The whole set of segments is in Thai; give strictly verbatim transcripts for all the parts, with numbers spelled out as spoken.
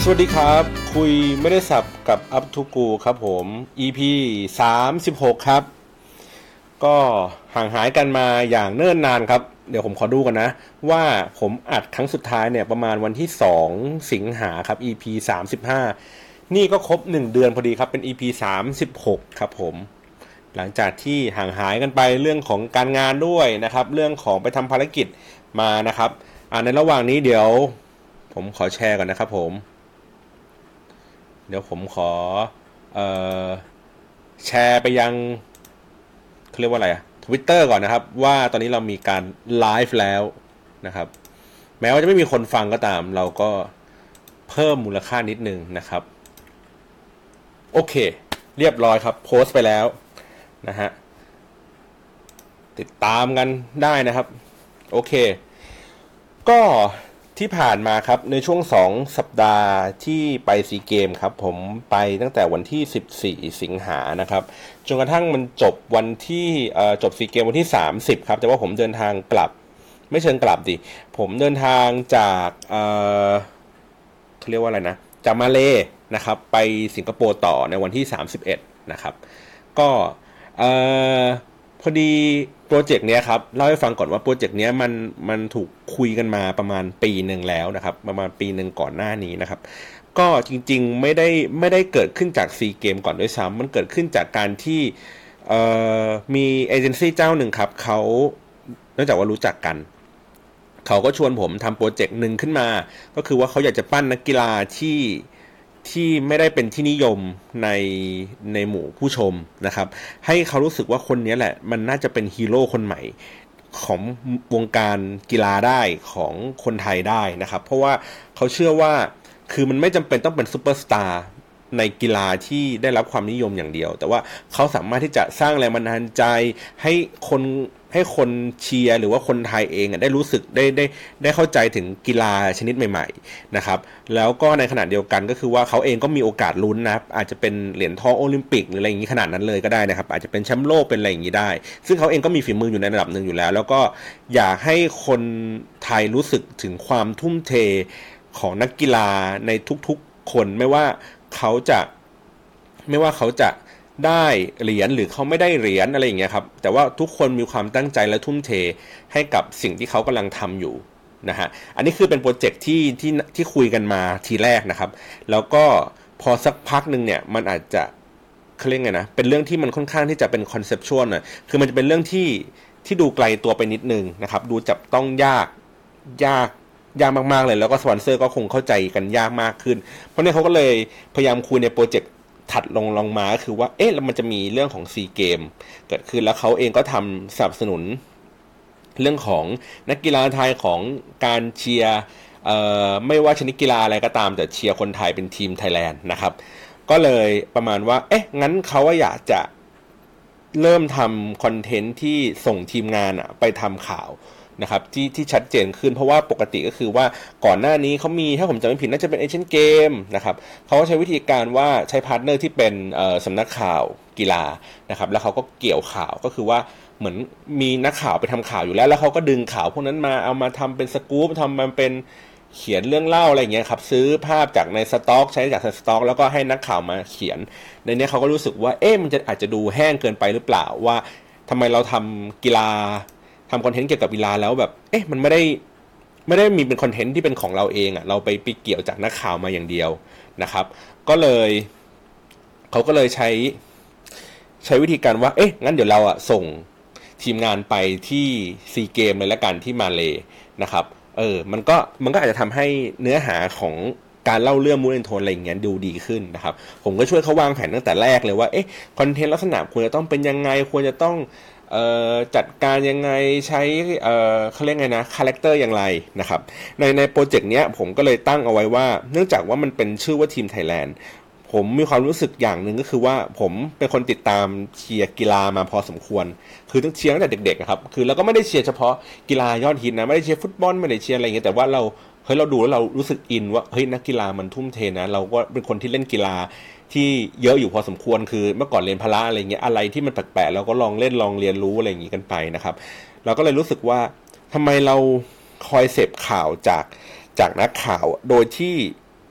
วัสดีครับคุยไม่ได้สับกับอัพทูกูครับผม อี พี สามสิบหกครับก็ห่างหายกันมาอย่างเนิ่นนานครับเดี๋ยวผมขอดูกันนะว่าผมอัดครั้งสุดท้ายเนี่ยประมาณวันที่สองสิงหาครับ อี พี สามสิบห้านี่ก็ครบหนึ่งเดือนพอดีครับเป็น อี พี สามสิบหกครับผมหลังจากที่ห่างหายกันไปเรื่องของการงานด้วยนะครับเรื่องของไปทำภารกิจมานะครับในระหว่างนี้เดี๋ยวผมขอแชร์ก่อนนะครับผมเดี๋ยวผมขอเอ่อแชร์ไปยังเขาเรียกว่าอะไรอะ Twitter ก่อนนะครับว่าตอนนี้เรามีการไลฟ์แล้วนะครับแม้ว่าจะไม่มีคนฟังก็ตามเราก็เพิ่มมูลค่านิดนึงนะครับโอเคเรียบร้อยครับโพสต์ไปแล้วนะฮะติดตามกันได้นะครับโอเคก็ที่ผ่านมาครับในช่วงสองสัปดาห์ที่ไปซีเกมครับผมไปตั้งแต่วันที่สิบสี่สิงหานะครับจนกระทั่งมันจบวันที่เอ่อจบซีเกมวันที่สามสิบครับแต่ว่าผมเดินทางกลับไม่เชิงกลับดิผมเดินทางจากเอ่อเขาเรียกว่าอะไรนะจากมาเลนะครับไปสิงคโปร์ต่อในวันที่สามสิบเอ็ดนะครับก็เอ่อพอดีโปรเจกต์เนี้ยครับเล่าให้ฟังก่อนว่าโปรเจกต์เนี้ยมันมันถูกคุยกันมาประมาณปีหนึ่งแล้วนะครับประมาณปีหนึ่งก่อนหน้านี้นะครับก็จริงๆไม่ได้ไม่ได้เกิดขึ้นจากซีเกมก่อนด้วยซ้ำมันเกิดขึ้นจากการที่เอ่อมีเอเจนซี่เจ้าหนึ่งครับเขาเนื่องจากว่ารู้จักกันเขาก็ชวนผมทำโปรเจกต์หนึ่งขึ้นมาก็คือว่าเขาอยากจะปั้นนักกีฬาที่ที่ไม่ได้เป็นที่นิยมในในหมู่ผู้ชมนะครับให้เขารู้สึกว่าคนนี้แหละมันน่าจะเป็นฮีโร่คนใหม่ของวงการกีฬาได้ของคนไทยได้นะครับเพราะว่าเขาเชื่อว่าคือมันไม่จำเป็นต้องเป็นซุปเปอร์สตาร์ในกีฬาที่ได้รับความนิยมอย่างเดียวแต่ว่าเขาสามารถที่จะสร้างแรงบันดาลใจให้คนให้คนเชียร์หรือว่าคนไทยเองได้รู้สึกได้ได้ได้เข้าใจถึงกีฬาชนิดใหม่ๆนะครับแล้วก็ในขณะเดียวกันก็คือว่าเขาเองก็มีโอกาสลุ้นนะครับอาจจะเป็นเหรียญทองโอลิมปิกหรืออะไรอย่างนี้ขนาดนั้นเลยก็ได้นะครับอาจจะเป็นแชมป์โลกเป็นอะไรอย่างนี้ได้ซึ่งเขาเองก็มีฝีมืออยู่ในระดับหนึ่งอยู่แล้วแล้วก็อยากให้คนไทยรู้สึกถึงความทุ่มเทของนักกีฬาในทุกๆคนไม่ว่าเขาจะไม่ว่าเขาจะได้เหรียญหรือเขาไม่ได้เหรียญอะไรอย่างเงี้ยครับแต่ว่าทุกคนมีความตั้งใจและทุ่มเทให้กับสิ่งที่เขากำลังทำอยู่นะฮะอันนี้คือเป็นโปรเจกต์ที่ที่ที่คุยกันมาทีแรกนะครับแล้วก็พอสักพักนึงเนี่ยมันอาจจะเขาเรียกไงนะเป็นเรื่องที่มันค่อนข้างที่จะเป็นคอนเซปชวลน่ะคือมันจะเป็นเรื่องที่ที่ดูไกลตัวไปนิดนึงนะครับดูจับต้องยากยากยากมากๆเลยแล้วก็สปอนเซอร์ก็คงเข้าใจกันยากมากขึ้นเพราะเนี่ยเขาก็เลยพยายามคุยในโปรเจกต์ถัดลงลงมาก็คือว่าเอ๊ะแล้วมันจะมีเรื่องของซีเกมเกิดขึ้นแล้วเขาเองก็ทำสนับสนุนเรื่องของนักกีฬาไทยของการเชียร์เอ่อไม่ว่าชนิดกีฬาอะไรก็ตามแต่เชียร์คนไทยเป็นทีมไทยแลนด์นะครับก็เลยประมาณว่าเอ๊ะงั้นเขาว่าอยากจะเริ่มทำคอนเทนต์ที่ส่งทีมงานอะไปทำข่าวนะครับที่ที่ชัดเจนขึ้นเพราะว่าปกติก็คือว่าก่อนหน้านี้เขามีถ้าผมจำไม่ผิดน่าจะเป็นเอเชียนเกมนะครับเขาก็ใช้วิธีการว่าใช้พาร์ทเนอร์ที่เป็นสำนักข่าวกีฬานะครับแล้วเขาก็เกี่ยวข่าวก็คือว่าเหมือนมีนักข่าวไปทำข่าวอยู่แล้วแล้วเขาก็ดึงข่าวพวกนั้นมาเอามาทำเป็นสกู๊ปทำมันเป็นเขียนเรื่องเล่าอะไรอย่างเงี้ยครับซื้อภาพจากในสต็อกใช้จากสต็อกแล้วก็ให้นักข่าวมาเขียนในนี้เขาก็รู้สึกว่าเอ๊ะมันจะอาจจะดูแห้งเกินไปหรือเปล่าว่าทำไมเราทำกีฬาทำคอนเทนต์เกี่ยวกับกีฬาแล้วแบบเอ๊ะมันไม่ได้ไม่ได้มีเป็นคอนเทนต์ที่เป็นของเราเองอ่ะเราไปไปเกี่ยวจากนักข่าวมาอย่างเดียวนะครับก็เลยเขาก็เลยใช้ใช้วิธีการว่าเอ๊ะงั้นเดี๋ยวเราอ่ะส่งทีมงานไปที่ซีเกมเลยละกันที่มาเลนะครับเออมันก็มันก็อาจจะทำให้เนื้อหาของการเล่าเรื่องมูดแอนโทนอะไรอย่างเงี้ยดูดีขึ้นนะครับผมก็ช่วยเขาวางแผนตั้งแต่แรกเลยว่าเอ๊ะคอนเทนต์ลักษณะควรจะต้องเป็นยังไงควรจะต้องเอ่อจัดการยังไงใช้เอ่อเขาเรียกไงนะคาแรคเตอร์อย่างไรนะครับในในโปรเจกต์เนี้ยผมก็เลยตั้งเอาไว้ว่าเนื่องจากว่ามันเป็นชื่อว่าทีมไทยแลนด์ผมมีความรู้สึกอย่างหนึ่งก็คือว่าผมเป็นคนติดตามเชียร์กีฬามาพอสมควรคือต้องเชียร์ตั้งแต่เด็กๆครับคือเราก็ไม่ได้เชียร์เฉพาะกีฬายอดฮิตนะไม่ได้เชียร์ฟุตบอลไม่ได้เชียร์อะไรอย่างเงี้ยแต่ว่าเราเฮ้ยเราดูแล้วเรารู้สึกอินว่าเฮ้ยนักกีฬามันทุ่มเทนะเราก็เป็นคนที่เล่นกีฬาที่เยอะอยู่พอสมควรคือเมื่อก่อนเรียนพละอะไรเงี้ยอะไรที่มันแปลกๆเราก็ลองเล่นลองเรียนรู้อะไรอย่างงี้กันไปนะครับเราก็เลยรู้สึกว่าทำไมเราคอยเสพข่าวจากจากนักข่าวโดยที่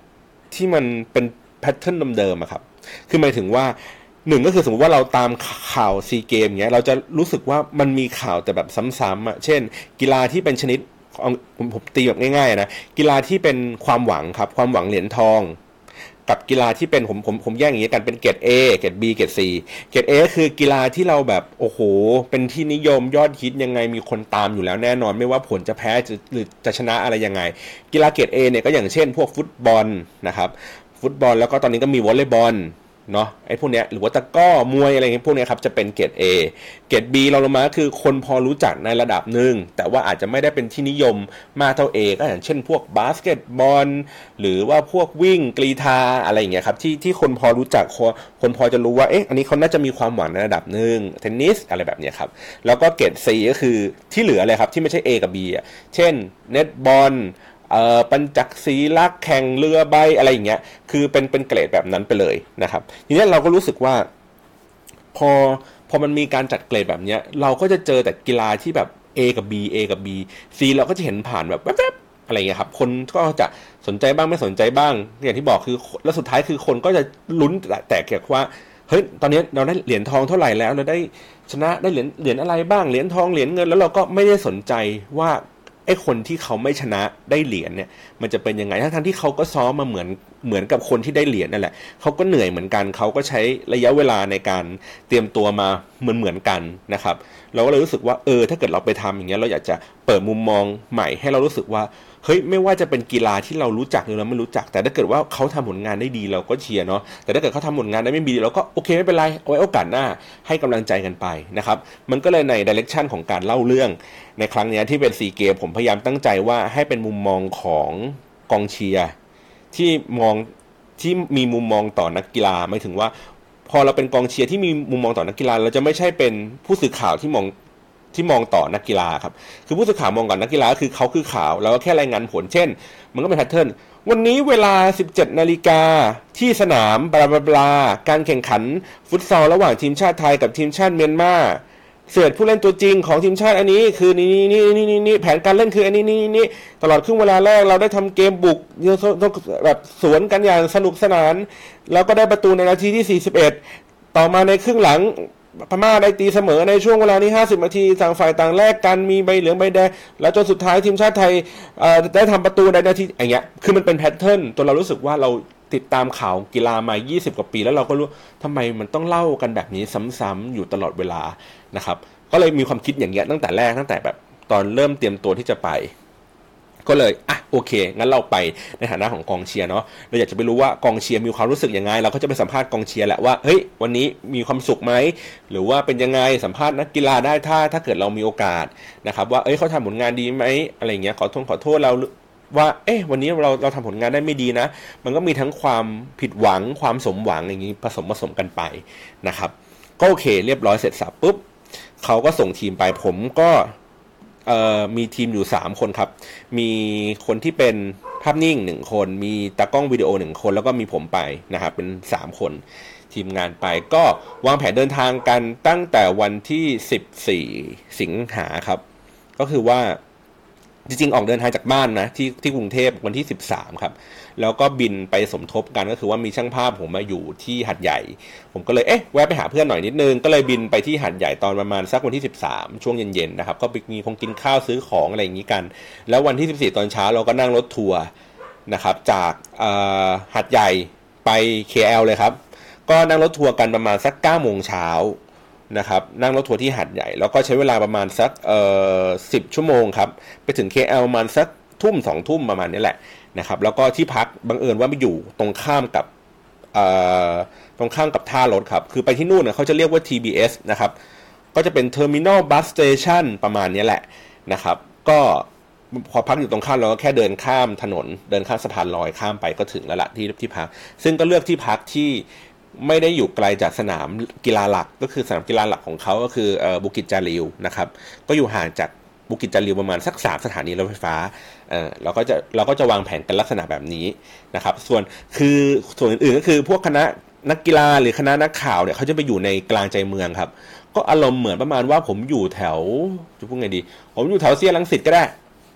ที่มันเป็นแพทเทิร์นเดิมๆอะครับคือหมายถึงว่าหนึ่งก็คือสมมติว่าเราตามข่าวซีเกมเงี้ยเราจะรู้สึกว่ามันมีข่าวแต่แบบซ้ำๆอ่ะเช่นกีฬาที่เป็นชนิดผมผมตีแบบง่ายๆนะกีฬาที่เป็นความหวังครับความหวังเหรียญทองกับกีฬาที่เป็นผมผมผมแยกอย่างนี้กันเป็นเกรด A เกรด B เกรด C เกรด A ก็คือกีฬาที่เราแบบโอ้โหเป็นที่นิยมยอดฮิตยังไงมีคนตามอยู่แล้วแน่นอนไม่ว่าผลจะแพ้หรือจะชนะอะไรยังไงกีฬาเกรด A เนี่ยก็อย่างเช่นพวกฟุตบอลนะครับฟุตบอลแล้วก็ตอนนี้ก็มีวอลเลย์บอลเนาะไอ้พวกเนี้ยหรือว่าตะกร้อมวยอะไรเงี้ยพวกเนี้ยครับจะเป็นเกรด A เกรด B เราลงมาคือคนพอรู้จักในระดับหนึ่งแต่ว่าอาจจะไม่ได้เป็นที่นิยมมากเท่า A ก็อย่างเช่นพวกบาสเกตบอลหรือว่าพวกวิ่งกรีฑาอะไรอย่างเงี้ยครับที่ที่คนพอรู้จักคนพอจะรู้ว่าเอ๊ะอันนี้เขาน่าจะมีความหวังในระดับหนึ่งเทนนิสอะไรแบบเนี้ยครับแล้วก็เกรด C ก็คือที่เหลือเลยครับที่ไม่ใช่ A กับ B อ่ะเช่นเน็ตบอลเอ่อปัญจักษีลักแข่งเรือใบอะไรอย่างเงี้ยคือเป็นเป็นเกรดแบบนั้นไปเลยนะครับทีนี้เราก็รู้สึกว่าพอพอมันมีการจัดเกรดแบบเนี้ยเราก็จะเจอแต่กีฬาที่แบบ A กับ B A กับ B C เราก็จะเห็นผ่านแบบแว๊บๆอะไรเงี้ยครับคนก็จะสนใจบ้างไม่สนใจบ้างอย่างที่บอกคือแล้วสุดท้ายคือคนก็จะลุ้นแต่เกี่ยวกับว่าเฮ้ยตอนนี้เราได้เหรียญทองเท่าไหร่แล้วเราได้ชนะได้เหรียญเหรียญอะไรบ้างเหรียญทองเหรียญเงินแล้วเราก็ไม่ได้สนใจว่าไอ้คนที่เขาไม่ชนะได้เหรียญเนี่ยมันจะเป็นยังไงทั้งๆที่เขาก็ซ้อมมาเหมือนเหมือนกับคนที่ได้เหรียญนั่นแหละเขาก็เหนื่อยเหมือนกันเขาก็ใช้ระยะเวลาในการเตรียมตัวมาเหมือนเหมือนกันนะครับเราก็เลยรู้สึกว่าเออถ้าเกิดเราไปทำอย่างเงี้ยเราอยากจะเปิดมุมมองใหม่ให้เรารู้สึกว่าเฮ้ยไม่ว่าจะเป็นกีฬาที่เรารู้จักหรือเราไม่รู้จักแต่ถ้าเกิดว่าเขาทำผลงานได้ดีเราก็เชียร์เนาะแต่ถ้าเกิดเขาทำผลงานได้ไม่ดีเราก็โอเคไม่เป็นไรเอาไว้โอกาสหน้าให้กำลังใจกันไปนะครับมันก็เลยในดิเรกชันของการเล่าเรื่องในครั้งนี้ที่เป็นซีเกมผมพยายามตั้งใจว่าให้เป็นมุมมองของกองเชียร์ที่มองที่มีมุมมองต่อนักกีฬาหมายถึงว่าพอเราเป็นกองเชียร์ที่มีมุมมองต่อนักกีฬาเราจะไม่ใช่เป็นผู้สื่อข่าวที่มองที่มองต่อนักกีฬาครับคือผู้สื่อข่าวมองก่อนนักกีฬาคือเขาคือข่าวแล้วก็แค่รายงานผลเช่นมันก็เป็นแพทเทิร์นวันนี้เวลา สิบเจ็ดนาฬิกาที่สนามบลาบลาบลาการแข่งขันฟุตซอลระหว่างทีมชาติไทยกับทีมชาติเมียนมาเสือผู้เล่นตัวจริงของทีมชาติอันนี้คือนี่นี่นี่นี่นี่แผนการเล่นคืออันนี้นี่นี่ตลอดครึ่งเวลาแรกเราได้ทำเกมบุกแบบสวนกันอย่างสนุกสนานแล้วก็ได้ประตูในนาทีที่สี่สิบเอ็ดต่อมาในครึ่งหลังพม่าได้ตีเสมอในช่วงเวลานี้ห้าสิบนาทีต่างฝ่ายต่างแลกกันมีใบเหลืองใบแดงแล้วจนสุดท้ายทีมชาติไทยได้ทำประตูในนาทีอย่างเงี้ยคือมันเป็นแพทเทิร์นตัวเรารู้สึกว่าเราติดตามข่าวกีฬามายี่สิบกว่าปีแล้วเราก็รู้ทำไมมันต้องเล่ากันแบบนี้ซ้ำๆอยู่ตลอดเวลานะครับก็เลยมีความคิดอย่างเงี้ยตั้งแต่แรกตั้งแต่แบบตอนเริ่มเตรียมตัวที่จะไปก็เลยอ่ะโอเคงั้นเราไปในฐานะของกองเชียร์เนาะเราอยากจะไปรู้ว่ากองเชียร์มีความรู้สึกยังไงเราก็จะไปสัมภาษณ์กองเชียร์แหละว่าเฮ้ยวันนี้มีความสุขไหมหรือว่าเป็นยังไงสัมภาษณ์นักกีฬาได้ถ้าถ้าเกิดเรามีโอกาสนะครับว่าเอ้ยเขาทำผลงานดีไหมอะไรเงี้ยขอโทษขอโทษเราว่าเอ๊ะวันนี้เราเราทำผลงานได้ไม่ดีนะมันก็มีทั้งความผิดหวังความสมหวังอย่างนี้ผสมผสมกันไปนะครับก็โอเคเรียบร้อยเสร็จสับปุ๊บเขาก็ส่งทีมไปผมก็เอ่อมีทีมอยู่สามคนครับมีคนที่เป็นภาพนิ่งหนึ่งคนมีตากล้องวิดีโอหนึ่งคนแล้วก็มีผมไปนะครับเป็นสามคนทีมงานไปก็วางแผนเดินทางกันตั้งแต่วันที่สิบสี่สิงหาครับก็คือว่าจริงๆออกเดินทางจากบ้านนะที่ที่กรุงเทพวันที่สิบสามครับแล้วก็บินไปสมทบกันก็คือว่ามีช่างภาพผมมาอยู่ที่หาดใหญ่ผมก็เลยเอ๊ะแวะไปหาเพื่อนหน่อยนิดนึงก็เลยบินไปที่หาดใหญ่ตอนประมาณสักวันที่สิบสามช่วงเย็นๆนะครับก็มีคงกินข้าวซื้อของอะไรอย่างนี้กันแล้ววันที่สิบสี่ตอนเช้าเราก็นั่งรถทัวร์นะครับจากหาดใหญ่ไป เค แอล เลยครับก็นั่งรถทัวร์กันประมาณสักเก้าโมงเช้านะครับนั่งรถทัวร์ที่หาดใหญ่แล้วก็ใช้เวลาประมาณสักเอ่อสิบชั่วโมงครับไปถึง เค แอล ประมาณสักทุ่มสองทุ่มประมาณนี้แหละนะครับแล้วก็ที่พักบังเอิญว่าไม่อยู่ตรงข้ามกับเอ่อตรงข้ามกับท่ารถครับคือไปที่นู่นเนี่ยเขาจะเรียกว่า ที บี เอส นะครับก็จะเป็น Terminal Bus Station ประมาณนี้แหละนะครับก็พอพักอยู่ตรงข้ามเราก็แค่เดินข้ามถนนเดินข้ามสะพานลอยข้ามไปก็ถึงแล้วละที่ที่พักซึ่งก็เลือกที่พักที่ไม่ได้อยู่ไกลจากสนามกีฬาหลักก็คือสนามกีฬาหลักของเขาก็คือเอ่อบุกิจจาริวนะครับก็อยู่ห่างจากบุกิจจาริวประมาณสักสามสถานีรถไฟฟ้าเอ่อเราก็จะเราก็จะวางแผนกันลักษณะแบบนี้นะครับส่วนคือส่วนอื่นๆก็คือพวกคณะนักกีฬาหรือคณะนักข่าวเนี่ยเขาจะไปอยู่ในกลางใจเมืองครับก็อารมณ์เหมือนประมาณว่าผมอยู่แถวจะพูดไงดีผมอยู่แถวเซียรังสิตก็ได้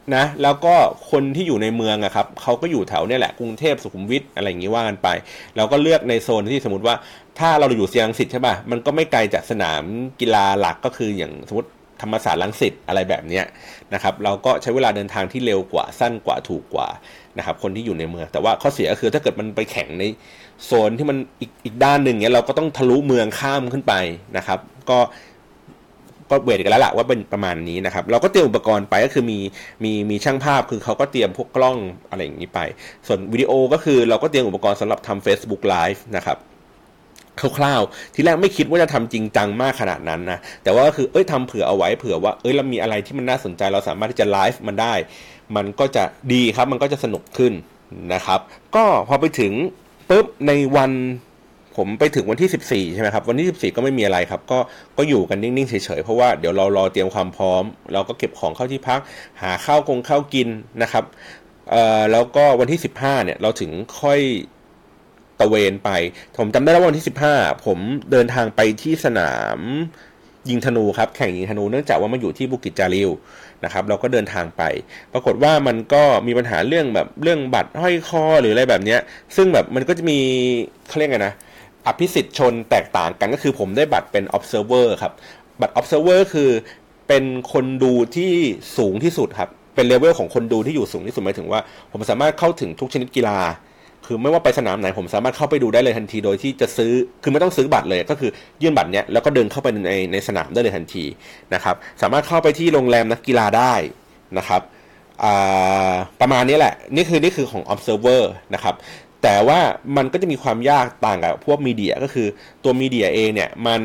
นะแล้วก็คนที่อยู่ในเมืองอะครับเขาก็อยู่แถวเนี่ยแหละกรุงเทพสุขุมวิทอะไรอย่างงี้ว่ากันไปเราก็เลือกในโซนที่สมมติว่าถ้าเราอยู่เซียงรังสิตใช่ป่ะมันก็ไม่ไกลจากสนามกีฬาหลักก็คืออย่างสมมติธรรมศาสตร์รังสิตอะไรแบบเนี้ยนะครับเราก็ใช้เวลาเดินทางที่เร็วกว่าสั้นกว่าถูกกว่านะครับคนที่อยู่ในเมืองแต่ว่าข้อเสียก็คือถ้าเกิดมันไปแข่งในโซนที่มันอีกอีกด้านหนึ่งเนี้ยเราก็ต้องทะลุเมืองข้ามขึ้นไปนะครับก็ก็เวทกันแล้วล่ะว่าเป็นประมาณนี้นะครับเราก็เตรียมอุปกรณ์ไปก็คือมีมีมีช่างภาพคือเขาก็เตรียมพวกกล้องอะไรอย่างนี้ไปส่วนวิดีโอก็คือเราก็เตรียมอุปกรณ์สำหรับทำ Facebook Live นะครับคร่าวๆทีแรกไม่คิดว่าจะทำจริงจังมากขนาดนั้นนะแต่ว่าก็คือเอ้ยทำเผื่อเอาไว้เผื่อว่าเอ้ยเรามีอะไรที่มันน่าสนใจเราสามารถที่จะไลฟ์มันได้มันก็จะดีครับมันก็จะสนุกขึ้นนะครับก็พอไปถึงปุ๊บในวันผมไปถึงวันที่สิบสี่ใช่ไหมครับวันที่สิบสี่ก็ไม่มีอะไรครับก็ก็อยู่กันนิ่งๆเฉยๆเพราะว่าเดี๋ยวเรารอเตรียมความพร้อมเราก็เก็บของเข้าที่พักหาข้าวกงข้าวกินนะครับเอ่อแล้วก็วันที่สิบห้าเนี่ยเราถึงค่อยตะเวนไปผมจำได้ว่าวันที่สิบห้าผมเดินทางไปที่สนามยิงธนูครับแข่งยิงธนูเนื่องจากว่ามันอยู่ที่บุกิจจาริวนะครับเราก็เดินทางไปปรากฏว่ามันก็มีปัญหาเรื่องแบบเรื่องบัตรห้อยคอหรืออะไรแบบเนี้ยซึ่งแบบมันก็จะมีเขาเรียกไงนะอภิสิทธิ์ชนแตกต่างกันก็คือผมได้บัตรเป็น observer ครับบัตร observer คือเป็นคนดูที่สูงที่สุดครับเป็นเลเวลของคนดูที่อยู่สูงที่สุดหมายถึงว่าผมสามารถเข้าถึงทุกชนิดกีฬาคือไม่ว่าไปสนามไหนผมสามารถเข้าไปดูได้เลยทันทีโดยที่จะซื้อคือไม่ต้องซื้อบัตรเลยก็คือยื่นบัตรเนี้ยแล้วก็เดินเข้าไปในในสนามได้เลยทันทีนะครับสามารถเข้าไปที่โรงแรมนักกีฬาได้นะครับประมาณนี้แหละนี่คือนี่คือของ observer นะครับแต่ว่ามันก็จะมีความยากต่างกับพวกมีเดียก็คือตัวมีเดียเองเนี่ยมัน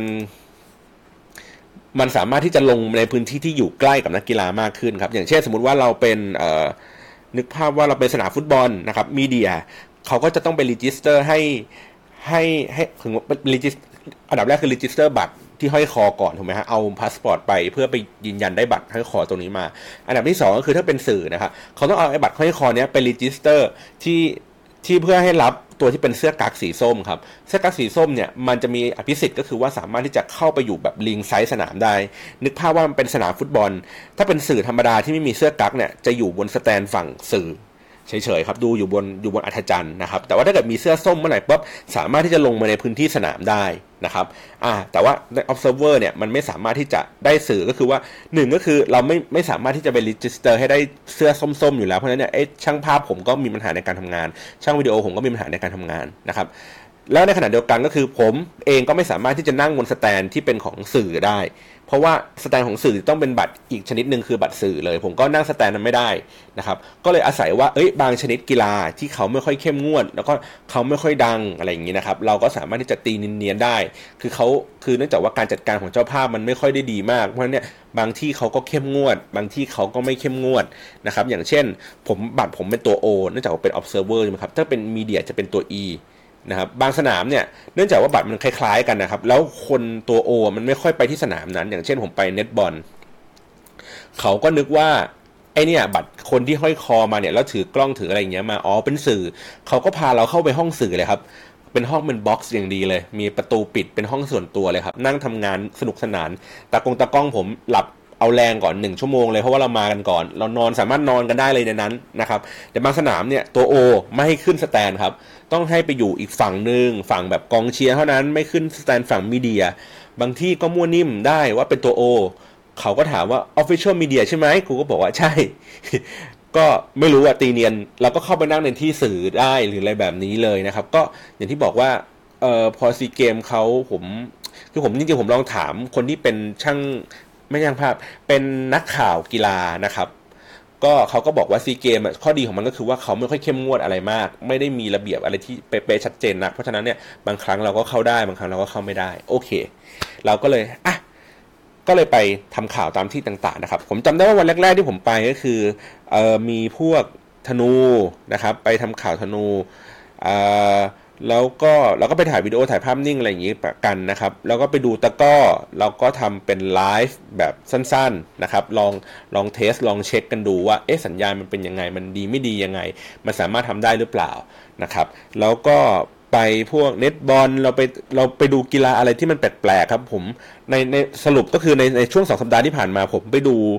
มันสามารถที่จะลงในพื้นที่ที่อยู่ใกล้กับนักกีฬามากขึ้นครับอย่างเช่นสมมุติว่าเราเป็นนึกภาพว่าเราเป็นสนามฟุตบอลนะครับมีเดียเขาก็จะต้องไปรีจิสเตอร์ให้ให้ให้ถึงรีจิสอันดับแรกคือรีจิสเตอร์บัตรที่ห้อยคอก่อนถูกไหมฮะเอาพาสปอร์ตไปเพื่อไปยืนยันได้บัตรห้อยคอตรงนี้มาอันดับที่สองก็คือถ้าเป็นสื่อนะครับเขาต้องเอาไอ้บัตรห้อยคอเนี้ยไปรีจิสเตอร์ที่ที่เพื่อให้รับตัวที่เป็นเสื้อกั๊กสีส้มครับเสื้อกั๊กสีส้มเนี่ยมันจะมีอภิสิทธิ์ก็คือว่าสามารถที่จะเข้าไปอยู่แบบลิงไซส์สนามได้นึกภาพว่ามันเป็นสนามฟุตบอลถ้าเป็นสื่อธรรมดาที่ไม่มีเสื้อกั๊กเนี่ยจะอยู่บนสแตนฝั่งสื่อเฉยๆครับดูอยู่บนอยู่บนอัฐจันทร์นะครับแต่ว่าถ้าเกิดมีเสื้อส้มเมื่อไหร่ปุ๊บสามารถที่จะลงมาในพื้นที่สนามได้นะครับอ่าแต่ว่าใน observer เนี่ยมันไม่สามารถที่จะได้สื่อก็คือว่าหนึ่งก็คือเราไม่ไม่สามารถที่จะไป register ให้ได้เสื้อส้มๆอยู่แล้วเพราะฉะนั้นเนี่ยไอ้ช่างภาพผมก็มีปัญหาในการทำงานช่างวิดีโอผมก็มีปัญหาในการทำงานนะครับแล้วในขณะเดียวกันก็คือผมเองก็ไม่สามารถที่จะนั่งบนสแตนที่เป็นของสื่อได้เพราะว่าสแตนของสื่อต้องเป็นบัตรอีกชนิดหนึ่งคือบัตรสื่อเลยผมก็นั่งสแตนนั้นไม่ได้นะครับก็เลยอาศัยว่าเอ้ยบางชนิดกีฬาที่เขาไม่ค่อยเข้มงวดแล้วก็เขาไม่ค่อยดังอะไรอย่างนี้นะครับเราก็สามารถที่จะตีเนียนๆได้คือเขาคือเนื่องจากว่าการจัดการของเจ้าภาพมันไม่ค่อยได้ดีมากเพราะฉะนั้นเนี่ยบางที่เขาก็เข้มงวดบางที่เขาก็ไม่เข้มงวดนะครับอย่างเช่นผมบัตรผมเป็นตัว O เนื่องจากว่าเป็น observer ใช่ไหมครับถ้าเป็นมีเดียจะเป็นตัว Eนะครับบางสนามเนี่ยเนื่องจากว่าบัตรมันคล้ายๆกันนะครับแล้วคนตัวโอมันไม่ค่อยไปที่สนามนั้นอย่างเช่นผมไปเน็ตบอลเขาก็นึกว่าไอเนี่ยบัตรคนที่ห้อยคอมาเนี่ยแล้วถือกล้องถืออะไรอย่างเงี้ยมาอ๋อเป็นสื่อเขาก็พาเราเข้าไปห้องสื่อเลยครับเป็นห้องเป็นบ็อกซ์อย่างดีเลยมีประตูปิดเป็นห้องส่วนตัวเลยครับนั่งทำงานสนุกสนานตากงตากล้องผมหลับเอาแรงก่อนหนึ่งชั่วโมงเลยเพราะว่าเรามากันก่อนเรานอนสามารถนอนกันได้เลยในนั้นนะครับแต่บางสนามเนี่ยตัวโอไม่ให้ขึ้นสแตนครับต้องให้ไปอยู่อีกฝั่งนึงฝั่งแบบกองเชียร์เท่านั้นไม่ขึ้นสแตนฝั่งมีเดียบางที่ก็มั่วนิ่มได้ว่าเป็นตัวโอเขาก็ถามว่า Official Media ใช่ไหมกูก็บอกว่าใช่ ก็ไม่รู้ว่าตีเนียนเราก็เข้าไปนั่งในที่สื่อได้หรืออะไรแบบนี้เลยนะครับก็อย่างที่บอกว่าเอ่อพอซีเกมเขาผมคือผมจริงๆผมลองถามคนที่เป็นช่างไม่ช่างภาพเป็นนักข่าวกีฬานะครับก็เขาก็บอกว่าซีเกมข้อดีของมันก็คือว่าเขาไม่ค่อยเข้มงวดอะไรมากไม่ได้มีระเบียบอะไรที่เป๊ะๆชัดเจนนักเพราะฉะนั้นเนี่ยบางครั้งเราก็เข้าได้บางครั้งเราก็เข้าไม่ได้โอเคเราก็เลยอ่ะก็เลยไปทำข่าวตามที่ต่างๆนะครับผมจำได้ว่าวันแรกๆที่ผมไปก็คือเอ่อมีพวกธนูนะครับไปทำข่าวธนูเอ่อแล้วก็เราก็ไปถ่ายวิดีโอถ่ายภาพนิ่งอะไรอย่างนี้กันนะครับแล้วก็ไปดูตะก้อเราก็ทำเป็นไลฟ์แบบสั้นๆนะครับลองลองเทสลองเช็คกันดูว่าเอ๊ะสัญญาณมันเป็นยังไงมันดีไม่ดียังไงมันสามารถทำได้หรือเปล่านะครับแล้วก็ไปพวกเน็ตบอลเราไปเราไปดูกีฬาอะไรที่มันแปลกๆครับผมในในสรุปก็คือในในช่วงสองสัปดาห์ที่ผ่านมาผมไปดู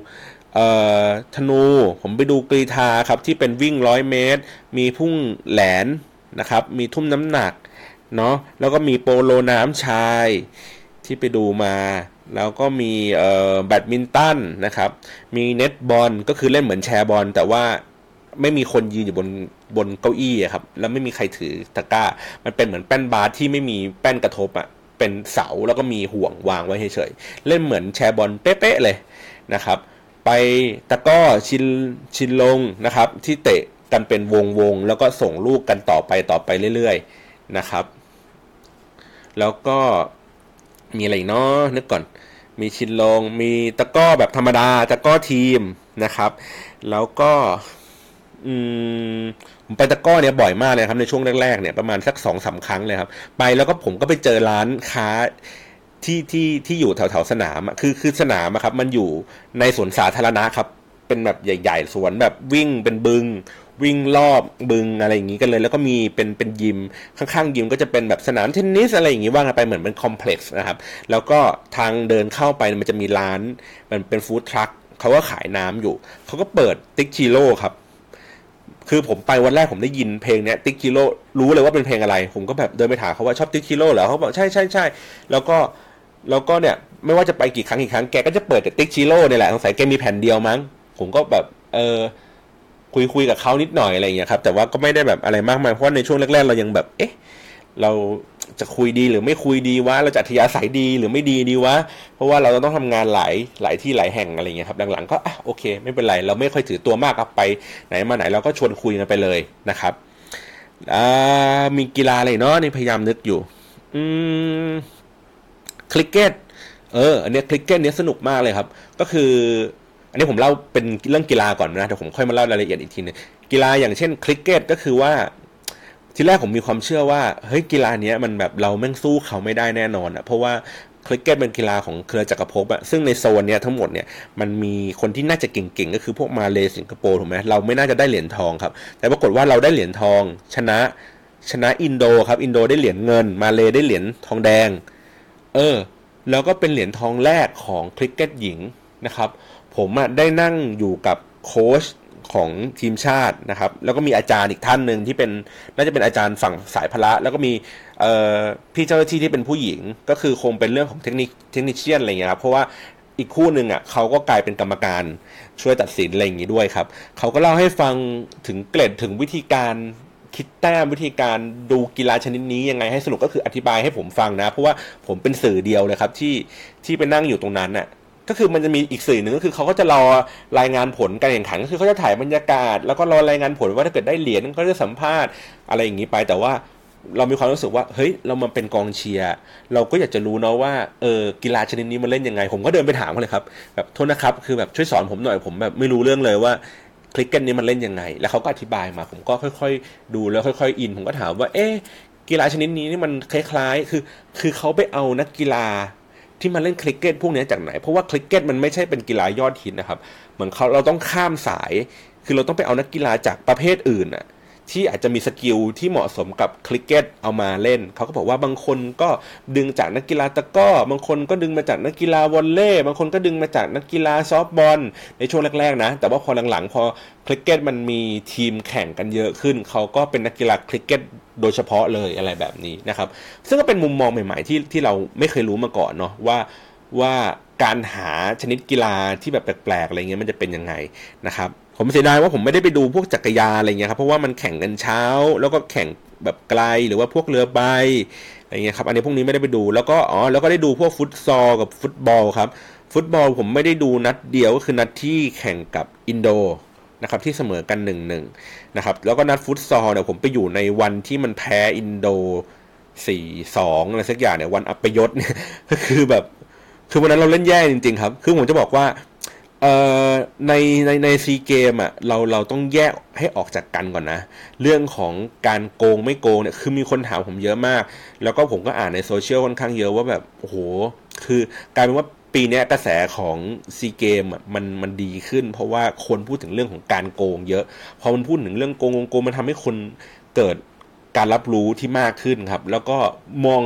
เอ่อธนูผมไปดูกรีฑาครับที่เป็นวิ่งร้อยเมตรมีพุ่งแหลนนะครับมีทุ่มน้ำหนักเนาะแล้วก็มีโปโลน้ำชายที่ไปดูมาแล้วก็มีเอ่อแบดมินตันนะครับมีเน็ตบอลก็คือเล่นเหมือนแชร์บอลแต่ว่าไม่มีคนยืนอยู่บนบนเก้าอี้ครับแล้วไม่มีใครถือตะกร้ามันเป็นเหมือนแป้นบาสที่ไม่มีแป้นกระทบอ่ะเป็นเสาแล้วก็มีห่วงวางไว้เฉยๆเล่นเหมือนแชร์บอลเป๊ะๆเลยนะครับไปตะก้อชินชินลงนะครับที่เตะกันเป็นวงๆแล้วก็ส่งลูกกันต่อไปต่อไปเรื่อยๆนะครับแล้วก็มีอะไรเนาะนึกก่อนมีชินลงมีตะก้อแบบธรรมดาตะก้อทีมนะครับแล้วก็อืมผมไปตะก้อเนี่ยบ่อยมากเลยครับในช่วงแรกๆเนี่ยประมาณสัก สองถึงสาม ครั้งเลยครับไปแล้วก็ผมก็ไปเจอร้านค้าที่ที่ที่อยู่แถวๆสนามอ่ะคือคือสนามอะครับมันอยู่ในสวนสาธารณะครับเป็นแบบใหญ่ๆสวนแบบวิ่งเป็นบึงวิ่งรอบบึงอะไรอย่างงี้กันเลยแล้วก็มีเป็นเป็นยิมข้างๆยิมก็จะเป็นแบบสนามเทนนิสอะไรอย่างงี้ว่ากันไปเหมือนเป็นคอมเพล็กซ์นะครับแล้วก็ทางเดินเข้าไปมันจะมีร้านมันเป็นฟู้ดทรัคเขาก็ขายน้ำอยู่เขาก็เปิดติ๊กชิโร่ครับคือผมไปวันแรกผมได้ยินเพลงเนี้ยติ๊กชิโร่รู้เลยว่าเป็นเพลงอะไรผมก็แบบเดินไปถามเขาว่าชอบติ๊กชิโร่เหรอเขาบอกใช่ใช่ใช่แล้วก็แล้วก็เนี่ยไม่ว่าจะไปกี่ครั้งกี่ครั้งแกก็จะเปิดแต่ติ๊กชิโร่เนี่ยแหละสงสัยแกมีแผ่นเดียวมั้งผมก็แบบเออคุยคุยกับเขานิดหน่อยอะไรอย่างเงี้ยครับแต่ว่าก็ไม่ได้แบบอะไรมากมายเพราะในช่วงแรกๆเรายังแบบเอ๊ะเราจะคุยดีหรือไม่คุยดีวะเราจะอัธยาศัยดีหรือไม่ดีดีวะเพราะว่าเราต้องทำงานหลายหลายที่หลายแห่งอะไรเงี้ยครับหลังๆก็อ่ะโอเคไม่เป็นไรเราไม่ค่อยถือตัวมากครับไปไหนมาไหนเราก็ชวนคุยกันไปเลยนะครับอ่ามีกีฬาอะไรเนาะนี่พยายามนึกอยู่อืมคริกเก็ตเอออันเนี้ยคริกเก็ตเนี้ยสนุกมากเลยครับก็คืออันนี้ผมเล่าเป็นเรื่องกีฬาก่อนนะเดี๋ยวผมค่อยมาเล่ารายละเอียดอีกทีนึงกีฬาอย่างเช่นคริกเก็ตก็คือว่าทีแรกผมมีความเชื่อว่าเฮ้ยกีฬาเนี้ยมันแบบเราแม่งสู้เขาไม่ได้แน่นอนอ่ะเพราะว่าคริกเก็ตเป็นกีฬาของเครือจักรภพอ่ะซึ่งในโซนเนี้ยทั้งหมดเนี่ยมันมีคนที่น่าจะเก่งๆก็คือพวกมาเลสิงคโปร์ถูกไหมเราไม่น่าจะได้เหรียญทองครับแต่ปรากฏว่าเราได้เหรียญทองชนะชนะอินโดครับอินโดได้เหรียญเงินมาเลได้เหรียญทองแดงเออแล้วก็เป็นเหรียญทองแรกของคริกเก็ตหญิงนะครับผมอ่ะได้นั่งอยู่กับโค้ชของทีมชาตินะครับแล้วก็มีอาจารย์อีกท่านหนึ่งที่เป็นน่าจะเป็นอาจารย์ฝั่งสายพละแล้วก็มีเอ่อพี่เจ้าหน้าที่ที่เป็นผู้หญิงก็คือคงเป็นเรื่องของเทคนิคเทคนิคเชียนอะไรเงี้ยครับเพราะว่าอีกคู่หนึ่งอ่ะเขาก็กลายเป็นกรรมการช่วยตัดสินอะไรอย่างงี้ด้วยครับเขาก็เล่าให้ฟังถึงเกร็ดถึงวิธีการคิดแต้มวิธีการดูกีฬาชนิดนี้ยังไงให้สนุกก็คืออธิบายให้ผมฟังนะเพราะว่าผมเป็นสื่อเดียวเลยครับที่ที่ไปนั่งอยู่ตรงนั้นน่ะก็คือมันจะมีอีกสื่อหนึ่งก็คือเขาก็จะรอรายงานผลการแข่งขันก็คือเขาจะถ่ายบรรยากาศแล้วก็รอรายงานผลว่าถ้าเกิดได้เหรียญก็จะสัมภาษณ์อะไรอย่างนี้ไปแต่ว่าเรามีความรู้สึกว่าเฮ้ยเรามาเป็นกองเชียร์เราก็อยากจะรู้เนาะว่าเออกีฬาชนิดนี้มันเล่นยังไงผมก็เดินไปถามเขาเลยครับแบบโทษนะครับคือแบบช่วยสอนผมหน่อยผมแบบไม่รู้เรื่องเลยว่าคริกเก็ตนี้มันเล่นยังไงแล้วเขาก็อธิบายมาผมก็ค่อยๆดูแล้วค่อยๆอินผมก็ถามว่าเอ๊ะกีฬาชนิดนี้นี่มันคล้ายๆคือคือเขาไปเอานักกีฬาที่มาเล่นคริกเก็ตพวกนี้จากไหนเพราะว่าคริกเก็ตมันไม่ใช่เป็นกีฬายอดฮิตนะครับเหมือนเขาเราต้องข้ามสายคือเราต้องไปเอานักกีฬาจากประเภทอื่นน่ะที่อาจจะมีสกิลที่เหมาะสมกับคริกเก็ตเอามาเล่นเขาก็บอกว่าบางคนก็ดึงจากนักกีฬาตะกร้อบางคนก็ดึงมาจากนักกีฬาวอลเลย์บางคนก็ดึงมาจากนักกีฬาซอฟต์บอลในช่วงแรกๆนะแต่ว่าพอหลังๆพอคริกเก็ตมันมีทีมแข่งกันเยอะขึ้นเขาก็เป็นนักกีฬาคริกเก็ตโดยเฉพาะเลยอะไรแบบนี้นะครับซึ่งก็เป็นมุมมองใหม่ๆที่ที่เราไม่เคยรู้มาก่อนเนาะว่าว่าการหาชนิดกีฬาที่แบบแปลกๆอะไรเงี้ยมันจะเป็นยังไงนะครับผมเสียดายว่าผมไม่ได้ไปดูพวกจักรยานอะไรเงี้ยครับเพราะว่ามันแข่งกันเช้าแล้วก็แข่งแบบไกลหรือว่าพวกเรือใบอะไรเงี้ยครับอันนี้พวกนี้ไม่ได้ไปดูแล้วก็อ๋อแล้วก็ได้ดูพวกฟุตซอลกับฟุตบอลครับฟุตบอลผมไม่ได้ดูนัดเดียวก็คือนัดที่แข่งกับอินโดนะครับที่เสมอกัน หนึ่งหนึ่ง นะครับแล้วก็นัดฟุตซอลเนี่ยผมไปอยู่ในวันที่มันแพ้อินโด สี่สอง อะไรสักอย่างเนี่ยวันอัปยศเนี่ยก็คือแบบคือวันนั้นเราเล่นแย่จริงๆครับคือผมจะบอกว่าเอ่อในในในซีเกมอ่ะเราเราต้องแยกให้ออกจากกันก่อนนะเรื่องของการโกงไม่โกงเนี่ยคือมีคนถามผมเยอะมากแล้วก็ผมก็อ่านในโซเชียลค่อนข้างเยอะว่าแบบโอ้โหคือกลายเป็นว่าปีนี้กระแสของซีเกมอ่ะมันมันดีขึ้นเพราะว่าคนพูดถึงเรื่องของการโกงเยอะพอมันพูดถึงเรื่องโกงโกงมันทำให้คนเกิดการรับรู้ที่มากขึ้นครับแล้วก็มอง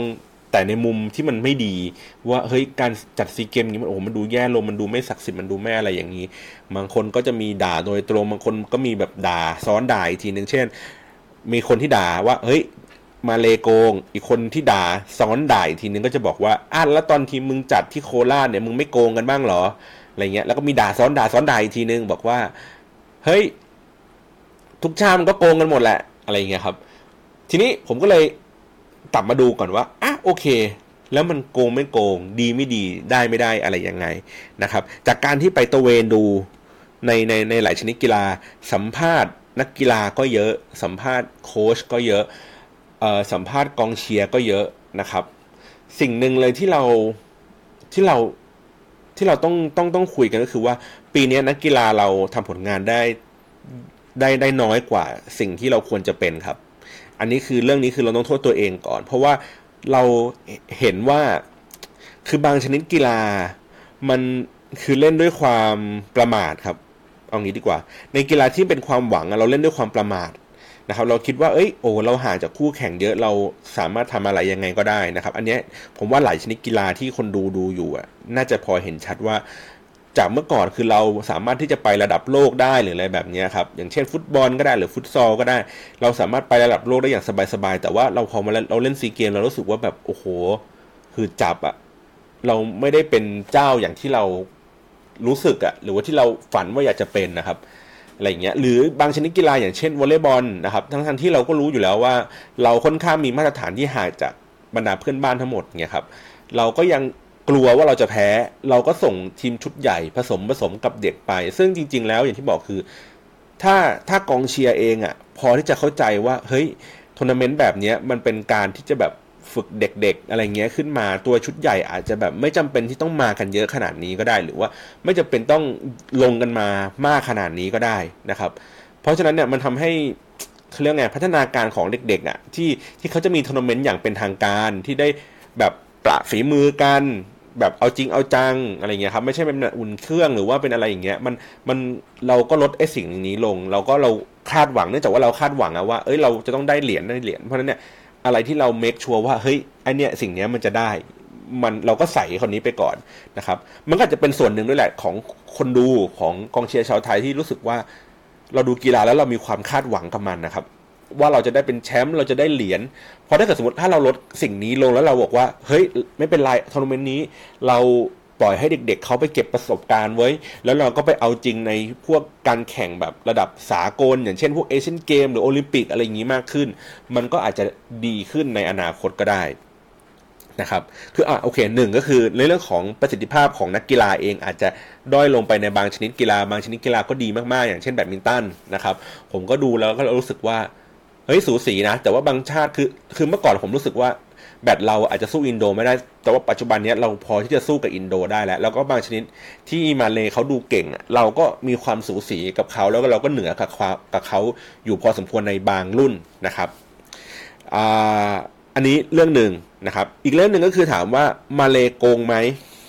แต่ในมุมที่มันไม่ดีว่าเฮ้ยการจัดซีเกมนี้มันโอ้มันดูแย่ลงมันดูไม่ศักดิ์สิทธิ์มันดูไม่อะไรอย่างนี้บางคนก็จะมีด่าโดยตรงบางคนก็มีแบบด่าซ้อนด่าอีกทีนึงเช่นมีคนที่ด่าว่าเฮ้ยมาเลโกงอีกคนที่ด่าซ้อนด่าอีกทีนึงก็จะบอกว่าอ่ะแล้วตอนทีมมึงจัดที่โคราชเนี่ยมึงไม่โกงกันบ้างเหรออะไรเงี้ยแล้วก็มีด่าซ้อนด่าซ้อนด่าอีกทีนึงบอกว่าเฮ้ยทุกชาติมันก็โกงกันหมดแหละอะไรเงี้ยครับทีนี้ผมก็เลยกลับมาดูก่อนว่าอ่ะโอเคแล้วมันโกงไม่โกงดีไม่ดีได้ไม่ได้อะไรยังไงนะครับจากการที่ไปตะเวนดูในในในหลายชนิดกีฬาสัมภาษณ์นักกีฬาก็เยอะสัมภาษณ์โค้ชก็เยอะเอ่อสัมภาษณ์กองเชียร์ก็เยอะนะครับสิ่งหนึ่งเลยที่เราที่เราที่เราต้องต้องต้องคุยกันก็คือว่าปีนี้นักกีฬาเราทำผลงานได้ได้ได้น้อยกว่าสิ่งที่เราควรจะเป็นครับอันนี้คือเรื่องนี้คือเราต้องโทษตัวเองก่อนเพราะว่าเราเห็นว่าคือบางชนิดกีฬามันคือเล่นด้วยความประมาทครับเอางี้ดีกว่าในกีฬาที่เป็นความหวังเราเล่นด้วยความประมาทนะครับเราคิดว่าเอ้ยโอ้เราห่างจากคู่แข่งเยอะเราสามารถทำอะไรยังไงก็ได้นะครับอันนี้ผมว่าหลายชนิดกีฬาที่คนดูดูอยู่อ่ะน่าจะพอเห็นชัดว่าจากเมื่อก่อนคือเราสามารถที่จะไประดับโลกได้หรืออะไรแบบนี้ครับอย่างเช่นฟุตบอลก็ได้หรือฟุตซอลก็ได้เราสามารถไประดับโลกได้อย่างสบายๆแต่ว่าเราพอมาเราเล่นซีเกมเรารู้สึกว่าแบบโอ้โหคือจับอะเราไม่ได้เป็นเจ้าอย่างที่เรารู้สึกอะหรือว่าที่เราฝันว่าอยากจะเป็นนะครับอะไรอย่างเงี้ยหรือบางชนิดกีฬาอย่างเช่นวอลเลย์บอลนะครับทั้งๆที่เราก็รู้อยู่แล้วว่าเราค่อนข้างมีมาตรฐานที่ห่างจากบรรดาเพื่อนบ้านทั้งหมดเงี้ยครับเราก็ยังกลัวว่าเราจะแพ้เราก็ส่งทีมชุดใหญ่ผสมผสมกับเด็กไปซึ่งจริงๆแล้วอย่างที่บอกคือถ้าถ้ากองเชียร์เองอ่ะพอที่จะเข้าใจว่าเฮ้ยทัวร์นาเมนต์แบบนี้มันเป็นการที่จะแบบฝึกเด็กๆอะไรเงี้ยขึ้นมาตัวชุดใหญ่อาจจะแบบไม่จำเป็นที่ต้องมากันเยอะขนาดนี้ก็ได้หรือว่าไม่จำเป็นต้องลงกันมามากขนาดนี้ก็ได้นะครับเพราะฉะนั้นเนี่ยมันทำให้เขาเรียกไงพัฒนาการของเด็กๆอ่ะที่ที่เขาจะมีทัวร์นาเมนต์อย่างเป็นทางการที่ได้แบบประฝีมือกันแบบเอาจริงเอาจังอะไรเงี้ยครับไม่ใช่เป็นอุ่นเครื่องหรือว่าเป็นอะไรอย่างเงี้ยมันมันเราก็ลดไอ้สิ่งนี้ลงเราก็เราคาดหวังเนื่องจากว่าเราคาดหวังอะว่าเอ้ยเราจะต้องได้เหรียญได้เหรียญเพราะฉะนั้นเนี่ยอะไรที่เราเมคชัวร์ว่าเฮ้ยไอเนี้ยสิ่งเนี้ยมันจะได้มันเราก็ใส่คนนี้ไปก่อนนะครับมันก็จะเป็นส่วนหนึ่งด้วยแหละของคนดูของกองเชียร์ชาวไทยที่รู้สึกว่าเราดูกีฬาแล้วเรามีความคาดหวังกับมันนะครับว่าเราจะได้เป็นแชมป์เราจะได้เหรียญพอถ้าเกิดสมมติถ้าเราลดสิ่งนี้ลงแล้วเราบอกว่าเฮ้ยไม่เป็นไรทัวร์นาเมนต์นี้เราปล่อยให้เด็กๆ เ, เขาไปเก็บประสบการณ์ไว้แล้วเราก็ไปเอาจริงในพวกการแข่งแบบระดับสากลอย่างเช่นพวกเอเชียนเกมหรือโอลิมปิกอะไรอย่างนี้มากขึ้นมันก็อาจจะดีขึ้นในอนาคตก็ได้นะครับคืออ่ะโอเคหนึ่งก็คือในเรื่องของประสิทธิภาพของนักกีฬาเองอาจจะด้อยลงไปในบางชนิดกีฬาบางชนิดกีฬาก็ดีมากๆอย่างเช่นแบดมินตันนะครับผมก็ดูแล้วก็รู้สึกว่าเฮ้ยสูสีนะแต่ว่าบางชาติคือคือเมื่อก่อนผมรู้สึกว่าแบดเราอาจจะสู้อินโดไม่ได้แต่ว่าปัจจุบันนี้เราพอที่จะสู้กับอินโดได้แล้วแล้วก็บางชนิดที่มาเลเขาดูเก่งเราก็มีความสูสีกับเขาแล้วก็เราก็เหนือกับกับเขาอยู่พอสมควรในบางรุ่นนะครับอ่าอันนี้เรื่องหนึ่งนะครับอีกเรื่องหนึ่งก็คือถามว่ามาเลโกงไหม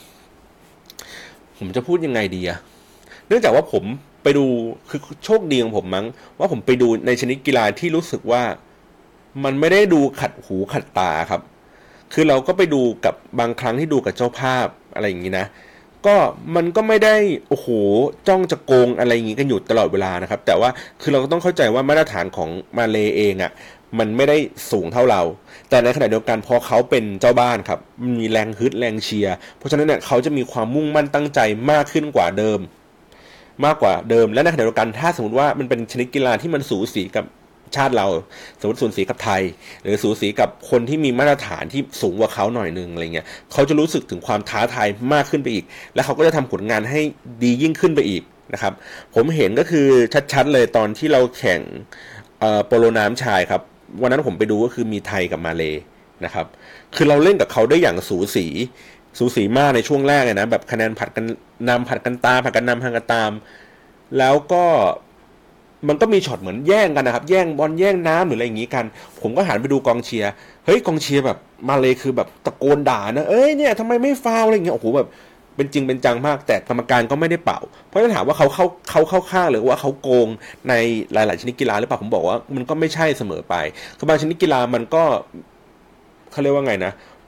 ผมจะพูดยังไงดีอะเนื่องจากว่าผมไปดูคือโชคดีของผมมั้งว่าผมไปดูในชนิดกีฬาที่รู้สึกว่ามันไม่ได้ดูขัดหูขัดตาครับคือเราก็ไปดูกับบางครั้งที่ดูกับเจ้าภาพอะไรอย่างนี้นะก็มันก็ไม่ได้โอ้โหจ้องจะโกงอะไรอย่างนี้กันอยู่ตลอดเวลานะครับแต่ว่าคือเราก็ต้องเข้าใจว่ามาตรฐานของมาเลเองอ่ะมันไม่ได้สูงเท่าเราแต่ในขณะเดียวกันพอเขาเป็นเจ้าบ้านครับมีแรงฮึดแรงเชียร์เพราะฉะนั้นเนี่ยเขาจะมีความมุ่งมั่นตั้งใจมากขึ้นกว่าเดิมมากกว่าเดิมและในขณะเดียวกันถ้าสมมติว่ามันเป็นชนิดกีฬาที่มันสูสีกับชาติเราสมมติสูสีกับไทยหรือสูสีกับคนที่มีมาตรฐานที่สูงกว่าเขาหน่อยนึงอะไรเงี้ยเขาจะรู้สึกถึงความท้าทายมากขึ้นไปอีกและเขาก็จะทำผลงานให้ดียิ่งขึ้นไปอีกนะครับผมเห็นก็คือชัดๆเลยตอนที่เราแข่งโปโลน้ำชายครับวันนั้นผมไปดูก็คือมีไทยกับมาเลนะครับคือเราเล่นกับเขาได้อย่างสูสีสูสีมากในช่วงแรกเลยนะแบบคะแนนผัดกันนำผัดกันตามผัดกันนำผัดกันตามแล้วก็มันก็มีช็อตเหมือนแย่งกันนะครับแย่งบอลแย่งน้ำหรืออะไรอย่างงี้กันผมก็หันไปดูกองเชียร์เฮ้ยกองเชียร์แบบมาเลยคือแบบตะโกนด่านะเอ้ยเนี่ยทำไมไม่ฟาวอะไรอย่างเงี้ยโอ้โหแบบเป็นจริงเป็นจังมากแต่กรรมการก็ไม่ได้เป่าเพราะถ้าถามว่าเขาเข้าเขาเข้าข้างหรือว่าเขาโกงในหลายๆชนิดกีฬาหรือเปล่าผมบอกว่ามันก็ไม่ใช่เสมอไปคือบางชนิดกีฬามันก็เขาเรียกว่าไงนะ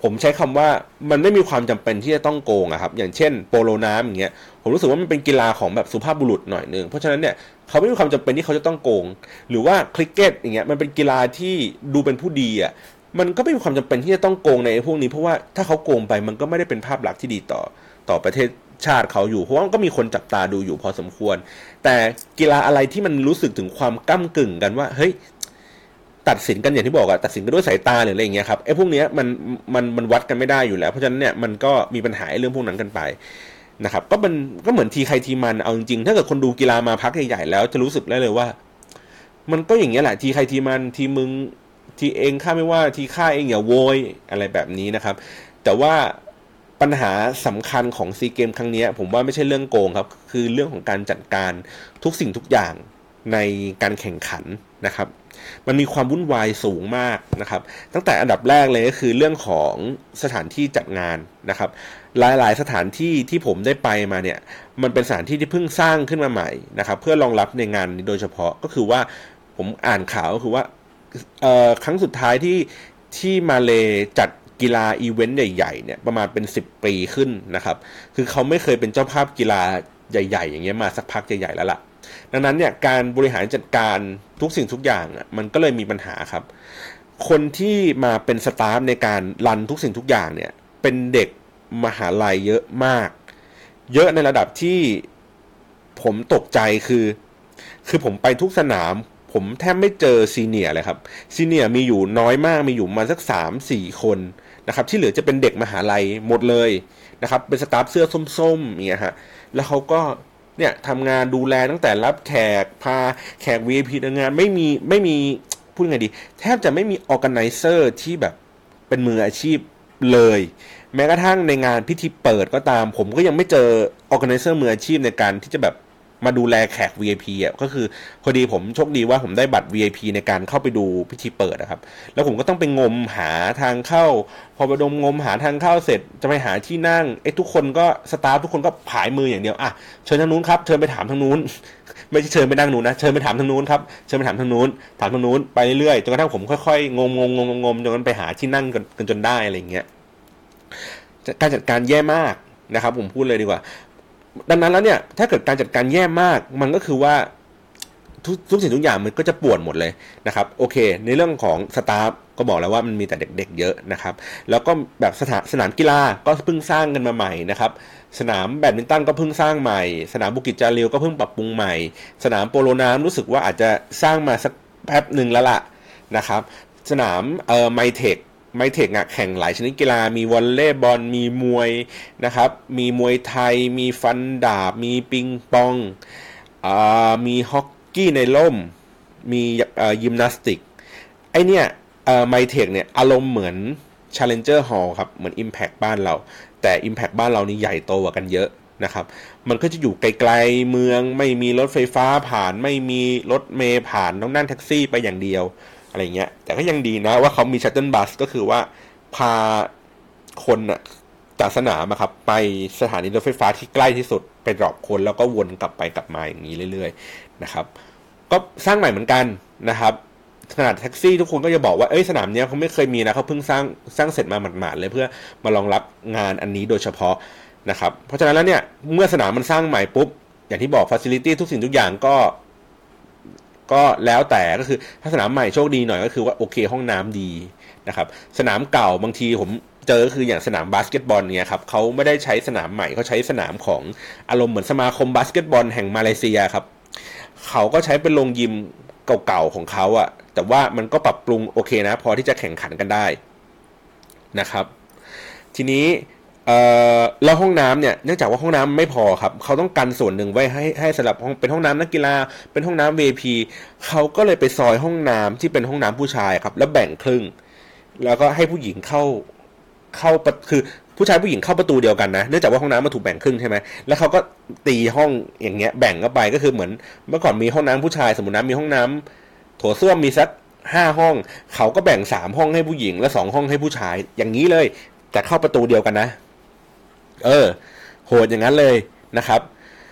ผมใช้คำว่ามันไม่มีความจำเป็นที่จะต้องโกงอะครับอย่างเช่นโปโลน้ำอย่างเงี้ยผมรู้สึกว่ามันเป็นกีฬาของแบบสุภาพบุรุษหน่อยนึงเพราะฉะนั้นเนี่ยเขาไม่มีความจำเป็นที่เขาจะต้องโกงหรือว่าคริกเก็ตอย่างเงี้ยมันเป็นกีฬาที่ดูเป็นผู้ดีอะมันก็ไม่มีความจำเป็นที่จะต้องโกงในพวกนี้เพราะว่าถ้าเขาโกงไปมันก็ไม่ได้เป็นภาพลักษณ์ที่ดีต่อต่อประเทศชาติเขาอยู่เพราะว่าก็มีคนจับตาดูอยู่พอสมควรแต่กีฬาอะไรที่มันรู้สึกถึงความก้ำกึ่งกันว่าเฮ้ยตัดสินกันอย่างที่บอกอะตัดสินกันด้วยสายตาหรืออะไรอย่างเงี้ยครับไอ้พวกเนี้ยมันมันมันวัดกันไม่ได้อยู่แล้วเพราะฉะนั้นเนี่ยมันก็มีปัญหาเรื่องพวกนั้นกันไปนะครับก็มันก็เหมือนทีใครทีมันเอาจริงๆถ้าเกิดคนดูกีฬามาพักใหญ่ๆแล้วจะรู้สึกได้เลยว่ามันก็อย่างเงี้ยแหละทีใครทีมันทีมึงทีเองข้าไม่ว่าทีข้าเองอย่าโวยอะไรแบบนี้นะครับแต่ว่าปัญหาสำคัญของซีเกมครั้งนี้ผมว่าไม่ใช่เรื่องโกงครับคือเรื่องของการจัดการทุกสิ่งทุกอย่างในการแข่งขันนะครับมันมีความวุ่นวายสูงมากนะครับตั้งแต่อันดับแรกเลยก็คือเรื่องของสถานที่จัดงานนะครับหลายๆสถานที่ที่ผมได้ไปมาเนี่ยมันเป็นสถานที่ที่เพิ่งสร้างขึ้นมาใหม่นะครับเพื่อรองรับในงานนี้โดยเฉพาะก็คือว่าผมอ่านข่าวก็คือว่าเอ่อครั้งสุดท้ายที่ที่มาเลจัดกีฬาอีเวนต์ใหญ่ๆเนี่ยประมาณเป็นสิบปีขึ้นนะครับคือเขาไม่เคยเป็นเจ้าภาพกีฬาใหญ่ๆอย่างเงี้ยมาสักพักใหญ่ๆแล้วล่ะดังนั้นเนี่ยการบริหารจัดการทุกสิ่งทุกอย่างอ่ะมันก็เลยมีปัญหาครับคนที่มาเป็นสตาฟในการรันทุกสิ่งทุกอย่างเนี่ยเป็นเด็กมหาลัยเยอะมากเยอะในระดับที่ผมตกใจคือคือผมไปทุกสนามผมแทบไม่เจอซีเนียร์เลยครับซีเนียร์มีอยู่น้อยมากมีอยู่มาสัก สามสี่คนนะครับที่เหลือจะเป็นเด็กมหาลัยหมดเลยนะครับเป็นสตาฟเสื้อส้มๆอย่างเงี้ยฮะแล้วเขาก็เนี่ยทำงานดูแลตั้งแต่รับแขกพาแขก วี ไอ พี ทำงานไม่มีไม่มีพูดไงดีแทบจะไม่มี organizer ที่แบบเป็นมืออาชีพเลยแม้กระทั่งในงานพิธีเปิดก็ตามผมก็ยังไม่เจอ organizer มืออาชีพในการที่จะแบบมาดูแลแขก วี ไอ พี อ่ะก็คือพอดีผมโชคดีว่าผมได้บัตร วี ไอ พี ในการเข้าไปดูพิธีเปิดนะครับแล้วผมก็ต้องไปงมหาทางเข้าพอไปดมงมหาทางเข้าเสร็จจะไปหาที่นั่งไอ้ทุกคนก็สตาฟทุกคนก็ผายมืออย่างเดียวอ่ะเชิญทางนู้นครับเชิญไปถามทางนู้นไม่ใช่เชิญไปนั่งนู้นนะเชิญไปถามทางนู้นครับเชิญไปถามทางนู้นถามทางนู้นไปเรื่อยๆจนกระทั่งผมค่อยๆงมงงงงงจนกระทั่งไปหาที่นั่งกันจนได้อะไรอย่างเงี้ยการจัดการแย่มากนะครับผมพูดเลยดีกว่าดังนั้นแล้วเนี่ยถ้าเกิดการจัดการแย่มากมันก็คือว่าทุกทุกสิ่งทุกอย่างมันก็จะป่วนหมดเลยนะครับโอเคในเรื่องของสตาฟก็บอกแล้วว่ามันมีแต่เด็กๆเยอะนะครับแล้วก็แบบสถานสนามกีฬาก็เพิ่งสร้างกันมาใหม่นะครับสนามแบดมินตันก็เพิ่งสร้างใหม่สนามบุกิจจาริวก็เพิ่งปรับปรุงใหม่สนามโปโลน้ำรู้สึกว่าอาจจะสร้างมาสักแป๊บหนึ่งแล้วล่ะนะครับสนามเอ่อไมเทคไมเทคอะแข่งหลายชนิดกีฬามีวอลเลย์บอลมีมวยนะครับมีมวยไทยมีฟันดาบมีปิงปองอ่ามีฮอกกี้ในร่มมีเอ่อยิมนาสติกไอเนี่ยเอ่อไมเทคเนี่ยอารมณ์เหมือน Challenger Hall ครับเหมือน Impact บ้านเราแต่ Impact บ้านเรานี่ใหญ่โตกว่ากันเยอะนะครับมันก็จะอยู่ไกลๆเมืองไม่มีรถไฟฟ้าผ่านไม่มีรถเมล์ผ่านต้องนั่งแท็กซี่ไปอย่างเดียวอะไรเงี้ยแต่ก็ยังดีนะว่าเขามีชัตเทิลบัสก็คือว่าพาคนน่ะจากสนามครับไปสถานีรถไฟฟ้าที่ใกล้ที่สุดไปดรอปคนแล้วก็วนกลับไปกลับมาอย่างนี้เรื่อยๆนะครับก็สร้างใหม่เหมือนกันนะครับขนาดแท็กซี่ทุกคนก็จะบอกว่าเอ้ยสนามเนี้ยเขาไม่เคยมีนะเขาเพิ่งสร้างสร้างเสร็จมาหมาดๆเลยเพื่อมารองรับงานอันนี้โดยเฉพาะนะครับเพราะฉะนั้นแล้วเนี่ยเมื่อสนามมันสร้างใหม่ปุ๊บอย่างที่บอกฟาซิลิตี้ทุกสิ่งทุกอย่างก็ก็แล้วแต่ก็คือถ้าสนามใหม่โชคดีหน่อยก็คือว่าโอเคห้องน้ำดีนะครับสนามเก่าบางทีผมเจอคืออย่างสนามบาสเกตบอลเนี่ยครับเขาไม่ได้ใช้สนามใหม่เขาใช้สนามของอารมณ์เหมือนสมาคมบาสเกตบอลแห่งมาเลเซียครับเขาก็ใช้เป็นโรงยิมเก่าๆของเขาอะแต่ว่ามันก็ปรับปรุงโอเคนะพอที่จะแข่งขันกันได้นะครับทีนี้เอ่อแล้วห้องน้ำเนี่ยเนื่องจากว่าห้องน้ำไม่พอครับเขาต้องกันส่วนหนึ่งไว้ให้ให้สำหรับห้องเป็นห้องน้ำนักกีฬาเป็นห้องน้ำ วี ไอ พี เขาก็เลยไปซอยห้องน้ำที่เป็นห้องน้ำผู้ชายครับแล้วแบ่งครึ่งแล้วก็ให้ผู้หญิงเข้าเข้าคือผู้ชายผู้หญิงเข้าประตูเดียวกันนะเนื่องจากว่าห้องน้ำมันถูกแบ่งครึ่งใช่ไหมแล้วเขาก็ตีห้องอย่างเงี้ยแบ่งเข้าไปก็คือเหมือนเมื่อก่อนมีห้องน้ำผู้ชายสมมตินะมีห้องน้ำโถส้วมมีสักห้าห้องเขาก็แบ่งสามห้องให้ผู้หญิงและสองห้องให้ผู้ชายอย่างนี้เลยแต่เข้าประตูเดียวกันนะเออโหดอย่างนั้นเลยนะครับ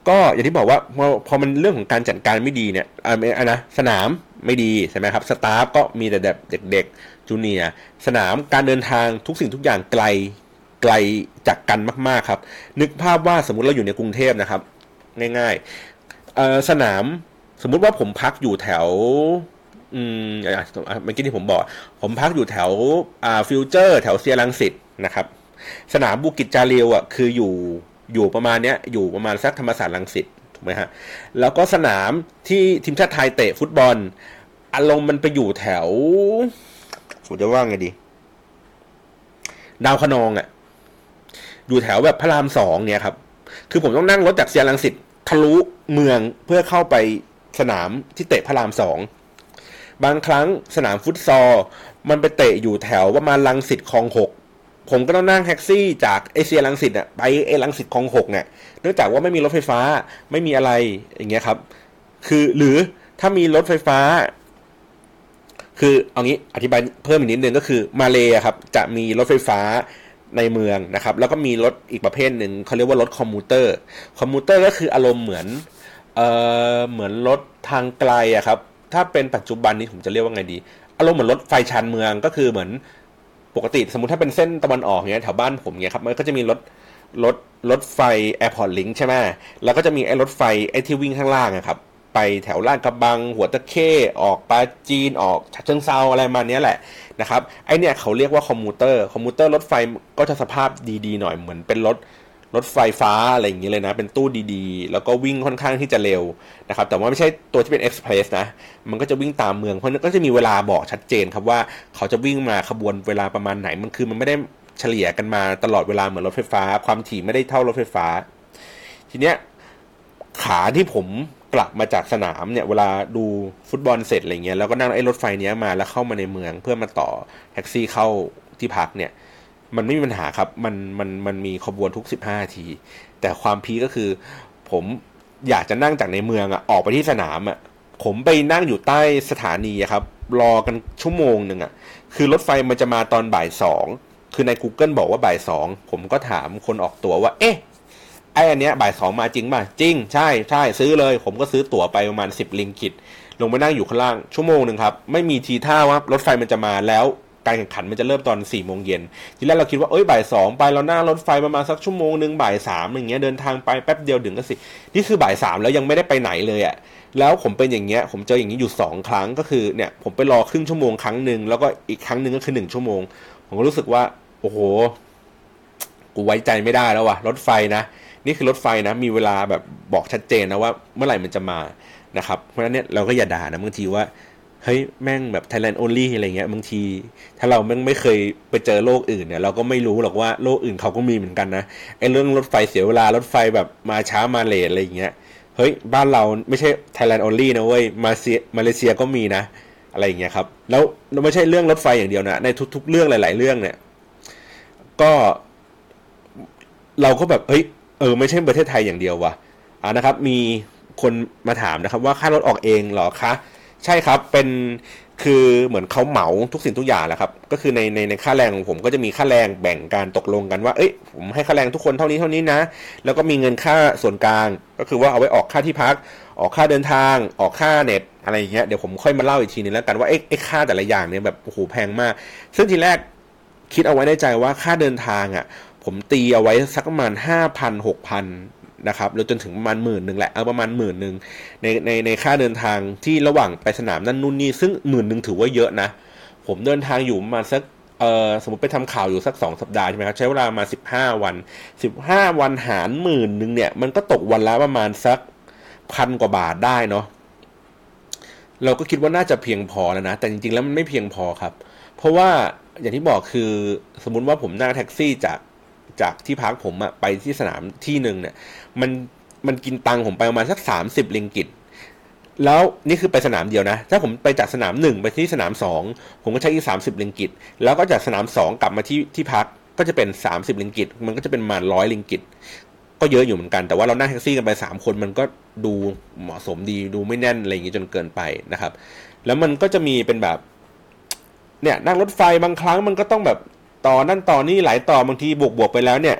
ก็อย่างที่บอกว่าพอพอมันเรื่องของการจัดการไม่ดีเนี่ยอ่านะสนามไม่ดีใช่ไหมครับสตาฟก็มีแต่แบบเด็กๆจูเนียร์สนามการเดินทางทุกสิ่งทุกอย่างไกลไกลจากกันมากๆครับนึกภาพว่าสมมุติเราอยู่ในกรุงเทพนะครับง่ายๆเอ่อสนามสมมุติว่าผมพักอยู่แถวอืมอ่ะเมื่อกี้ที่ผมบอกผมพักอยู่แถวอ่าฟิวเจอร์แถวเซียรังสิตนะครับสนามบูกิจจาริวอ่ะคืออยู่อยู่ประมาณเนี้ยอยู่ประมาณสักธรรมศาสตร์รังสิตถูกไหมฮะแล้วก็สนามที่ทีมชาติไทยเตะฟุตบอลอารมณ์มันไปอยู่แถวผมจะว่าไงดีดาวคะนองอ่ะอยู่แถวแบบพระรามสองเนี่ยครับคือผมต้องนั่งรถจากเซียรังสิตทะลุเมืองเพื่อเข้าไปสนามที่เตะพระรามสองบางครั้งสนามฟุตซอลมันไปเตะอยู่แถวประมาณรังสิตคลองหกผมก็ต้องนั่งแท็กซี่จากเอเชียรังสิตอ่ะไปเอรังสิตคลองหกเนี่ยเนื่องจากว่าไม่มีรถไฟฟ้าไม่มีอะไรอย่างเงี้ยครับคือหรือถ้ามีรถไฟฟ้าคือเอางี้อธิบายเพิ่มอีกนิดนึงก็คือมาเลย์ครับจะมีรถไฟฟ้าในเมืองนะครับแล้วก็มีรถอีกประเภทหนึ่งเขาเรียกว่ารถคอมมูเตอร์คอมมูเตอร์ก็คืออารมณ์เหมือนเอ่อเหมือนรถทางไกลอะครับถ้าเป็นปัจจุบันนี้ผมจะเรียกว่าไงดีอารมณ์เหมือนรถไฟชานเมืองก็คือเหมือนปกติสมมุติถ้าเป็นเส้นตะวันออกเนี้ยแถวบ้านผมเนี้ยครับมันก็จะมีรถรถรถไฟ Airport Link ใช่ไหมแล้วก็จะมีไอ้รถไฟไอ้ที่วิ่งข้างล่างอะครับไปแถวลาดกระบังหัวตะเข้ออกปาจีนออกฉะเชิงเซาอะไรมาเนี้ยแหละนะครับไอเนี่ยเขาเรียกว่าคอมมูเตอร์คอมมูเตอร์รถไฟก็จะสภาพดีๆหน่อยเหมือนเป็นรถรถไฟฟ้าอะไรอย่างเงี้ยเลยนะเป็นตู้ดีๆแล้วก็วิ่งค่อนข้างที่จะเร็วนะครับแต่ว่าไม่ใช่ตัวที่เป็นเอ็กซ์เพรสนะมันก็จะวิ่งตามเมืองเพราะนั้นก็จะมีเวลาบอกชัดเจนครับว่าเขาจะวิ่งมาขบวนเวลาประมาณไหนมันคือมันไม่ได้เฉลี่ยกันมาตลอดเวลาเหมือนรถไฟฟ้าความถี่ไม่ได้เท่ารถไฟฟ้าทีเนี้ยขาที่ผมกลับมาจากสนามเนี่ยเวลาดูฟุตบอลเสร็จอะไรเงี้ยแล้วก็นั่งไอ้รถไฟเนี้ยมาแล้วเข้ามาในเมืองเพื่อมาต่อแท็กซี่เข้าที่พักเนี่ยมันไม่มีปัญหาครับมันมันมันมีขบวนทุกสิบห้านาทีแต่ความพีก็คือผมอยากจะนั่งจากในเมืองอ่ะออกไปที่สนามอ่ะผมไปนั่งอยู่ใต้สถานีครับรอกันชั่วโมงหนึ่งอ่ะคือรถไฟมันจะมาตอนบ่ายสองคือใน Google บอกว่าบ่ายสองผมก็ถามคนออกตั๋วว่าเอ๊ะไอ้อันเนี้ยบ่ายสองมาจริงป่ะจริงใช่ใช่ซื้อเลยผมก็ซื้อตั๋วไปประมาณสิบลิงกิตลงไปนั่งอยู่ข้างล่างชั่วโมงหนึ่งครับไม่มีทีท่าว่ารถไฟมันจะมาแล้วการแข่งขันมันจะเริ่มตอนสี่โมงเย็นทีแรกเราคิดว่าเอ้ยบ่ายสองไปเรานั่งรถไฟประมาณสักชั่วโมงหนึ่งบ่ายสามอย่างเงี้ยเดินทางไปแป๊บเดียวถึงก็สินี่คือบ่ายสามแล้วยังไม่ได้ไปไหนเลยอ่ะแล้วผมเป็นอย่างเงี้ยผมเจออย่างนี้อยู่สองครั้งก็คือเนี่ยผมไปรอครึ่งชั่วโมงครั้งหนึ่งแล้วก็อีกครั้งหนึ่งก็คือหนึ่งชั่วโมงผมก็รู้สึกว่าโอ้โหกูไว้ใจไม่ได้แล้วว่ะรถไฟนะนี่คือรถไฟนะมีเวลาแบบบอกชัดเจนนะว่าเมื่อไหร่มันจะมานะครับเพราะฉะนั้นเนี่ยเราก็อย่าด่านะบางทีว่าเฮ้ยแม่งแบบ Thailand only อะไรเงี้ยบางทีถ้าเราแม่งไม่เคยไปเจอโลกอื่นเนี่ยเราก็ไม่รู้หรอกว่าโลกอื่นเขาก็มีเหมือนกันนะไอ้เรื่องรถไฟเสียเวลารถไฟแบบมาช้ามาเลทอะไรอย่างเงี้ยเฮ้ยบ้านเราไม่ใช่ Thailand only นะเว้ยมาเซียมาเลเซียก็มีนะอะไรอย่างเงี้ยครับแล้วไม่ใช่เรื่องรถไฟอย่างเดียวนะในทุกๆเรื่องหลายๆเรื่องเนี่ยก็เราก็แบบเฮ้ยเออไม่ใช่ประเทศไทยอย่างเดียวว่ะอ่านะครับมีคนมาถามนะครับว่าค่ารถออกเองเหรอคะใช่ครับเป็นคือเหมือนเขาเหมาทุกสิ่งทุกอย่างแหละครับก็คือในในในค่าแรงของผมก็จะมีค่าแรงแบ่งการตกลงกันว่าเอ้ยผมให้ค่าแรงทุกคนเท่านี้เท่านี้นะแล้วก็มีเงินค่าส่วนกลางก็คือว่าเอาไว้ออกค่าที่พักออกค่าเดินทางออกค่าเน็ตอะไรอย่างเงี้ยเดี๋ยวผมค่อยมาเล่าอีกทีนึงแล้วกันว่าไอ้ไอ้ค่าแต่ละอย่างเนี่ยแบบโอ้โหแพงมากซึ่งทีแรกคิดเอาไว้ในใจว่าค่าเดินทางอ่ะผมตีเอาไว้สักประมาณ ห้าพัน หกพัน นะครับแล้วจนถึงประมาณหมื่นหนึ่งแหละเอาประมาณหมื่นหนึ่งในในในค่าเดินทางที่ระหว่างไปสนามนั่นนู่นนี่ซึ่งหมื่นหนึ่งถือว่าเยอะนะผมเดินทางอยู่ประมาณสักเอ่อสมมติไปทำข่าวอยู่สักสองสัปดาห์ใช่ไหมครับใช้เวลามาสิบห้าวันสิบห้าวันหารหมื่นหนึ่งเนี่ยมันก็ตกวันละประมาณสักพันกว่าบาทได้เนาะเราก็คิดว่าน่าจะเพียงพอแล้วนะแต่จริงๆแล้วมันไม่เพียงพอครับเพราะว่าอย่างที่บอกคือสมมุติว่าผมนั่งแท็กซี่จากจากที่พักผมอะไปที่สนามที่หนึ่งเนี่ยมันมันกินตังค์ผมไปประมาณสักสามสิบลิงกิตแล้วนี่คือไปสนามเดียวนะถ้าผมไปจากสนามหนึ่งไปที่สนามสองผมก็ใช้อีกสามสิบลิงกิตแล้วก็จากสนามสองกลับมาที่ที่พักก็จะเป็นสามสิบลิงกิตมันก็จะเป็นประมาณร้อยลิงกิตก็เยอะอยู่เหมือนกันแต่ว่าเรานั่งแท็กซี่กันไปสามคนมันก็ดูเหมาะสมดีดูไม่แน่นอะไรอย่างงี้จนเกินไปนะครับแล้วมันก็จะมีเป็นแบบเนี่ยนั่งรถไฟบางครั้งมันก็ต้องแบบต่อนั่นต่อนี่หลายต่อบางทีบวกบวกไปแล้วเนี่ย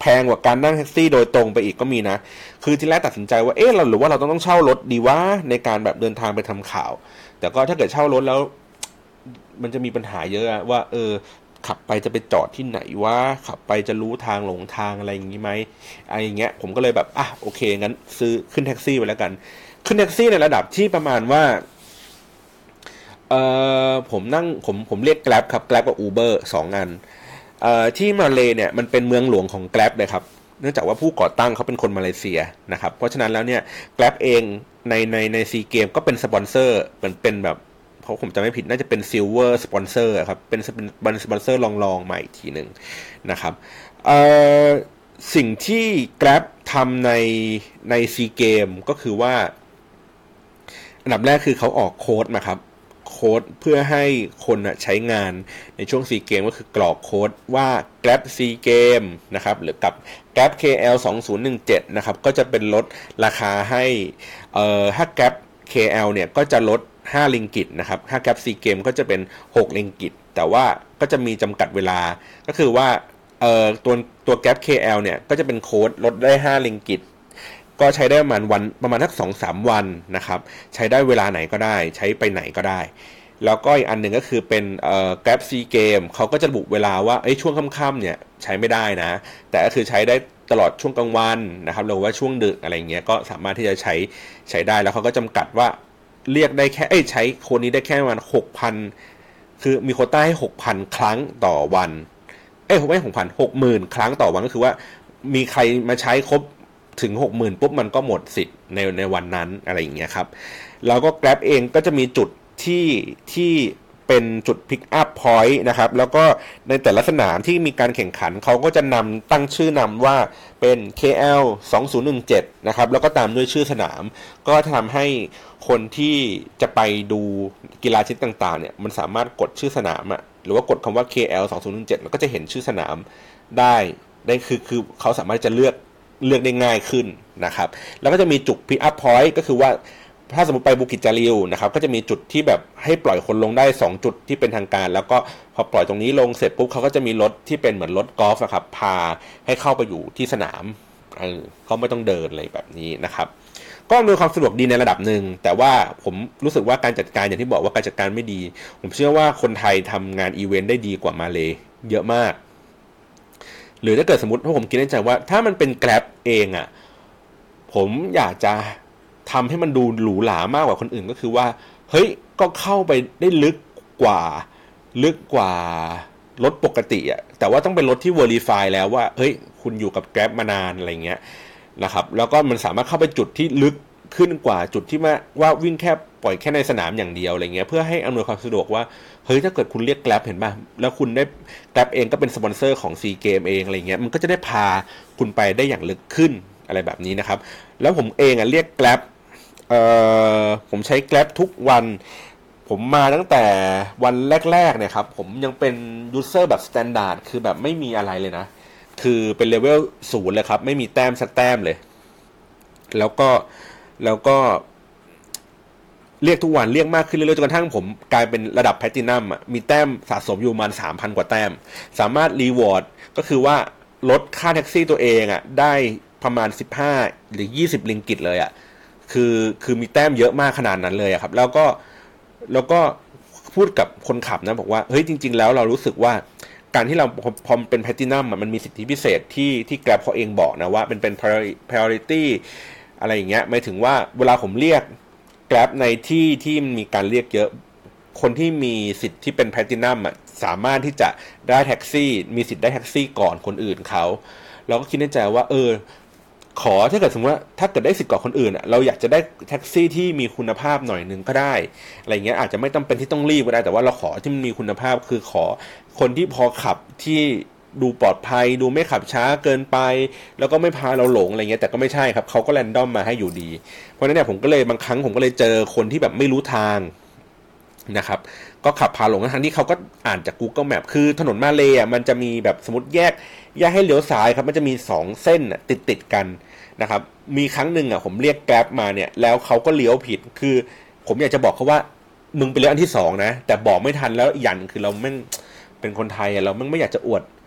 แพงกว่าการนั่งแท็กซี่โดยตรงไปอีกก็มีนะคือที่แรกตัดสินใจว่าเอ๊ะเราหรือว่าเราต้องต้องเช่ารถดีวะในการแบบเดินทางไปทำข่าวแต่ก็ถ้าเกิดเช่ารถแล้วมันจะมีปัญหาเยอะว่าเออขับไปจะไปจอดที่ไหนวะขับไปจะรู้ทางหลงทางอะไรอย่างงี้ไหมอะไรอย่างเงี้ยผมก็เลยแบบอ่ะโอเคงั้นซื้อขึ้นแท็กซี่ไปแล้วกันขึ้นแท็กซี่ในระดับที่ประมาณว่าเอ่อผมนั่งผมผมเรียก Grab ครับ Grab กับ Uber สองอันเอ่อที่มาเลเนี่ยมันเป็นเมืองหลวงของ Grab เลยครับเนื่องจากว่าผู้ก่อตั้งเขาเป็นคนมาเลเซียนะครับเพราะฉะนั้นแล้วเนี่ย Grab เองในในในซีเกมก็เป็นสปอนเซอร์เหมือนเป็นแบบเพราะผมจำไม่ผิดน่าจะเป็นซิลเวอร์สปอนเซอร์ครับเป็นเป็นสปอนเซอร์ลองๆมาอีกทีหนึ่งนะครับเอ่อสิ่งที่ Grab ทำในในซีเกมก็คือว่าอันดับแรกคือเขาออกโค้ดมาครับโค้ดเพื่อให้คนใช้งานในช่วง ซี เกมก็คือกรอกโค้ดว่า Grab ซี Game นะครับหรือกับ Grab เค แอล สองพันสิบเจ็ดนะครับก็จะเป็นลดราคาให้เอ่อถ้า Grab เค แอล เนี่ยก็จะลดห้าลิงกิตนะครับถ้า Grab ซี Game ก็จะเป็นหกลิงกิตแต่ว่าก็จะมีจำกัดเวลาก็คือว่าเอ่อตัวตัว Grab เค แอล เนี่ยก็จะเป็นโค้ดลดได้ห้าลิงกิตก็ใช้ได้ประมาณวันประมาณสัก สองถึงสาม วันนะครับใช้ได้เวลาไหนก็ได้ใช้ไปไหนก็ได้แล้วก็อีกอันหนึ่งก็คือเป็นเอ่อ Grab C Game เขาก็จะระบุเวลาว่าเอ้ยช่วงค่ำๆเนี่ยใช้ไม่ได้นะแต่ก็คือใช้ได้ตลอดช่วงกลางวันนะครับหรือว่าช่วงดึกอะไรเงี้ยก็สามารถที่จะใช้ใช้ได้แล้วเขาก็จำกัดว่าเรียกได้แค่เอ้ยใช้โค้ดนี้ได้แค่ประมาณ หกพัน คือมีโควต้าให้ หกพัน ครั้งต่อวันเอ้ยไม่ หกพัน หกหมื่น ครั้งต่อวันก็คือว่ามีใครมาใช้ครบถึง หกหมื่น ปุ๊บมันก็หมดสิทธิ์ในในวันนั้นอะไรอย่างเงี้ยครับแล้วก็ Grab เองก็จะมีจุดที่ที่เป็นจุด Pick up Point นะครับแล้วก็ในแต่ละสนามที่มีการแข่งขันเขาก็จะนำตั้งชื่อนำว่าเป็น เค แอล สองพันสิบเจ็ดนะครับแล้วก็ตามด้วยชื่อสนามก็ทำให้คนที่จะไปดูกีฬาชนิดต่างๆเนี่ยมันสามารถกดชื่อสนามอะหรือว่ากดคำว่า เค แอล สองพันสิบเจ็ดแล้วก็จะเห็นชื่อสนามได้ได้คือคือเขาสามารถจะเลือกเลือกได้ง่ายขึ้นนะครับแล้วก็จะมีจุด Pick up Point ก็คือว่าถ้าสมมติไปบุกิจจาริวนะครับก็จะมีจุดที่แบบให้ปล่อยคนลงได้สองจุดที่เป็นทางการแล้วก็พอปล่อยตรงนี้ลงเสร็จปุ๊บเขาก็จะมีรถที่เป็นเหมือนรถกอล์ฟครับพาให้เข้าไปอยู่ที่สนามเออเขาไม่ต้องเดินอะไรแบบนี้นะครับก็มีความสะดวกดีในระดับหนึ่งแต่ว่าผมรู้สึกว่าการจัดการอย่างที่บอกว่าการจัดการไม่ดีผมเชื่อว่าคนไทยทำงานอีเวนต์ได้ดีกว่ามาเลเยอะมากหรือถ้าเกิดสมมติถ้าผมคิดในใจว่าถ้ามันเป็น Grab เองอ่ะผมอยากจะทำให้มันดูหรูหรามากกว่าคนอื่นก็คือว่าเฮ้ยก็เข้าไปได้ลึกกว่าลึกกว่ารถปกติอ่ะแต่ว่าต้องเป็นรถที่ Verify แล้วว่าเฮ้ยคุณอยู่กับ Grab มานานอะไรเงี้ยนะครับแล้วก็มันสามารถเข้าไปจุดที่ลึกขึ้นกว่าจุดที่มาว่าวิ่งแค่ปล่อยแค่ในสนามอย่างเดียวอะไรเงี้ยเพื่อให้อำนวยความสะดวกว่าเฮ้ยถ้าเกิดคุณเรียก Grab เห็นป่ะแล้วคุณได้ Grab เองก็เป็นสปอนเซอร์ของ ซี Game เองอะไรเงี้ยมันก็จะได้พาคุณไปได้อย่างลึกขึ้นอะไรแบบนี้นะครับแล้วผมเองอ่ะเรียก Grab เอ่อผมใช้ Grab ทุกวันผมมาตั้งแต่วันแรกๆเนี่ยครับผมยังเป็นยูเซอร์แบบสแตนดาร์ดคือแบบไม่มีอะไรเลยนะคือเป็นเลเวลศูนย์เลยครับไม่มีแต้มสักแต้มเลยแล้วก็แล้วก็เรียกทุกวันเรียกมากขึ้นเรื่อยๆจนกระทั่งผมกลายเป็นระดับแพลตินัมอ่ะมีแต้มสะสมอยู่ประมาณ สามพัน กว่าแต้มสามารถรีวอร์ดก็คือว่าลดค่าแท็กซี่ตัวเองอ่ะได้ประมาณสิบห้าหรือยี่สิบลิงกิตเลยอ่ะคือคือมีแต้มเยอะมากขนาดนั้นเลยครับแล้วก็แล้วก็พูดกับคนขับนะบอกว่าเฮ้ยจริงๆแล้วเรารู้สึกว่าการที่เราพอเป็นแพลตินัมมันมีสิทธิพิเศษที่ที่ Grab เขาเองบอกนะว่าเป็นเป็น priority อะไรอย่างเงี้ยหมายถึงว่าเวลาผมเรียก Grab ในที่ที่มีการเรียกเยอะคนที่มีสิทธิ์ที่เป็นแพลตินัมอ่ะสามารถที่จะได้แท็กซี่มีสิทธิ์ได้แท็กซี่ก่อนคนอื่นเขาเราก็คิดในใจว่าเออขอถ้าเกิดสมมติว่าถ้าเกิดได้สิทธิ์ก่อนคนอื่นอ่ะเราอยากจะได้แท็กซี่ที่มีคุณภาพหน่อยนึงก็ได้อะไรเงี้ยอาจจะไม่จำเป็นที่ต้องรีบก็ได้แต่ว่าเราขอที่มันมีคุณภาพคือขอคนที่พอขับที่ดูปลอดภัยดูไม่ขับช้าเกินไปแล้วก็ไม่พาเราหลงอะไรเงี้ยแต่ก็ไม่ใช่ครับเขาก็แรนดอมมาให้อยู่ดีเพราะฉะนั้นเนี่ยผมก็เลยบางครั้งผมก็เลยเจอคนที่แบบไม่รู้ทางนะครับก็ขับพาหลงทั้งที่เขาก็อ่านจาก Google Map คือถนนมาเลย์อ่ะมันจะมีแบบสมมติแยกแยกให้เลี้ยวซ้ายครับมันจะมีสองเส้นติดติดกันนะครับมีครั้งหนึ่งอ่ะผมเรียก Grab มาเนี่ยแล้วเขาก็เลี้ยวผิดคือผมอยากจะบอกเขาว่ามึงไปเลี้ยวอันที่สองนะแต่บอกไม่ทันแล้วอีกอย่างนึงคือเราไม่เป็นคนไทยอ่ะเราไม่ไม่อยากจะอวด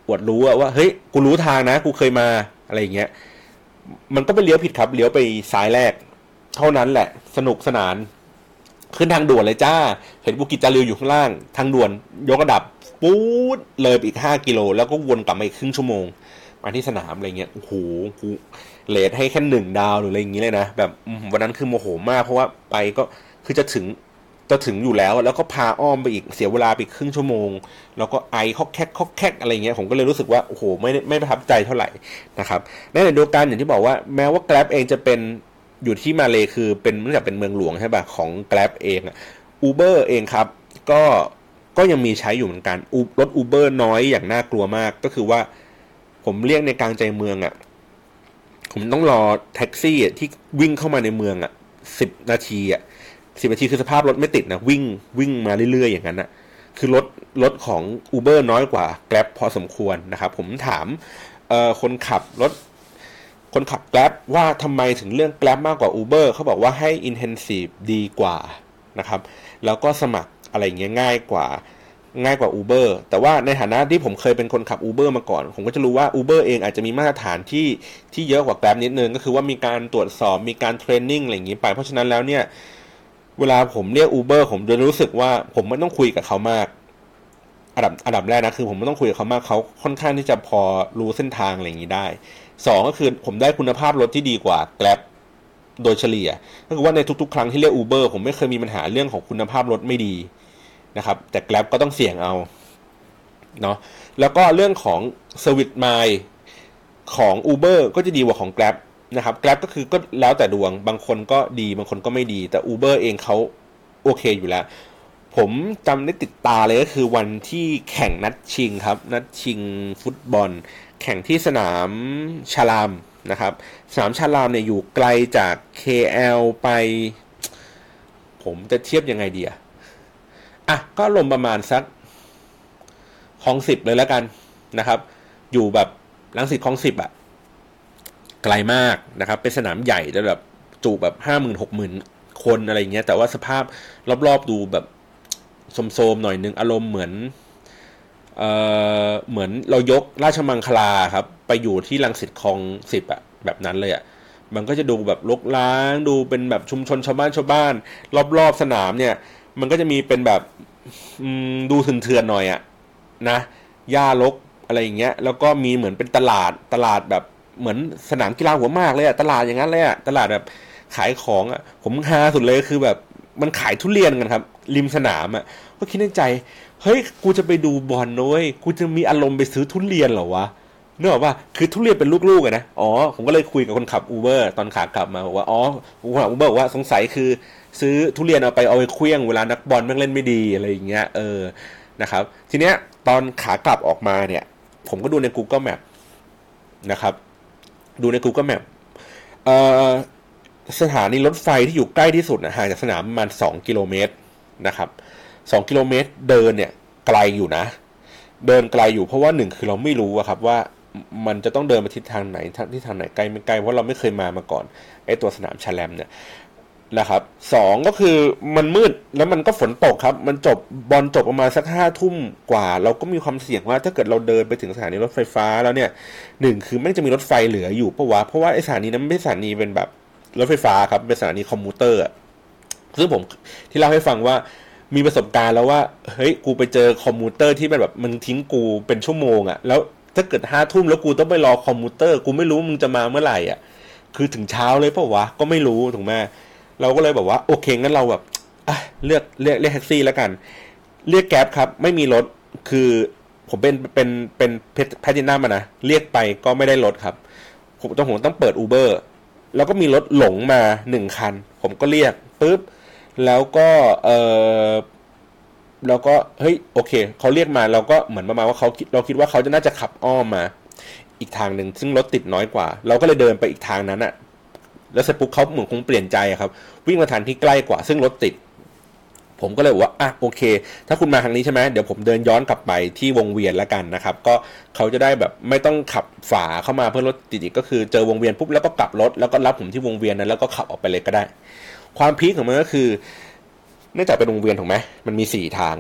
อวดรู้ว่าเฮ้ยกูรู้ทางนะกูเคยมาอะไรอย่างเงี้ยมันก็ไปเลี้ยวผิดครับเลี้ยวไปซ้ายแรกเท่านั้นแหละสนุกสนานขึ้นทางด่วนเลยจ้าเห็นบุกิจจาริวอยู่ข้างล่างทางด่วนยกระดับปู๊ดเลยไปอีกห้ากิโลแล้วก็วนกลับมาอีกครึ่งชั่วโมงมาที่สนามอะไรเงี้ยโอ้โหกูเลทให้แค่หนึ่งดาวหรืออะไรอย่างงี้เลยนะแบบวันนั้นคือโมโหมากเพราะว่าไปก็คือจะถึงจะถึงอยู่แล้วแล้วก็พาอ้อมไปอีกเสียเวลาไปครึ่งชั่วโมงแล้วก็ไอคอกแคกคอกแคกอะไรเงี้ยผมก็เลยรู้สึกว่าโอ้โหไม่ไม่ประทับใจเท่าไหร่นะครับในขณะเดียวกันอย่างที่บอกว่าแม้ว่า Grab เองจะเป็นอยู่ที่มาเลคือเป็นเนื่องจากเป็นเมืองหลวงใช่ป่ะของ Grab เองอ่ะ Uber เองครับก็ก็ยังมีใช้อยู่เหมือนกันรถ Uber น้อยอย่างน่ากลัวมากก็คือว่าผมเรียกในกลางใจเมืองอ่ะผมต้องรอแท็กซี่ที่วิ่งเข้ามาในเมืองอ่ะสิบนาทีอ่ะสิบนาทีคือสภาพรถไม่ติดนะวิ่งวิ่งมาเรื่อยๆอย่างนั้นนะคือรถรถของ Uber น้อยกว่า Grab พอสมควรนะครับผมถามเอ่อคนขับรถคนขับ Grab ว่าทำไมถึงเรื่อง Grab มากกว่า Uber เขาบอกว่าให้ intensive ดีกว่านะครับแล้วก็สมัครอะไรเงี้ยง่ายกว่าง่ายกว่า Uber แต่ว่าในฐานะที่ผมเคยเป็นคนขับ Uber มาก่อนผมก็จะรู้ว่า Uber เองอาจจะมีมาตรฐานที่ที่เยอะกว่า Grab นิดนึงก็คือว่ามีการตรวจสอบมีการเทรนนิ่งอะไรอย่างนี้ไปเพราะฉะนั้นแล้วเนี่ยเวลาผมเรียก Uber ผมจะรู้สึกว่าผมไม่ต้องคุยกับเขามากอันดับอันดับแรกนะคือผมไม่ต้องคุยกับเขามากเขาค่อนข้างที่จะพอรู้เส้นทางอะไรอย่างนี้ได้สองก็คือผมได้คุณภาพรถที่ดีกว่า Grab โดยเฉลี่ยก็คือว่าในทุกๆครั้งที่เรียก Uber ผมไม่เคยมีปัญหาเรื่องของคุณภาพรถไม่ดีนะครับแต่ Grab ก็ต้องเสี่ยงเอาเนาะแล้วก็เรื่องของ Service Mile ของ Uber ก็จะดีกว่าของ Grab นะครับ Grab ก็คือก็แล้วแต่ดวงบางคนก็ดีบางคนก็ไม่ดีแต่ Uber เองเขาโอเคอยู่แล้วผมจำได้ติดตาเลยก็คือวันที่แข่งนัดชิงครับนัดชิงฟุตบอลแข่งที่สนามชาลามนะครับสนามชาลามเนี่ยอยู่ไกลจาก เค แอล ไปผมจะเทียบยังไงดีอะอ่ะก็ลงประมาณสักคลองสิบเลยแล้วกันนะครับอยู่แบบรังสิตคลองสิบอะไกลมากนะครับเป็นสนามใหญ่แล้วแบบจุแบบห้าหมื่นหกหมื่นคนอะไรเงี้ยแต่ว่าสภาพรอบๆดูแบบโสมๆหน่อยนึงอารมณ์เหมือนเอ่อเหมือนเรายกราชมังคลาครับไปอยู่ที่รังสิตคลองสิบอะแบบนั้นเลยอะมันก็จะดูแบบรกร้างดูเป็นแบบชุมชนชาวบ้านชาวบ้านรอบๆสนามเนี่ยมันก็จะมีเป็นแบบดูเถื่อนๆหน่อยอะนะหญ้ารกอะไรอย่างเงี้ยแล้วก็มีเหมือนเป็นตลาดตลาดแบบเหมือนสนามกีฬาหัวมากเลยอะตลาดอย่างนั้นเลยอะตลาดแบบขายของอะผมฮาสุดเลยคือแบบมันขายทุเรียนกันครับริมสนามอะก็คิดในใจเฮ้ยกูจะไปดูบอลนะเว้ยกูจะมีอารมณ์ไปซื้อทุเรียนเหรอวะนึกออกป่ะคือทุเรียนเป็นลูกๆอะนะอ๋อผมก็เลยคุยกับคนขับ Uber ตอนขากลับมาบอกว่าอ๋อคนขับ Uber บอกว่าสงสัยคือซื้อทุเรียนเอาไปเอาไปเคลี้ยงเวลานักบอลแม่งเล่นไม่ดีอะไรอย่างเงี้ยเออนะครับทีเนี้ยตอนขากลับออกมาเนี่ยผมก็ดูใน Google Map นะครับดูใน Google Map เอ่อสถานีรถไฟที่อยู่ใกล้ที่สุดนะห่างจากสนามประมาณสองกิโลเมตรนะครับสองกิโลเมตรเดินเนี่ยไกลอยู่นะเดินไกลอยู่เพราะว่าหนึ่งคือเราไม่รู้อะครับว่ามันจะต้องเดินไปทิศทางไหนทิศทางไหนไกลไม่ไกลเพราะเราไม่เคยมามาก่อนไอ้ตัวสนามชาแลมเนี่ยนะครับสองก็คือมันมืดแล้วมันก็ฝนตกครับมันจบบอลจบประมาณสักห้าทุ่มกว่าเราก็มีความเสี่ยงว่าถ้าเกิดเราเดินไปถึงสถานีรถไฟฟ้าแล้วเนี่ยหนึ่งคือไม่จะมีรถไฟเหลืออยู่ปะวะเพราะว่าไอ้สถานีนั้นไม่ใช่สถานีเป็นแบบรถไฟฟ้าครับเป็นสถานีคอมมูเตอร์ซึ่งผมที่เล่าให้ฟังว่ามีประสบการณ์แล้วว่าเฮ้ยกูไปเจอคอมมูเตอร์ที่แบบมันทิ้งกูเป็นชั่วโมงอะแล้วถ้าเกิดห้าทุ่มแล้วกูต้องไปรอคอมมูเตอร์กูไม่รู้มึงจะมาเมื่อไหร่อ่ะคือถึงเช้าเลยปะวะก็ไม่รู้ถูกไหมเราก็เลยแบบว่าโอเคงั้นเราแบบเลือกเรียกเรียกแท็กซี่แล้วกันเรียกแก๊ปครับไม่มีรถคือผมเป็นเป็นเป็นแพทินัมอ่ะนะเรียกไปก็ไม่ได้รถครับผมต้องผมต้องเปิด Uber แล้วก็มีรถหลงมาหนึ่งคันผมก็เรียกปุ๊บแล้วก็เออแล้วก็เฮ้ยโอเคเขาเรียกมาเราก็เหมือนประมาณว่าเขาเราคิดว่าเขาจะน่าจะขับอ้อมมาอีกทางหนึ่งซึ่งรถติดน้อยกว่าเราก็เลยเดินไปอีกทางนั้นอะแล้วเสร็จปุ๊บเขาเหมือนคงเปลี่ยนใจครับวิ่งมาทางที่ใกล้กว่าซึ่งรถติดผมก็เลยบอกว่าอ่ะโอเคถ้าคุณมาทางนี้ใช่ไหมเดี๋ยวผมเดินย้อนกลับไปที่วงเวียนแล้วกันนะครับก็เขาจะได้แบบไม่ต้องขับฝ่าเข้ามาเพื่อรถติดอีกก็คือเจอวงเวียนปุ๊บแล้วก็กลับรถแล้วก็รับผมที่วงเวียนนั้นแล้วก็ขับออกไปเลยก็ได้ความพีคของมันก็คือเนื่องจากเป็นวงเวียนถูกไหมมันมีสี่ทางครับ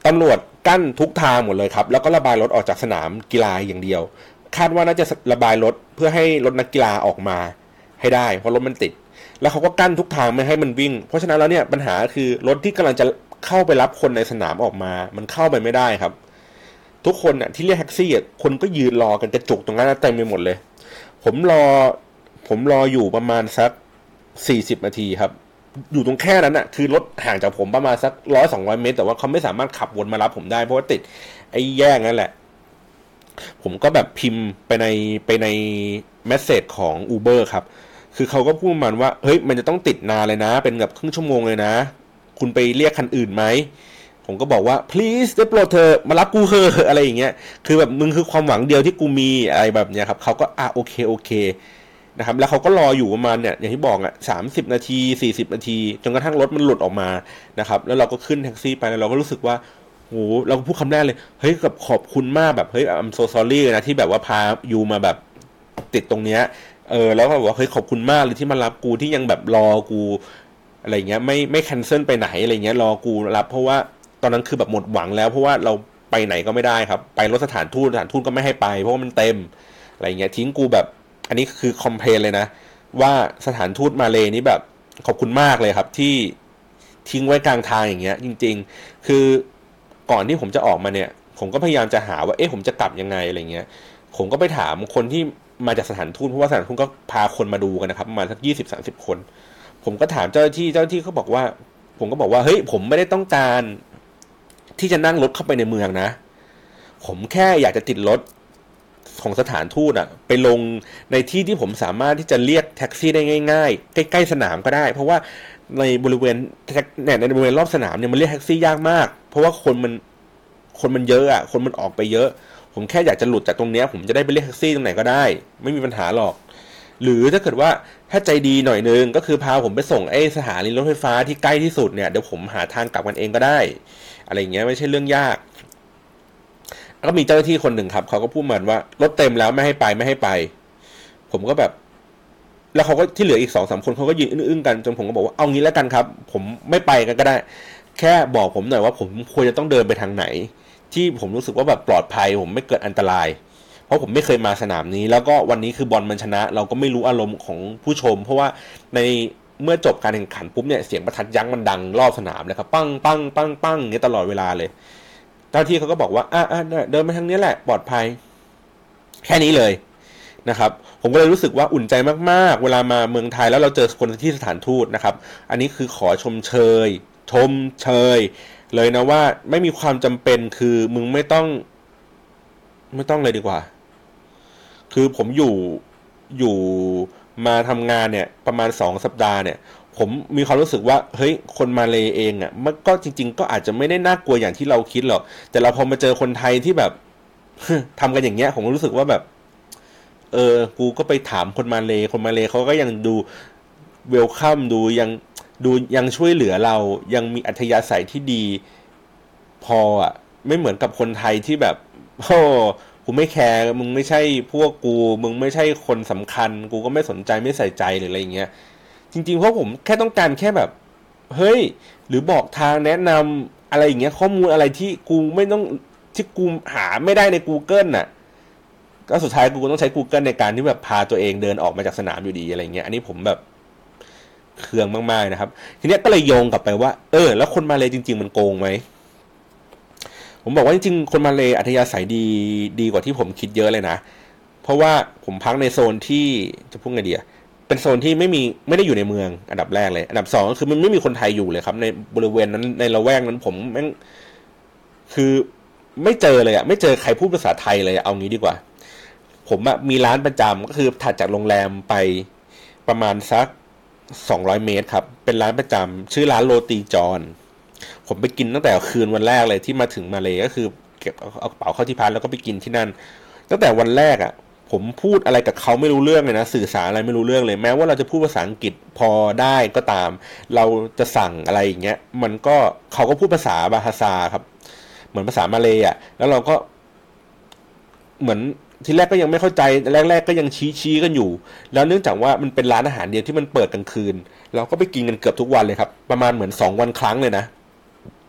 ตำรวจกั้นทุกทางหมดเลยครับแล้วก็ระบายรถออกจากสนามกีฬาอย่างเดียวคาดว่าน่าจะระบายรถเพื่อให้รถนักกีฬาออกมาให้ได้เพราะรถมันติดแล้วเขาก็กั้นทุกทางไม่ให้มันวิ่งเพราะฉะนั้นแล้วเนี่ยปัญหาคือรถที่กำลังจะเข้าไปรับคนในสนามออกมามันเข้าไปไม่ได้ครับทุกคนอ่ะที่เรียกแท็กซี่อ่ะคนก็ยืนรอกันกระจุกตรงนั้นเต็มไปหมดเลยผมรอผมรออยู่ประมาณสักสี่สิบนาทีครับอยู่ตรงแค่นั้นอ่ะคือรถห่างจากผมประมาณสักร้อยสองร้อยเมตรแต่ว่าเขาไม่สามารถขับวนมารับผมได้เพราะว่าติดไอ้แยกนั่นแหละผมก็แบบพิมพ์ไปในไปในเมสเสจของ Uber ครับคือเขาก็พูดประมาณว่าเฮ้ยมันจะต้องติดนานเลยนะเป็นแบบครึ่งชั่วโมงเลยนะคุณไปเรียกคันอื่นไหมผมก็บอกว่า please ได้โปรดเธอมารับกูเถอะอะไรอย่างเงี้ยคือแบบมึงคือความหวังเดียวที่กูมีอะไรแบบเนี้ยครับเขาก็อ่ะโอเคโอเคนะครับแล้วเขาก็รออยู่ประมาณเนี่ยอย่างที่บอกอ่ะสามสิบนาทีสี่สิบนาทีจนกระทั่งรถมันหลุดออกมานะครับแล้วเราก็ขึ้นแท็กซี่ไปแล้วเราก็รู้สึกว่าโหเราก็พูดคำแรกเลยเฮ้ยกับขอบคุณมากแบบเฮ้ย I'm so sorry นะที่แบบว่าพายูมาแบบติดตรงเนี้ยเออแล้วก็บอกว่าเฮ้ยขอบคุณมากเลยที่มารับกูที่ยังแบบรอกูอะไรเงี้ยไม่ไม่แคนเซิลไปไหนอะไรเงี้ยรอกูรับเพราะว่าตอนนั้นคือแบบหมดหวังแล้วเพราะว่าเราไปไหนก็ไม่ได้ครับไปรถสถานทูตสถานทูตก็ไม่ให้ไปเพราะว่ามันเต็มอะไรเงี้ยทิ้งกูแบบอันนี้คือคอมเพลนเลยนะว่าสถานทูตมาเลนี่แบบขอบคุณมากเลยครับที่ทิ้งไว้กลางทางอย่างเงี้ยจริงๆคือก่อนที่ผมจะออกมาเนี่ยผมก็พยายามจะหาว่าเอ๊ะผมจะกลับยังไงอะไรเงี้ยผมก็ไปถามคนที่มาจากสถานทูตเพราะว่าสถานทูตก็พาคนมาดูกันนะครับประมาณสักยี่สิบสามสิบคนผมก็ถามเจ้าหน้าที่เจ้าหน้าที่เขาบอกว่าผมก็บอกว่าเฮ้ยผมไม่ได้ต้องการที่จะนั่งรถเข้าไปในเมืองนะผมแค่อยากจะติดรถของสถานทูตอะไปลงในที่ที่ผมสามารถที่จะเรียกแท็กซี่ได้ง่ายๆใกล้ๆสนามก็ได้เพราะว่าในบริเวณเนี่ยในบริเวณรอบสนามเนี่ยมันเรียกแท็กซี่ยากมากเพราะว่าคนมันคนมันเยอะอะคนมันออกไปเยอะผมแค่อยากจะหลุดจากตรงนี้ผมจะได้ไปเรียกแท็กซี่ตรงไหนก็ได้ไม่มีปัญหาหรอกหรือถ้าเกิดว่าถ้าใจดีหน่อยนึงก็คือพาผมไปส่งไอ้สถานีรถไฟฟ้าที่ใกล้ที่สุดเนี่ยเดี๋ยวผมหาทางกลับกันเองก็ได้อะไรอย่างเงี้ยไม่ใช่เรื่องยากก็มีเจ้าหน้าที่คนหนึ่งครับเขาก็พูดเหมือนว่ารถเต็มแล้วไม่ให้ไปไม่ให้ไปผมก็แบบแล้วเขาก็ที่เหลืออีกสองสามคนเขาก็ยืนอึ้งๆกันจนผมก็บอกว่าเอางี้แล้วกันครับผมไม่ไปกันก็ได้แค่บอกผมหน่อยว่าผมควรจะต้องเดินไปทางไหนที่ผมรู้สึกว่าแบบปลอดภัยผมไม่เกิดอันตรายเพราะผมไม่เคยมาสนามนี้แล้วก็วันนี้คือบอลมันชนะเราก็ไม่รู้อารมณ์ของผู้ชมเพราะว่าในเมื่อจบการแข่งขันปุ๊บเนี่ยเสียงประทัดยั้งมันดังรอบสนามเลยครับปังปังปังปังอย่างเงี้ยตลอดเวลาเลยเจ้าที่เขาก็บอกว่าอ่ะอ่ะเดินไปทางนี้แหละปลอดภัยแค่นี้เลยนะครับผมก็เลยรู้สึกว่าอุ่นใจมากๆเวลามาเมืองไทยแล้วเราเจอคนที่สถานทูตนะครับอันนี้คือขอชมเชยชมเชยเลยนะว่าไม่มีความจำเป็นคือมึงไม่ต้องไม่ต้องเลยดีกว่าคือผมอยู่อยู่มาทำงานเนี่ยประมาณสองสัปดาห์เนี่ยผมมีความรู้สึกว่าเฮ้ยคนมาเลเองอ่ะมันก็จริงๆก็อาจจะไม่ได้น่ากลัวอย่างที่เราคิดหรอกแต่เราพอมาเจอคนไทยที่แบบทำกันอย่างเงี้ยผมรู้สึกว่าแบบเออกูก็ไปถามคนมาเลคนมาเลเขาก็ยังดูเวลคัมดูยังดูยังช่วยเหลือเรายังมีอัธยาศัยที่ดีพออ่ะไม่เหมือนกับคนไทยที่แบบโอ้กูไม่แคร์มึงไม่ใช่พวกกูมึงไม่ใช่คนสำคัญกูก็ไม่สนใจไม่ใส่ใจหรืออะไรอย่างเงี้ยจริงๆเพราะผมแค่ต้องการแค่แบบเฮ้ยหรือบอกทางแนะนำอะไรอย่างเงี้ยข้อมูลอะไรที่กูไม่ต้องที่กูหาไม่ได้ใน Google น่ะก็สุดท้ายกูต้องใช้ Google ในการที่แบบพาตัวเองเดินออกมาจากสนามอยู่ดีอะไรเงี้ยอันนี้ผมแบบเคืองมากๆนะครับทีนี้ก็เลยโยงกลับไปว่าเออแล้วคนมาเลยจริงๆมันโกงไหมผมบอกว่าจริงๆคนมาเลอัธยาศัยดีดีกว่าที่ผมคิดเยอะเลยนะเพราะว่าผมพักในโซนที่จะพูดไงดีอะเป็นโซนที่ไม่มีไม่ได้อยู่ในเมืองอันดับแรกเลยอันดับสองก็คือมันไม่มีคนไทยอยู่เลยครับในบริเวณนั้นในละแวกนั้นผมแม่งคือไม่เจอเลยอะไม่เจอใครพูดภาษาไทยเลยเอางี้ดีกว่าผมอะมีร้านประจำก็คือถัดจากโรงแรมไปประมาณสักสองร้อยเมตรครับเป็นร้านประจำชื่อร้านโรตีจอนผมไปกินตั้งแต่คืนวันแรกเลยที่มาถึงมาเลยก็คือเก็บเอากระเป๋าเข้าที่พักแล้วก็ไปกินที่นั่นตั้งแต่วันแรกอ่ะผมพูดอะไรกับเขาไม่รู้เรื่องเลยนะสื่อสารอะไรไม่รู้เรื่องเลยแม้ว่าเราจะพูดภาษาอังกฤษพอได้ก็ตามเราจะสั่งอะไรอย่างเงี้ยมันก็เขาก็พูดภาษาบาฮาซาครับเหมือนภาษามาเลยอ่ะแล้วเราก็เหมือนทีแรกก็ยังไม่เข้าใจแรกๆก็ยังชี้ๆกันอยู่แล้วเนื่องจากว่ามันเป็นร้านอาหารเดียวที่มันเปิดกลางคืนเราก็ไปกินกันเกือบทุกวันเลยครับประมาณเหมือนสองวันครั้งเลยนะ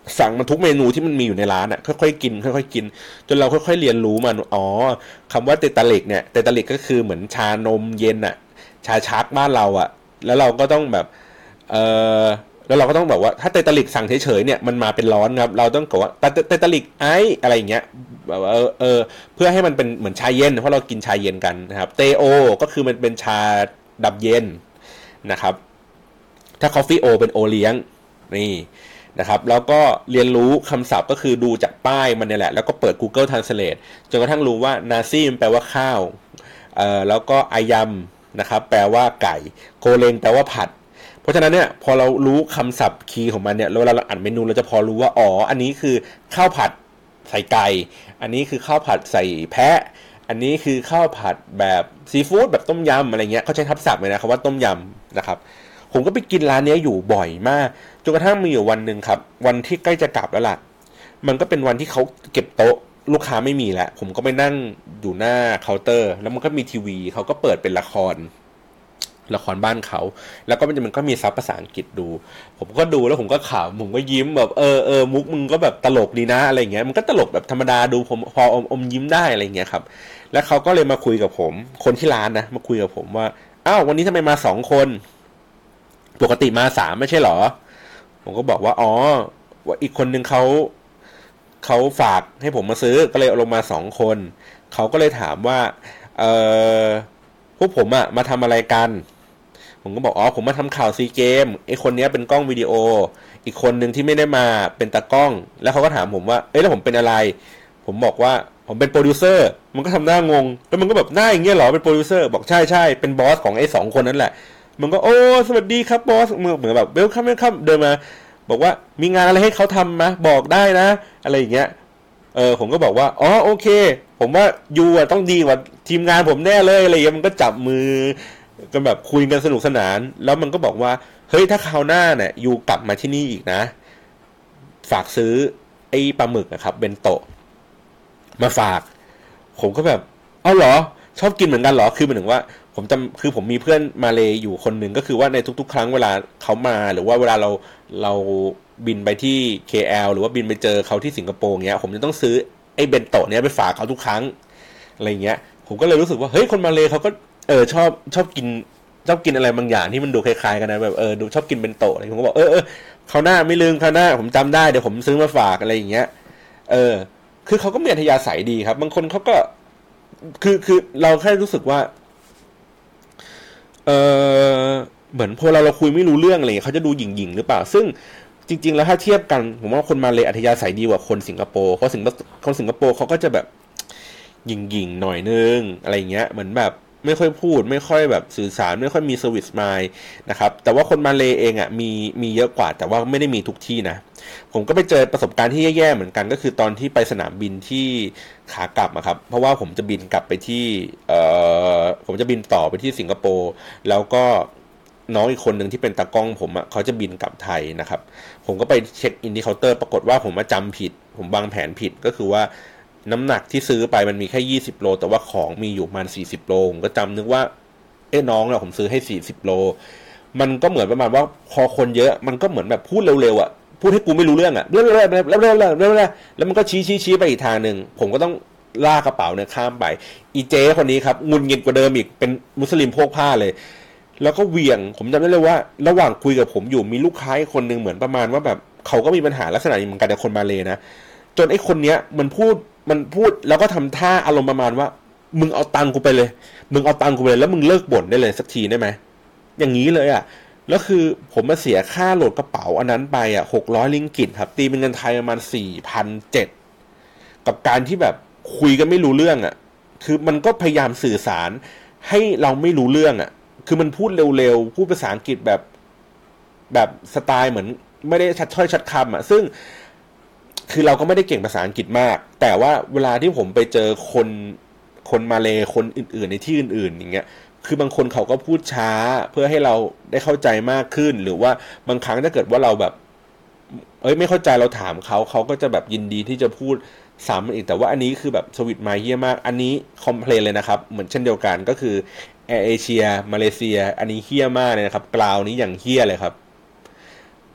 สั่งมันทุกเมนูที่มันมีอยู่ในร้านอ่ะค่อยๆกินค่อยๆกินจนเราค่อยๆเรียนรู้มันอ๋อคำว่าเตตาลิกเนี่ยเตตาลิกก็คือเหมือนชานมเย็นอ่ะชาชักบ้านเราอ่ะแล้วเราก็ต้องแบบเออแล้วเราก็ต้องแบบว่าถ้าเตตาลิกสั่งเฉยๆเนี่ยมันมาเป็นร้อนครับเราต้องบอกว่าเตตาลิกไออะไรอย่างเงี้ยแบบเออเออเพื่อให้มันเป็นเหมือนชาเย็นเพราะเรากินชาเย็นกันนะครับเตโอก็คือมันเป็นชาดับเย็นนะครับถ้าคอฟฟี่โอเป็นโอเลี้ยงนี่นะครับแล้วก็เรียนรู้คำศัพท์ก็คือดูจากป้ายมันเนี่ยแหละแล้วก็เปิด Google Translate จนกระทั่งรู้ว่านาซี่มันแปลว่าข้าวเอ่อแล้วก็อายัมนะครับแปลว่าไก่โกเลงแปลว่าผัดเพราะฉะนั้นเนี่ยพอเรารู้คำศัพท์คีย์ของมันเนี่ยเวลาเราอ่านเมนูเราจะพอรู้ว่าอ๋ออันนี้คือข้าวผัดใส่ไก่อันนี้คือข้าวผัดใส่แพะอันนี้คือข้าวผัดแบบซีฟู้ดแบบต้มยำอะไรเงี้ยเขาใช้ทับศัพท์เลยนะคำว่าต้มยำนะครับผมก็ไปกินร้านนี้อยู่บ่อยมากจนกระทั่งมีอยู่วันหนึ่งครับวันที่ใกล้จะกลับแล้วล่ะมันก็เป็นวันที่เขาเก็บโต๊ะลูกค้าไม่มีแล้วผมก็ไปนั่งอยู่หน้าเคาน์เตอร์แล้วมันก็มีทีวีเขาก็เปิดเป็นละครละครบ้านเขาแล้วก็มันมันก็มีซับภาษาอังกฤษดูผมก็ดูแล้วผมก็ขำผมก็ยิ้มแบบเออเออมุกมึงก็แบบตลกดีนะอะไรเงี้ยมันก็ตลกแบบธรรมดาดูผมพออมอมยิ้มได้อะไรเงี้ยครับแล้วเขาก็เลยมาคุยกับผมคนที่ร้านนะมาคุยกับผมว่าอ้าววันนี้ทำไมมาสองคนปกติมาสามไม่ใช่หรอผมก็บอกว่าอ๋อว่าอีกคนนึงเขาเขาฝากให้ผมมาซื้อก็เลยเอาลงมาสองคนเขาก็เลยถามว่าเออพวกผมอะมาทำอะไรกันผมก็บอกอ๋อผมมาทำข่าวซีเกมไอคนนี้เป็นกล้องวิดีโออีกคนนึงที่ไม่ได้มาเป็นตากล้องแล้วเขาก็ถามผมว่าเอ้ยแล้วผมเป็นอะไรผมบอกว่าผมเป็นโปรดิวเซอร์มันก็ทำหน้างงแล้วมันก็แบบหน้าอย่างเงี้ยเหรอเป็นโปรดิวเซอร์บอกใช่ใช่เป็นบอสของไอ้สองคนนั้นแหละมันก็โอ้สวัสดีครับบอสเหมือนแบบเวลคัมเวลคัมเดินมาบอกว่ามีงานอะไรให้เขาทำมะบอกได้นะอะไรอย่างเงี้ยเออผมก็บอกว่าอ๋อโอเคผมว่ายูอ่ะต้องดีกว่าทีมงานผมแน่เลยอะไรอย่างเงี้ยมันก็จับมือกันแบบคุยกันสนุกสนานแล้วมันก็บอกว่าเฮ้ยถ้าคราวหน้าเนี่ยยูกลับมาที่นี่อีกนะฝากซื้อไอ้ปลาหมึกนะครับเบนโตะมาฝากผมก็แบบเอ้าเหรอชอบกินเหมือนกันเหรอคือหมายถึงว่าผมจำคือผมมีเพื่อนมาเลอยู่คนหนึ่งก็คือว่าในทุกๆครั้งเวลาเขามาหรือว่าเวลาเราเราบินไปที่ เค แอล หรือว่าบินไปเจอเขาที่สิงคโปร์เงี้ยผมจะต้องซื้อไอ้เบนโตะเนี้ยไปฝากเขาทุกครั้งอะไรเงี้ยผมก็เลยรู้สึกว่าเฮ้ยคนมาเลเขาก็เออชอบชอบกินชอบกินอะไรบางอย่างที่มันดูคล้ายๆกันนะแบบเออดูชอบกินเบนโตะอะไรผมก็บอกเออเออเขาหน้าไม่ลืมเขาหน้าผมจำได้เดี๋ยวผมซื้อมาฝากอะไรอย่างเงี้ยเออคือเขาก็มีอัธยาศัยดีครับบางคนเขาก็คือคือเราแค่รู้สึกว่าเออเหมือนพอเราเราคุยไม่รู้เรื่องอะไรเขาจะดูหยิ่งๆหรือเปล่าซึ่งจริงๆแล้วถ้าเทียบกันผมว่าคนมาเลอัธยาศัยดีกว่าคนสิงคโปร์เพราะสิงคโปร์คนสิงคโปร์เขาก็จะแบบหยิ่งๆหน่อยนึงอะไรเงี้ยเหมือนแบบไม่ค่อยพูดไม่ค่อยแบบสื่อสารไม่ค่อยมีเซอร์วิสมายนะครับแต่ว่าคนมาเลเองอ่ะมีมีเยอะกว่าแต่ว่าไม่ได้มีทุกที่นะผมก็ไปเจอประสบการณ์ที่แย่ๆเหมือนกันก็คือตอนที่ไปสนามบินที่ขากลับอะครับเพราะว่าผมจะบินกลับไปที่เอ่อผมจะบินต่อไปที่สิงคโปร์แล้วก็น้องอีกคนหนึ่งที่เป็นตากล้องผมอะเขาจะบินกลับไทยนะครับผมก็ไปเช็คอินที่เคาน์เตอร์ปรากฏว่าผมมาจำผิดผมวางแผนผิดก็คือว่าน้ำหนักที่ซื้อไปมันมีแค่ยี่สิบโลแต่ว่าของมีอยู่ประมาณสี่สิบโลผมก็จำนึกว่าเอ้น้องเนี่ยผมซื้อให้สี่สิบโลมันก็เหมือนประมาณว่าพอคนเยอะมันก็เหมือนแบบพูดเร็วๆอ่ะพูดให้กูไม่รู้เรื่องอ่ะแล้วแล้วแล้วแล้วแล้วแล้วแล้วมันก็ชี้ชี้ชี้ไปอีกทางหนึ่งผมก็ต้องลากกระเป๋าเนี่ยข้ามไปอีเจคนนี้ครับงุนงิดกว่าเดิมอีกเป็นมุสลิมพกผ้าเลยแล้วก็เหวี่ยงผมจำได้เลยว่าระหว่างคุยกับผมอยู่มีลูกค้าคนหนึ่งเหมือนประมาณว่าแบบเขาก็มีปัญหาลักษณะนี้เหมือนกันแต่คนมาเลยนะจนไอ้คนเนี้ยมันพูดมันพูดแล้วก็ทำท่าอารมณ์ประมาณว่ามึงเอาตังกูไปเลยมึงเอาตังกูไปเลยแล้วมึงเลิกบ่นได้เลยสักทีได้ไหมอย่างนี้เลยอ่ะแล้วคือผมมาเสียค่าโหลดกระเป๋าอันนั้นไปอ่ะหกร้อยลิงกิตครับตีเป็นเงินไทยประมาณสี่พันเจ็ดกับการที่แบบคุยกันไม่รู้เรื่องอ่ะคือมันก็พยายามสื่อสารให้เราไม่รู้เรื่องอ่ะคือมันพูดเร็วๆพูดภาษาอังกฤษแบบแบบสไตล์เหมือนไม่ได้ชัดถ้อยชัดคำอ่ะซึ่งคือเราก็ไม่ได้เก่งภาษาอังกฤษมากแต่ว่าเวลาที่ผมไปเจอคนคนมาเลคนอื่นๆในที่อื่นๆอย่างเงี้ยคือบางคนเขาก็พูดช้าเพื่อให้เราได้เข้าใจมากขึ้นหรือว่าบางครั้งถ้าเกิดว่าเราแบบเอ้ยไม่เข้าใจเราถามเขาเขาก็จะแบบยินดีที่จะพูดซ้ำอีกแต่ว่าอันนี้คือแบบสวิตมาเฮี้ยมากอันนี้คอมเพลนเลยนะครับเหมือนเช่นเดียวกันก็คือแอร์เอเชียมาเลเซียอันนี้เฮี้ยมากเลยนะครับกล่าวนี้อย่างเฮี้ยเลยครับ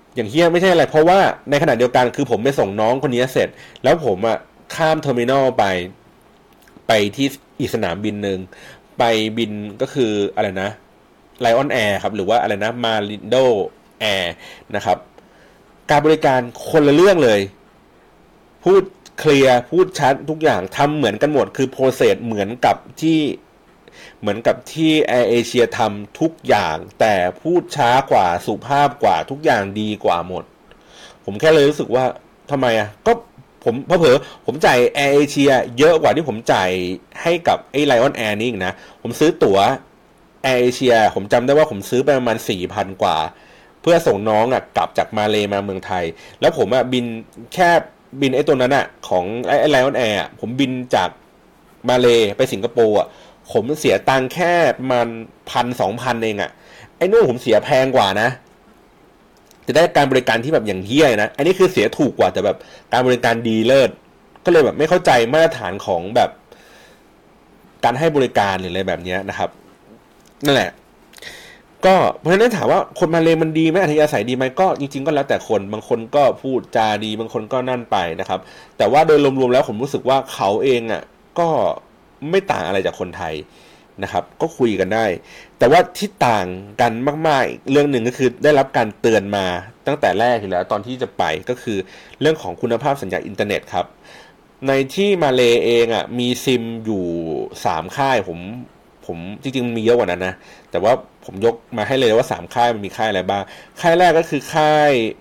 อย่างเฮี้ยไม่ใช่อะไรเพราะว่าในขณะเดียวกันคือผมไปส่งน้องคนนี้เสร็จแล้วผมอะข้ามเทอร์มินอลไปไปที่อีกสนามบินหนึ่งไปบินก็คืออะไรนะไลออนแอร์ครับหรือว่าอะไรนะมารินโดแอร์นะครับการบริการคนละเรื่องเลยพูดเคลียร์พูดชัดทุกอย่างทำเหมือนกันหมดคือโปรเซสเหมือนกับที่เหมือนกับที่แอร์เอเชียทำทุกอย่างแต่พูดช้ากว่าสุภาพกว่าทุกอย่างดีกว่าหมดผมแค่เลยรู้สึกว่าทำไมอ่ะก็ผมเผลอๆผมจ่ายแอร์เอเชียเยอะกว่าที่ผมจ่ายให้กับไอ้ไลออนแอร์นี่อีกนะผมซื้อตั๋วแอร์เอเชียผมจำได้ว่าผมซื้อไปประมาณสี่พันกว่าเพื่อส่งน้องอ่ะกลับจากมาเลมาเมืองไทยแล้วผมอ่ะบินแค่บินไอ้ตัวนั้นอ่ะของไอ้ไลออนแอร์ผมบินจากมาเลไปสิงคโปร์อ่ะผมเสียตังค์แค่ประมาณพันสองพันเองอ่ะไอ้นู่นผมเสียแพงกว่านะจะได้การบริการที่แบบอย่างเฮี้ยนะอันนี้คือเสียถูกกว่าแต่แบบการบริการดีเลิศก็เลยแบบไม่เข้าใจมาตรฐานของแบบการให้บริการหรืออะไรแบบนี้นะครับนั่นแหละก็เพราะฉะนั้นถามว่าคนมาเลมันดีไหมอัธยาศัยดีไหมก็จริงๆก็แล้วแต่คนบางคนก็พูดจาดีบางคนก็นั่นไปนะครับแต่ว่าโดยรวมๆแล้วผมรู้สึกว่าเขาเองอ่ะก็ไม่ต่างอะไรจากคนไทยนะครับก็คุยกันได้แต่ว่าที่ต่างกันมากๆอีกเรื่องหนึ่งก็คือได้รับการเตือนมาตั้งแต่แรกอยู่แล้วตอนที่จะไปก็คือเรื่องของคุณภาพสัญญาณอินเทอร์เน็ตครับในที่มาเลเองอ่ะมีซิมอยู่สามค่ายผมผมจริงๆมันมีเยอะกว่านั้นนะแต่ว่าผมยกมาให้เลยว่าสามค่ายมันมีค่ายอะไรบ้างค่ายแรกก็คือค่าย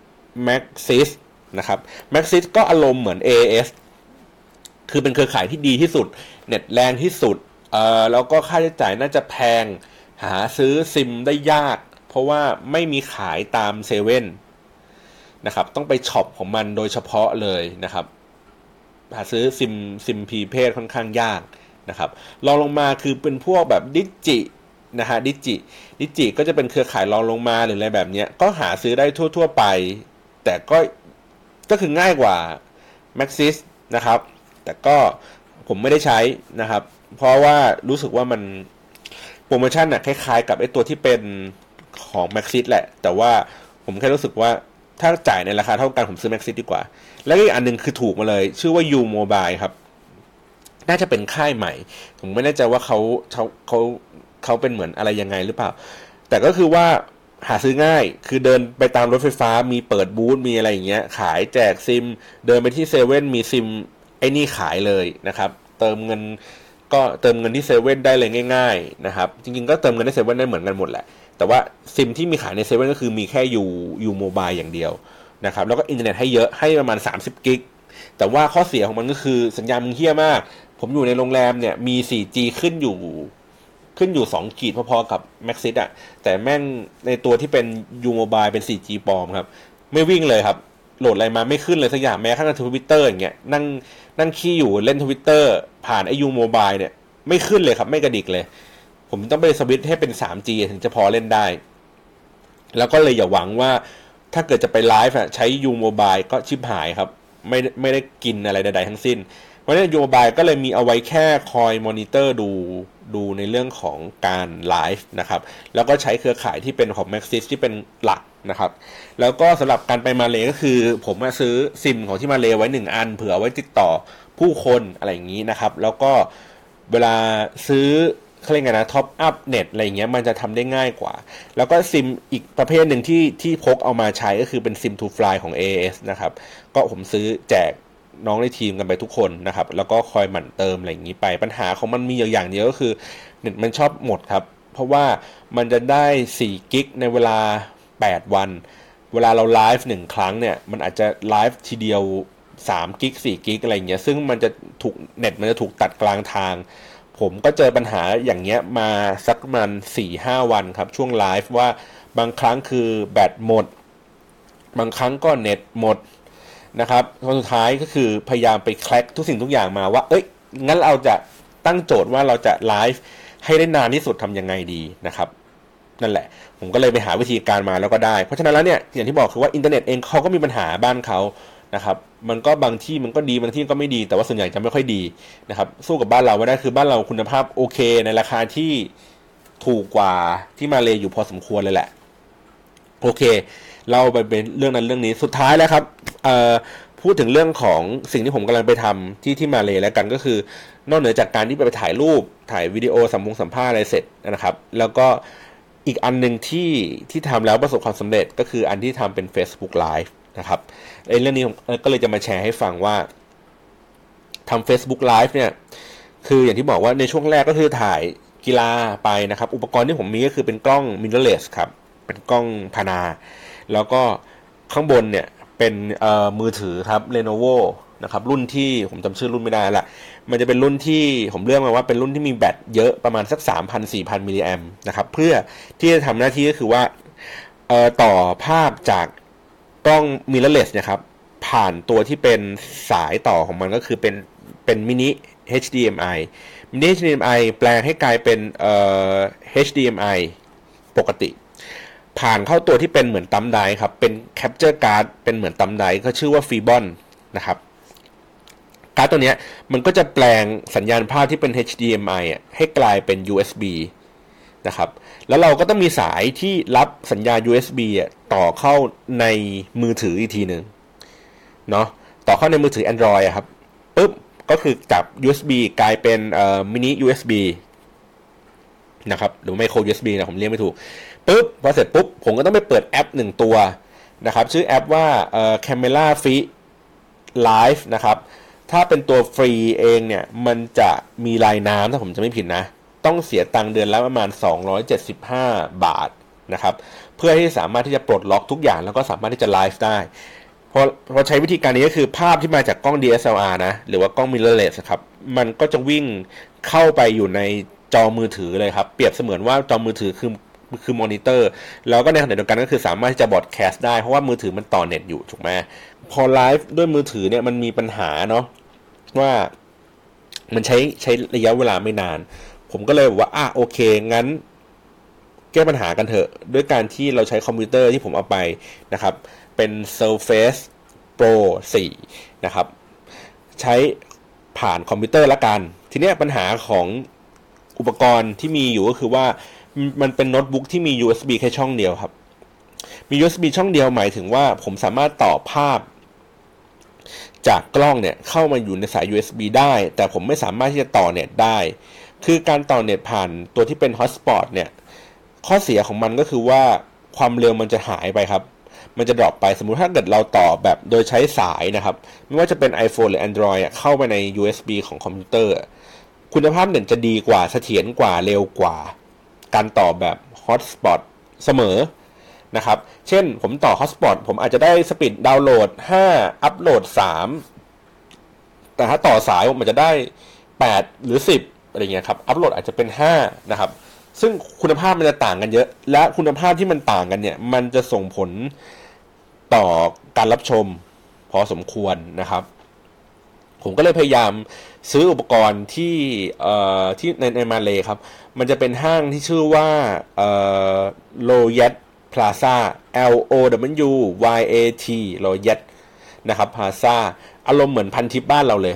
Maxis นะครับ Maxis ก็อารมณ์เหมือน เอ เอส คือเป็นเครือข่ายที่ดีที่สุดเน็ตแรงที่สุดเอ่อแล้วก็ค่าใช้จ่ายน่าจะแพงหาซื้อซิมได้ยากเพราะว่าไม่มีขายตามเซเว่นนะครับต้องไปช็อปของมันโดยเฉพาะเลยนะครับหาซื้อซิมซิมพรีเพดค่อนข้างยากนะครับรองลงมาคือเป็นพวกแบบดิจินะฮะดิจิดิจิก็จะเป็นเครือข่ายรองลงมาหรืออะไรแบบนี้ก็หาซื้อได้ทั่วๆไปแต่ก็ก็คือง่ายกว่า Maxis นะครับแต่ก็ผมไม่ได้ใช้นะครับเพราะว่ารู้สึกว่ามันโปรโมชั่นน่ะคล้ายๆกับไอ้ตัวที่เป็นของ Maxis แหละแต่ว่าผมแค่รู้สึกว่าถ้าจ่ายในราคาเท่ากันผมซื้อ Maxis ดีกว่าแล้วอีกอันนึงคือถูกมาเลยชื่อว่า U Mobile ครับน่าจะเป็นค่ายใหม่ผมไม่แน่ใจว่าเขาเขาเขาเขาเป็นเหมือนอะไรยังไงหรือเปล่าแต่ก็คือว่าหาซื้อง่ายคือเดินไปตามรถไฟฟ้ามีเปิดบูธมีอะไรอย่างเงี้ยขายแจกซิมเดินไปที่เซเว่นมีซิมไอ้นี่ขายเลยนะครับเติมเงินก็เติมเงินที่เซเว่นได้เลยง่ายๆนะครับจริงๆก็เติมเงินในเซเว่นได้เหมือนกันหมดแหละแต่ว่าซิมที่มีขายในเซเว่นก็คือมีแค่ยูยูโมบายอย่างเดียวนะครับแล้วก็อินเทอร์เน็ตให้เยอะให้ประมาณสามสิบกิกแต่ว่าข้อเสียของมันก็คือสัญญาณมึงเหี้ยมากผมอยู่ในโรงแรมเนี่ยมี โฟร์จี ขึ้นอยู่ขึ้นอยู่สองขีดพอๆกับ Maxis อ่ะแต่แม่งในตัวที่เป็น U Mobile เป็น โฟร์จี ปลอมครับไม่วิ่งเลยครับโหลดอะไรมาไม่ขึ้นเลยสักอย่างแม้กระทั่ง Twitter อย่างเงี้ยนั่งนั่งขี้อยู่เล่น Twitter ผ่านไอ้ U Mobile เนี่ยไม่ขึ้นเลยครับไม่กระดิกเลยผมต้องไปสวิตช์ให้เป็น ทรีจี ถึงจะพอเล่นได้แล้วก็เลยอย่าหวังว่าถ้าเกิดจะไปไลฟ์อ่ะใช้ U Mobile ก็ชิบหายครับไม่ไม่ได้กินอะไรใดๆทั้งสิ้นเพราะฉะนั้น U Mobile ก็เลยมีเอาไว้แค่คอยมอนิเตอร์ดูดูในเรื่องของการไลฟ์นะครับแล้วก็ใช้เครือข่ายที่เป็นของ Maxis ที่เป็นหลักนะครับแล้วก็สำหรับการไปมาเลก็คือผมมาซื้อซิมของที่มาเลไว้หนึ่งอันเผื่อไว้ติดต่อผู้คนอะไรอย่างนี้นะครับแล้วก็เวลาซื้อเขาเรียกไงนะท็อปอัพเน็ตอะไรอย่างเงี้ยมันจะทำได้ง่ายกว่าแล้วก็ซิมอีกประเภทหนึ่งที่ที่พกเอามาใช้ก็คือเป็นซิม To Fly ของ เอ เอส นะครับก็ผมซื้อแจกน้องในทีมกันไปทุกคนนะครับแล้วก็คอยหมั่นเติมอะไรอย่างนี้ไปปัญหาของมันมีอย่างเดียวก็คือเน็ตมันชอบหมดครับเพราะว่ามันจะได้สี่กิกในเวลาแปดวันเวลาเราไลฟ์หนึ่งครั้งเนี่ยมันอาจจะไลฟ์ทีเดียวสามกิกสี่กิกอะไรอย่างเงี้ยซึ่งมันจะถูกเน็ตมันจะถูกตัดกลางทางผมก็เจอปัญหาอย่างเงี้ยมาสักประมาณ สี่ห้า วันครับช่วงไลฟ์ว่าบางครั้งคือแบตหมดบางครั้งก็เน็ตหมดนะครับสุดท้ายก็คือพยายามไปแคล็กทุกสิ่งทุกอย่างมาว่าเอ้ยงั้นเราจะตั้งโจทย์ว่าเราจะไลฟ์ให้ได้นานที่สุดทำยังไงดีนะครับนั่นแหละผมก็เลยไปหาวิธีการมาแล้วก็ได้เพราะฉะนั้นแล้วเนี่ยอย่างที่บอกคือว่าอินเทอร์เน็ตเองเขาก็มีปัญหาบ้านเขานะครับมันก็บางที่มันก็ดีบางที่ก็ไม่ดีแต่ว่าส่วนใหญ่จะไม่ค่อยดีนะครับสู้กับบ้านเราไม่ได้คือบ้านเราคุณภาพโอเคในราคาที่ถูกกว่าที่มาเลอยู่พอสมควรเลยแหละโอเคเราไปเป็นเรื่องนั้นเรื่องนี้สุดท้ายแล้วครับเอ่อพูดถึงเรื่องของสิ่งที่ผมกำลังไปทำที่ที่มาเลแล้วกันก็คือนอกเหนือจากการที่ไปถ่ายรูปถ่ายวิดีโอสัมพงสัมภาษณ์อะไรเสร็จนะครับแล้วก็อีกอันนึงที่ที่ทำแล้วประสบความสำเร็จก็คืออันที่ทำเป็น Facebook Live นะครับไอ้เรื่องนี้ก็เลยจะมาแชร์ให้ฟังว่าทำ Facebook Live เนี่ยคืออย่างที่บอกว่าในช่วงแรกก็คือถ่ายกีฬาไปนะครับอุปกรณ์ที่ผมมีก็คือเป็นกล้อง mirrorless ครับเป็นกล้องพานาแล้วก็ข้างบนเนี่ยเป็นเอ่อมือถือครับ Lenovo นะครับรุ่นที่ผมจำชื่อรุ่นไม่ได้ละมันจะเป็นรุ่นที่ผมเลือกมาว่าเป็นรุ่นที่มีแบตเยอะประมาณสัก สามพัน สี่พัน มิลลิแอมป์นะครับเพื่อที่จะทำหน้าที่ก็คือว่าเอ่อต่อภาพจากกล้อง mirrorless เนี่ยครับผ่านตัวที่เป็นสายต่อของมันก็คือเป็นเป็นมินิ เอช ดี เอ็ม ไอ มินิ เอช ดี เอ็ม ไอ แปลงให้กลายเป็นเอ่อ เอช ดี เอ็ม ไอ ปกติผ่านเข้าตัวที่เป็นเหมือนตัมไดร์ครับเป็นแคปเจอร์การ์ดเป็นเหมือนตัมไดร์ก็ชื่อว่าฟีบอนนะครับการ์ดตัวนี้มันก็จะแปลงสัญญาณภาพที่เป็น เอช ดี เอ็ม ไอ อ่ะให้กลายเป็น ยู เอส บี นะครับแล้วเราก็ต้องมีสายที่รับสัญญาณ ยู เอส บี อ่ะต่อเข้าในมือถืออีกทีนึงเนาะต่อเข้าในมือถือ Android อ่ะครับปึ๊บก็คือจับ ยู เอส บี กลายเป็นเอ่อมินิ ยู เอส บี นะครับหรือไมโคร ยู เอส บี นะผมเรียกไม่ถูกปุ๊บพอเสร็จปุ๊บผมก็ต้องไปเปิดแอปหนึ่งตัวนะครับชื่อแอปว่าเอ่อ Camera Free Live นะครับถ้าเป็นตัวฟรีเองเนี่ยมันจะมีรายน้ำถ้าผมจะไม่ผิดนะต้องเสียตังค์เดือนละประมาณสองร้อยเจ็ดสิบห้าบาทนะครับเพื่อที่สามารถที่จะปลดล็อกทุกอย่างแล้วก็สามารถที่จะไลฟ์ได้พอพอใช้วิธีการนี้ก็คือภาพที่มาจากกล้อง ดี เอส แอล อาร์ นะหรือว่ากล้อง mirrorless ครับมันก็จะวิ่งเข้าไปอยู่ในจอมือถือเลยครับเปรียบเสมือนว่าจอมือถือคือคือมอนิเตอร์แล้วก็ในขณะเดียวกันก็คือสามารถที่จะบอดแคสต์ได้เพราะว่ามือถือมันต่อเน็ตอยู่ถูกไหมพอไลฟ์ด้วยมือถือเนี่ยมันมีปัญหาเนาะว่ามันใช้ใช้ระยะเวลาไม่นานผมก็เลยบอกว่าอ่ะโอเคงั้นแก้ปัญหากันเถอะด้วยการที่เราใช้คอมพิวเตอร์ที่ผมเอาไปนะครับเป็น Surface Pro โฟร์ นะครับใช้ผ่านคอมพิวเตอร์ละกันทีเนี้ยปัญหาของอุปกรณ์ที่มีอยู่ก็คือว่ามันเป็นโน้ตบุ๊กที่มี ยู เอส บี แค่ช่องเดียวครับมี ยู เอส บี ช่องเดียวหมายถึงว่าผมสามารถต่อภาพจากกล้องเนี่ยเข้ามาอยู่ในสาย ยู เอส บี ได้แต่ผมไม่สามารถที่จะต่อเน็ตได้คือการต่อเน็ตผ่านตัวที่เป็นฮอตสปอตเนี่ยข้อเสียของมันก็คือว่าความเร็วมันจะหายไปครับมันจะดรอปไปสมมุติถ้าเกิดเราต่อแบบโดยใช้สายนะครับไม่ว่าจะเป็น iPhone หรือ Android เข้าไปใน ยู เอส บี ของคอมพิวเตอร์คุณภาพเน็ตจะดีกว่าเสถียรกว่าเร็วกว่าการต่อแบบฮอตสปอตเสมอนะครับเช่นผมต่อฮอตสปอตผมอาจจะได้สปีดดาวน์โหลดห้าอัปโหลดสามแต่ถ้าต่อสายผมอาจจะได้แปดหรือสิบอะไรเงี้ยครับอัปโหลดอาจจะเป็นห้านะครับซึ่งคุณภาพมันจะต่างกันเยอะและคุณภาพที่มันต่างกันเนี่ยมันจะส่งผลต่อการรับชมพอสมควรนะครับผมก็เลยพยายามซื้ออุปกรณ์ที่เอ่อที่ในในมาเลครับมันจะเป็นห้างที่ชื่อว่าเอ่อ Loyat Plaza L O W Y A T Loyat นะครับ Plaza อารมณ์เหมือนพันทิปบ้านเราเลย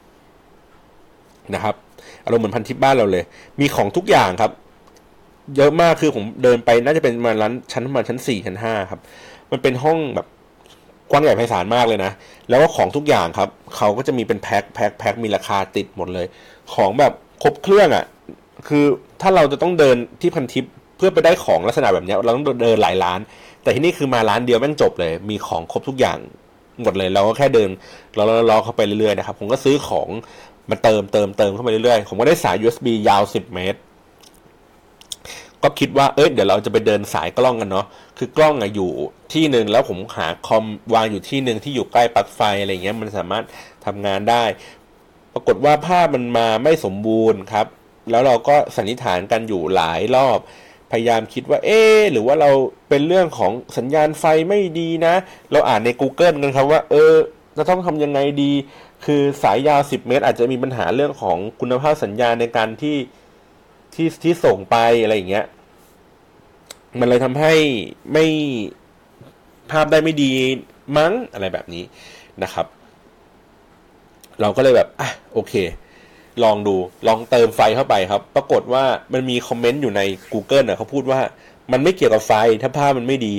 นะครับอารมณ์เหมือนพันทิปบ้านเราเลยมีของทุกอย่างครับเยอะมากคือผมเดินไปน่าจะเป็นมาร้านชั้นประมาณชั้นสี่ชั้นห้าครับมันเป็นห้องแบบกว้างใหญ่ไพศาลมากเลยนะแล้วก็ของทุกอย่างครับเขาก็จะมีเป็นแพ็คแพ็คแพ็คมีราคาติดหมดเลยของแบบครบเครื่องอ่ะคือถ้าเราจะต้องเดินที่พันทิปเพื่อไปได้ของลักษณะแบบนี้เราต้องเดินหลายร้านแต่ที่นี่คือมาร้านเดียวแม่งจบเลยมีของครบทุกอย่างหมดเลยเราก็แค่เดินล้อๆเข้าไปเรื่อยๆนะครับผมก็ซื้อของมาเติมเติมเติมเข้าไปเรื่อยๆผมก็ได้สาย ยู เอส บี ยาวสิบเมตรก็คิดว่าเอ้ยเดี๋ยวเราจะไปเดินสายกล้องกันเนาะคือกล้องอะอยู่ที่นึงแล้วผมหาคอมวางอยู่ที่นึงที่อยู่ใกล้ปลั๊กไฟอะไรเงี้ยมันสามารถทำงานได้ปรากฏว่าภาพมันมาไม่สมบูรณ์ครับแล้วเราก็สันนิษฐานกันอยู่หลายรอบพยายามคิดว่าเอ๊ะหรือว่าเราเป็นเรื่องของสัญญาณไฟไม่ดีนะเราอ่านใน Google กันครับว่าเออจะต้องทำยังไงดีคือสายยาวสิบเมตรอาจจะมีปัญหาเรื่องของคุณภาพสัญญาณในการที่ที่ที่ส่งไปอะไรอย่างเงี้ยมันเลยทำให้ไม่ภาพได้ไม่ดีมั้งอะไรแบบนี้นะครับเราก็เลยแบบอ่ะโอเคลองดูลองเติมไฟเข้าไปครับปรากฏว่ามันมีคอมเมนต์อยู่ใน Google อ่ะเขาพูดว่ามันไม่เกี่ยวกับไฟถ้าภาพมันไม่ดีอ่ะ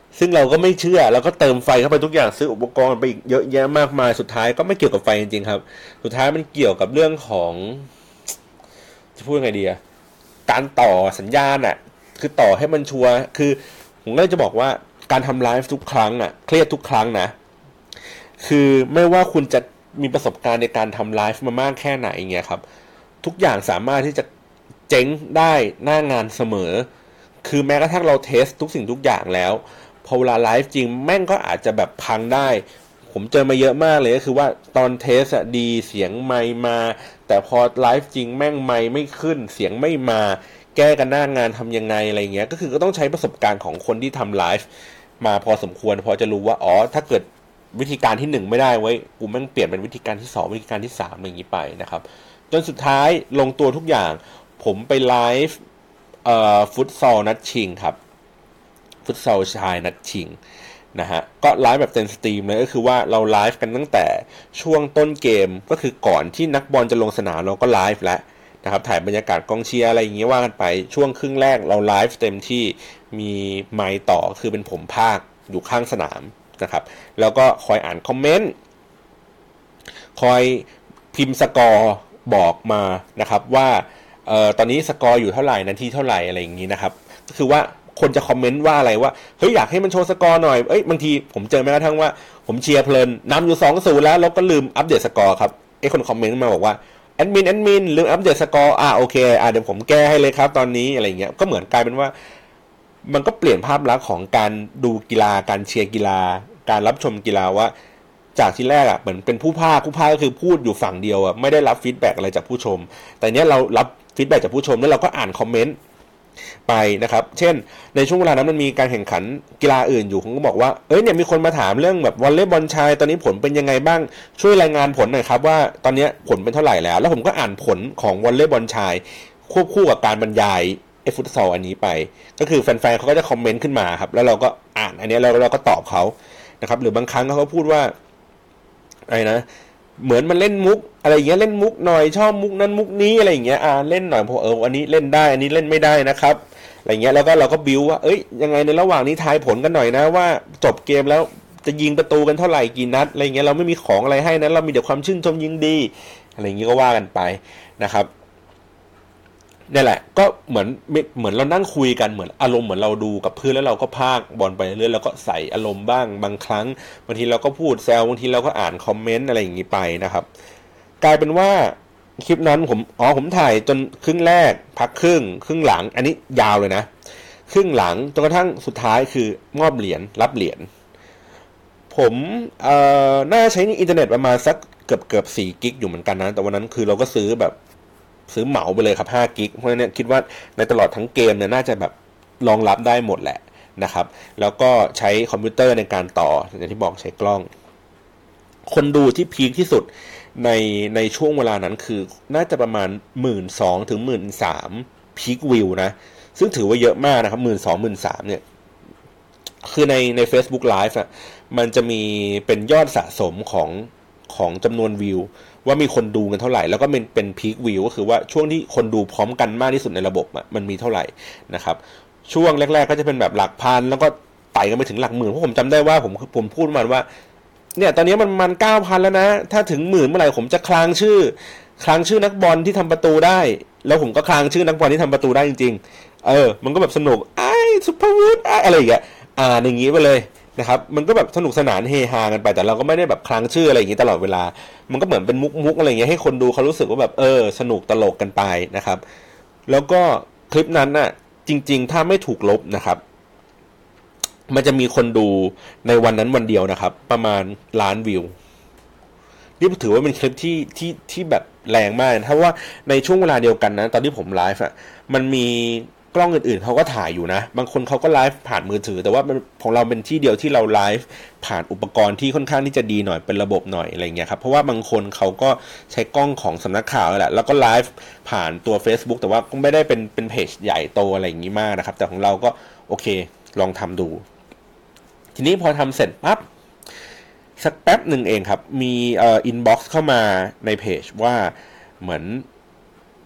ซึ่งเราก็ไม่เชื่อเราก็เติมไฟเข้าไปทุกอย่างซื้ออุปกรณ์ไปอีกเยอะแยะมากมายสุดท้ายก็ไม่เกี่ยวกับไฟจริงๆครับสุดท้ายมันเกี่ยวกับเรื่องของจะพูดยังไงดีอะการต่อสัญญาณอะคือต่อให้มันชัวร์คือผมก็จะบอกว่าการทำไลฟ์ทุกครั้งอะเครียดทุกครั้งนะคือไม่ว่าคุณจะมีประสบการณ์ในการทำไลฟ์มามากแค่ไหนเงี้ยครับทุกอย่างสามารถที่จะเจ๊งได้หน้างานเสมอคือแม้กระทั่งเราเทสทุกสิ่งทุกอย่างแล้วพอเวลาไลฟ์จริงแม่งก็อาจจะแบบพังได้ผมเจอมาเยอะมากเลยก็คือว่าตอนเทสอะดีเสียงไมค์มาแต่พอไลฟ์จริงแม่งไมค์ไม่ขึ้นเสียงไม่มาแก้กันหน้างานทำยังไงอะไรเงี้ยก็คือก็ต้องใช้ประสบการณ์ของคนที่ทำไลฟ์มาพอสมควรพอจะรู้ว่าอ๋อถ้าเกิดวิธีการที่หนึ่งไม่ได้ไว้กูแม่งเปลี่ยนเป็นวิธีการที่สองวิธีการที่สามอย่างนี้ไปนะครับจนสุดท้ายลงตัวทุกอย่างผมไปไลฟ์เอ่อฟุตซอลนัดชิงครับฟุตซอลชายนัดชิงนะฮะก็ไลฟ์แบบเต็มสตรีมเลยก็คือว่าเราไลฟ์กันตั้งแต่ช่วงต้นเกมก็คือก่อนที่นักบอลจะลงสนามเราก็ไลฟ์แล้วนะครับถ่ายบรรยากาศกองเชียร์อะไรอย่างเงี้ยว่ากันไปช่วงครึ่งแรกเราไลฟ์เต็มที่มีไมค์ต่อคือเป็นผมภาคอยู่ข้างสนามนะครับแล้วก็คอยอ่านคอมเมนต์คอยพิมพ์สกอร์บอกมานะครับว่าเอ่อตอนนี้สกอร์อยู่เท่าไหร่นาทีเท่าไหร่อะไรอย่างงี้นะครับก็คือว่าคนจะคอมเมนต์ว่าอะไรว่าเฮ้ยอยากให้มันโชว์สกอร์หน่อยเอ้ยบางทีผมเจอแม้กระทั่งว่าผมเชียร์เพลินนำอยู่ สองศูนย์ แล้วแล้วก็ลืมอัปเดตสกอร์ครับไอ้คนคอมเมนต์มาบอกว่าแอดมินแอดมินลืมอัปเดตสกอร์อ่าโอเคอ่าเดี๋ยวผมแก้ให้เลยครับตอนนี้อะไรเงี้ยก็เหมือนกลายเป็นว่ามันก็เปลี่ยนภาพลักษณ์ของการดูกีฬาการเชียร์กีฬาการรับชมกีฬาว่าจากที่แรกอ่ะเหมือนเป็นผู้พากย์ผู้พากย์ก็คือพูดอยู่ฝั่งเดียวอ่ะไม่ได้รับฟีดแบ็กอะไรจากผู้ชมแต่เนี้ยเรารับฟีดแบ็กจากผู้ชมแล้วเราก็อ่านคอมเมนต์ไปนะครับเช่นในช่วงเวลานั้นมันมีการแข่งขันกีฬาอื่นอยู่ผมก็บอกว่าเอ้ยเนี่ยมีคนมาถามเรื่องแบบวอลเลย์บอลชายตอนนี้ผลเป็นยังไงบ้างช่วยรายงานผลหน่อยครับว่าตอนนี้ผลเป็นเท่าไหร่แล้วแล้วผมก็อ่านผลของวอลเลย์บอลชายควบคู่กับการบรรยายไอ้ฟุตซอลอันนี้ไปก็คือแฟนๆเขาก็จะคอมเมนต์ขึ้นมาครับแล้วเราก็อ่านอันนี้แล้วเราก็ตอบเขานะครับหรือบางครั้งเขาก็พูดว่าอะไรนะเหมือนมันเล่นมุกอะไรอย่างเงี้ยเล่นมุกหน่อยชอบมุกนั้นมุกนี้อะไรอย่างเงี้ยอ่าเล่นหน่อยพอเอออันนี้เล่นได้อันนี้เล่นไม่ได้นะครับอะไรเงี้ยแล้วก็เราก็บิวว่าเอ้ยยังไงในระหว่างนี้ทายผลกันหน่อยนะว่าจบเกมแล้วจะยิงประตูกันเท่าไหร่กี่นัดอะไรเงี้ยเราไม่มีของอะไรให้นะเรามีแต่ความชื่นชมยิงดีอะไรเงี้ยก็ว่ากันไปนะครับนี่แหละก็เหมือนเหมือนเรานั่งคุยกันเหมือนอารมณ์เหมือนเราดูกับเพื่อนแล้วเราก็พากบอลไปเรื่อยแล้วก็ใส่อารมณ์บ้างบางครั้งบางทีเราก็พูดแซวบางทีเราก็อ่านคอมเมนต์อะไรอย่างนี้ไปนะครับกลายเป็นว่าคลิปนั้นผมอ๋อผมถ่ายจนครึ่งแรกพักครึ่งครึ่งหลังอันนี้ยาวเลยนะครึ่งหลังจนกระทั่งสุดท้ายคือมอบเหรียญรับเหรียญผมเอ่อน่าใช้อินเทอร์เน็ตประมาณสักเกือบเกือบสี่กิกอยู่เหมือนกันนะแต่วันนั้นคือเราก็ซื้อแบบซื้อเหมาไปเลยครับห้ากิกเพราะฉะนั้นคิดว่าในตลอดทั้งเกมเนี่ยน่าจะแบบรองรับได้หมดแหละนะครับแล้วก็ใช้คอมพิวเตอร์ในการต่ออย่างที่บอกใช้กล้องคนดูที่พีคที่สุดในในช่วงเวลานั้นคือน่าจะประมาณ หนึ่งหมื่นสองพัน ถึง หนึ่งหมื่นสามพัน พีควิวนะซึ่งถือว่าเยอะมากนะครับ หนึ่งหมื่นสองพัน หนึ่งหมื่นสามพัน เนี่ยคือในใน Facebook Live อ่ะมันจะมีเป็นยอดสะสมของของจำนวนวิวว่ามีคนดูกันเท่าไหร่แล้วก็เป็นเป็นพีควิวก็คือว่าช่วงที่คนดูพร้อมกันมากที่สุดในระบบอ่ะมันมีเท่าไหร่นะครับช่วงแรกๆก็จะเป็นแบบหลักพันแล้วก็ไต่กันไปถึงหลักหมื่นเพราะผมจำได้ว่าผมผมพูดมาว่าเนี่ยตอนนี้มันมันเก้าพันแล้วนะถ้าถึงหมื่นเมื่อไหร่ผมจะคลางชื่อคลางชื่อนักบอลที่ทำประตูได้แล้วผมก็คลางชื่อนักบอลที่ทำประตูได้จริงๆเออมันก็แบบสนุกไอ้ซุปเปอร์วูดไอ้อะไรอย่างเงี้ยอ่าอย่างงี้ไปเลยนะครับมันก็แบบสนุกสนานเฮฮากันไปแต่เราก็ไม่ได้แบบคลางชื่ออะไรอย่างงี้ตลอดเวลามันก็เหมือนเป็นมุกมุกอะไรอย่างเงี้ยให้คนดูเขารู้สึกว่าแบบเออสนุกตลกกันไปนะครับแล้วก็คลิปนั้นน่ะจริงๆถ้าไม่ถูกลบนะครับมันจะมีคนดูในวันนั้นวันเดียวนะครับประมาณล้านวิวนี่ถือว่าเป็นคลิปที่ที่ที่แบบแรงมากนะเพราะว่าในช่วงเวลาเดียวกันนะตอนที่ผมไลฟ์อ่ะมันมีกล้องอื่นๆเขาก็ถ่ายอยู่นะบางคนเขาก็ไลฟ์ผ่านมือถือแต่ว่าของเราเป็นที่เดียวที่เราไลฟ์ผ่านอุปกรณ์ที่ค่อนข้างที่จะดีหน่อยเป็นระบบหน่อยอะไรเงี้ยครับเพราะว่าบางคนเขาก็ใช้กล้องของสำนักข่าวแหละแล้วก็ไลฟ์ผ่านตัว Facebook แต่ว่าก็ไม่ได้เป็นเป็นเพจใหญ่โตอะไรอย่างงี้มากนะครับแต่ของเราก็โอเคลองทำดูทีนี้พอทำเสร็จปั๊บสักแป๊บหนึ่งเองครับมีเอ่ออินบ็อกซ์เข้ามาในเพจว่าเหมือน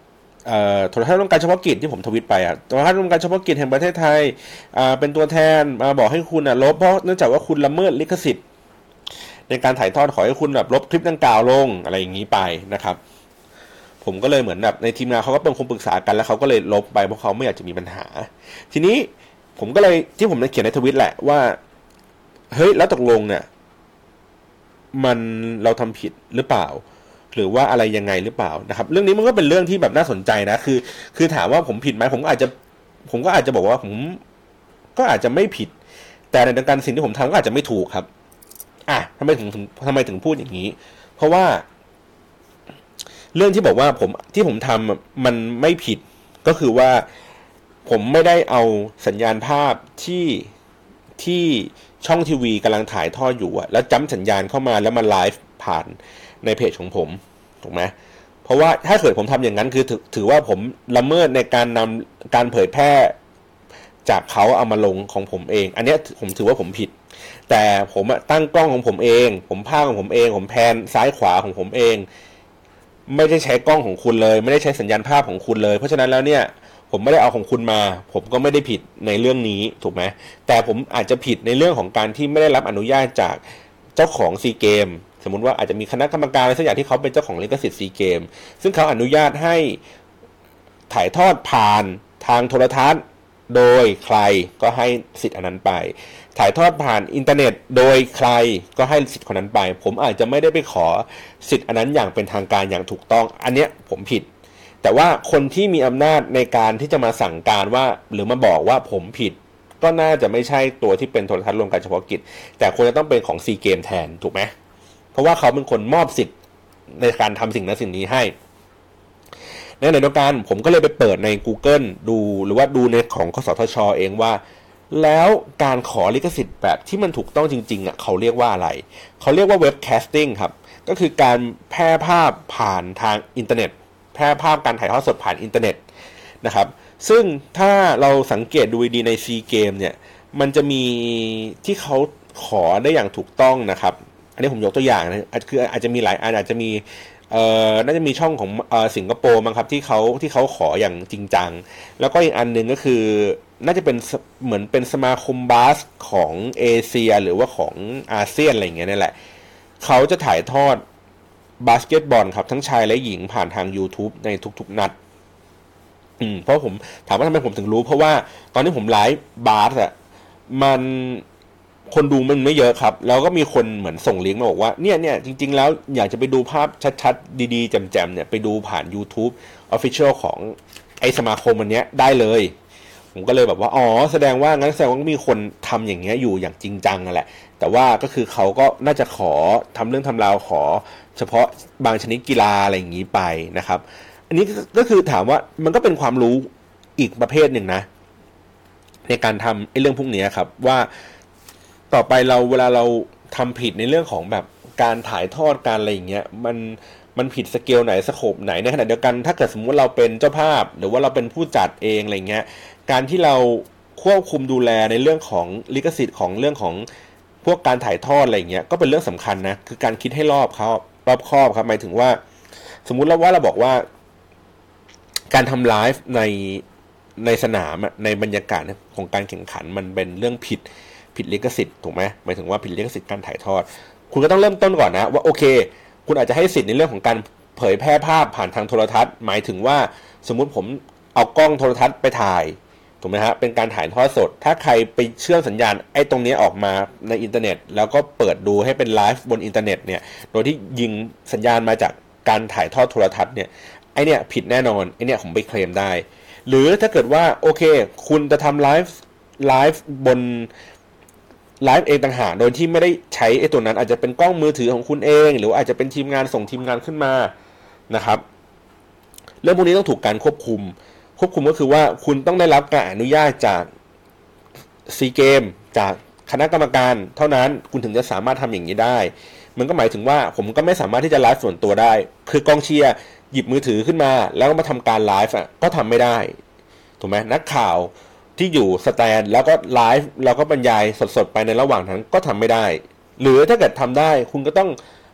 โทรทัศน์ร่วมการเฉพาะกิจที่ผมทวิตไปอ่ะโทรทัศน์ร่วมการเฉพาะกิจแห่งประเทศไทยอ่าเป็นตัวแทนมาบอกให้คุณอ่ะลบเพราะเนื่องจากว่าคุณละเมิดลิขสิทธิ์ในการถ่ายทอดขอให้คุณแบบลบคลิปดังกล่าวลงอะไรอย่างนี้ไปนะครับผมก็เลยเหมือนแบบในทีมงานเขาก็เป็นคนปรึกษากันแล้วเขาก็เลยลบไปเพราะเขาไม่อยากจะมีปัญหาทีนี้ผมก็เลยที่ผมได้เขียนในทวิตแหละว่าเฮ้ยแล้วตกลงเนี่ยมันเราทำผิดหรือเปล่าหรือว่าอะไรยังไงหรือเปล่านะครับเรื่องนี้มันก็เป็นเรื่องที่แบบน่าสนใจนะคือคือถามว่าผมผิดไหมผมก็อาจจะผมก็อาจจะบอกว่าผมก็อาจจะไม่ผิดแต่ในการสิ่งที่ผมทำก็อาจจะไม่ถูกครับอ่ะทำไมถึงทำไมถึงพูดอย่างนี้เพราะว่าเรื่องที่บอกว่าผมที่ผมทำมันไม่ผิดก็คือว่าผมไม่ได้เอาสัญญาณภาพที่ที่ช่องทีวีกำลังถ่ายทอดอยู่อะแล้วจ้ำสัญญาณเข้ามาแล้วมาไลฟ์ผ่านในเพจของผมถูกไหมเพราะว่าถ้าเกิดผมทำอย่างนั้นคือถือถือว่าผมละเมิดในการนำการเผยแพร่จากเขาเอามาลงของผมเองอันนี้ผมถือว่าผมผิดแต่ผมตั้งกล้องของผมเองผมพากของผมเองผมแพนซ้ายขวาของผมเองไม่ได้ใช้กล้องของคุณเลยไม่ได้ใช้สัญญาณภาพของคุณเลยเพราะฉะนั้นแล้วเนี่ยผมไม่ได้เอาของคุณมาผมก็ไม่ได้ผิดในเรื่องนี้ถูกไหมแต่ผมอาจจะผิดในเรื่องของการที่ไม่ได้รับอนุญาตจากเจ้าของซีเกมสมมุติว่าอาจจะมีคณะกรรมการอะไรสักอย่างที่เขาเป็นเจ้าของลิขสิทธิ์ซีเกมซึ่งเขาอนุญาตให้ถ่ายทอดผ่านทางโทรทัศน์โดยใครก็ให้สิทธิ์อันนั้นไปถ่ายทอดผ่านอินเทอร์เน็ตโดยใครก็ให้สิทธิ์คนนั้นไปผมอาจจะไม่ได้ไปขอสิทธิ์อันนั้นอย่างเป็นทางการอย่างถูกต้องอันเนี้ยผมผิดแต่ว่าคนที่มีอำนาจในการที่จะมาสั่งการว่าหรือมาบอกว่าผมผิดก็น่าจะไม่ใช่ตัวที่เป็นโทรทัศน์รวมการเฉพาะกิจแต่ควรจะต้องเป็นของซีเกมแทนถูกไหมเพราะว่าเขาเป็นคนมอบสิทธิ์ในการทำสิ่งนั้นสิ่งนี้ให้ในขณะเดียวกันผมก็เลยไปเปิดใน Google ดูหรือว่าดูในของกสทช.เองว่าแล้วการขอลิขสิทธิ์แบบที่มันถูกต้องจริงๆอ่ะเขาเรียกว่าอะไรเขาเรียกว่าเว็บแคสติ้งครับก็คือการแพร่ภาพผ่านทางอินเทอร์เน็ตแพร่ภาพการถ่ายทอดสดผ่านอินเทอร์เน็ตนะครับซึ่งถ้าเราสังเกตดูดีใน ซี เกมเนี่ยมันจะมีที่เขาขอได้อย่างถูกต้องนะครับอันนี้ผมยกตัวอย่างนะคืออาจจะมีหลายอันอาจจะมีเอ่อน่าจะมีช่องของเอ่อสิงคโปร์มั้งครับที่เขาที่เขาขออย่างจริงจังแล้วก็อีกอันนึงก็คือน่าจะเป็นเหมือนเป็นสมาคมบาสของเอเชียหรือว่าของอาเซียนอะไรอย่างเงี้ยนี่แหละเขาจะถ่ายทอดบาสเกตบอลครับทั้งชายและหญิงผ่านทาง YouTube ในทุกๆนัดอืมเพราะผมถามว่าทำไมผมถึงรู้เพราะว่าตอนที่ผมไลฟ์บาสอ่ะมันคนดูมันไม่เยอะครับแล้วก็มีคนเหมือนส่งลิงก์มาบอกว่าเนี่ยเนี่ยจริงๆแล้วอยากจะไปดูภาพชัดๆดีๆแจ่มๆเนี่ยไปดูผ่าน YouTube Official ของไอสมาคมอันเนี้ยได้เลยผมก็เลยแบบว่าอ๋อแสดงว่างั้นแสดงว่ามีคนทำอย่างเงี้ยอยู่อย่างจริงจังนั่นแหละแต่ว่าก็คือเขาก็น่าจะขอทำเรื่องทำราวขอเฉพาะบางชนิดกีฬาอะไรอย่างนี้ไปนะครับอันนี้ก็คือถามว่ามันก็เป็นความรู้อีกประเภทหนึ่งนะในการทำไอ้เรื่องพวกนี้ครับว่าต่อไปเราเวลาเราทำผิดในเรื่องของแบบการถ่ายทอดการอะไรอย่างเงี้ยมันมันผิดสเกลไหนสโคปไหนในขณะเดียวกันถ้าเกิดสมมติเราเป็นเจ้าภาพหรือว่าเราเป็นผู้จัดเองอะไรเงี้ยการที่เราควบคุมดูแลในเรื่องของลิขสิทธิ์ของเรื่องของพวกการถ่ายทอดอะไรเงี้ยก็เป็นเรื่องสำคัญนะคือการคิดให้รอบเขารอบคอบครับหมายถึงว่าสมมุติเราว่าเราบอกว่าการทำไลฟ์ในในสนามในบรรยากาศของการแข่งขันมันเป็นเรื่องผิดผิดลิขสิทธิ์ถูกไหมหมายถึงว่าผิดลิขสิทธิ์การถ่ายทอดคุณก็ต้องเริ่มต้นก่อนนะว่าโอเคคุณอาจจะให้สิทธิ์ในเรื่องของการเผยแพร่ภาพผ่านทางโทรทัศน์หมายถึงว่าสมมุติผมเอากล้องโทรทัศน์ไปถ่ายถูกไหมฮะเป็นการถ่ายทอดสดถ้าใครไปเชื่อมสัญญาณไอ้ตรงนี้ออกมาในอินเทอร์เน็ตแล้วก็เปิดดูให้เป็นไลฟ์บนอินเทอร์เน็ตเนี่ยโดยที่ยิงสัญญาณมาจากการถ่ายทอดโทรทัศน์เนี่ยไอ้เนี่ยผิดแน่นอนไอ้เนี่ยผมไปเคลมได้หรือถ้าเกิดว่าโอเคคุณจะทำไลฟ์ไลฟ์บนไลฟ์เองต่างหากโดยที่ไม่ได้ใช้ไอ้ตัวนั้นอาจจะเป็นกล้องมือถือของคุณเองหรืออาจจะเป็นทีมงานส่งทีมงานขึ้นมานะครับเรื่องพวกนี้ต้องถูกการควบคุมควบคุมก็คือว่าคุณต้องได้รับการอนุญาตจากซีเกมจากคณะกรรมการเท่านั้นคุณถึงจะสามารถทำอย่างนี้ได้มันก็หมายถึงว่าผมก็ไม่สามารถที่จะไลฟ์ส่วนตัวได้คือกองเชียร์หยิบมือถือขึ้นมาแล้วก็มาทำการไลฟ์อ่ะก็ทำไม่ได้ถูกไหมนักข่าวที่อยู่สแตนแล้วก็ไลฟ์แล้วก็บรรยายสดๆไปในระหว่างนั้นก็ทำไม่ได้หรือถ้าเกิดทำได้คุณก็ต้อง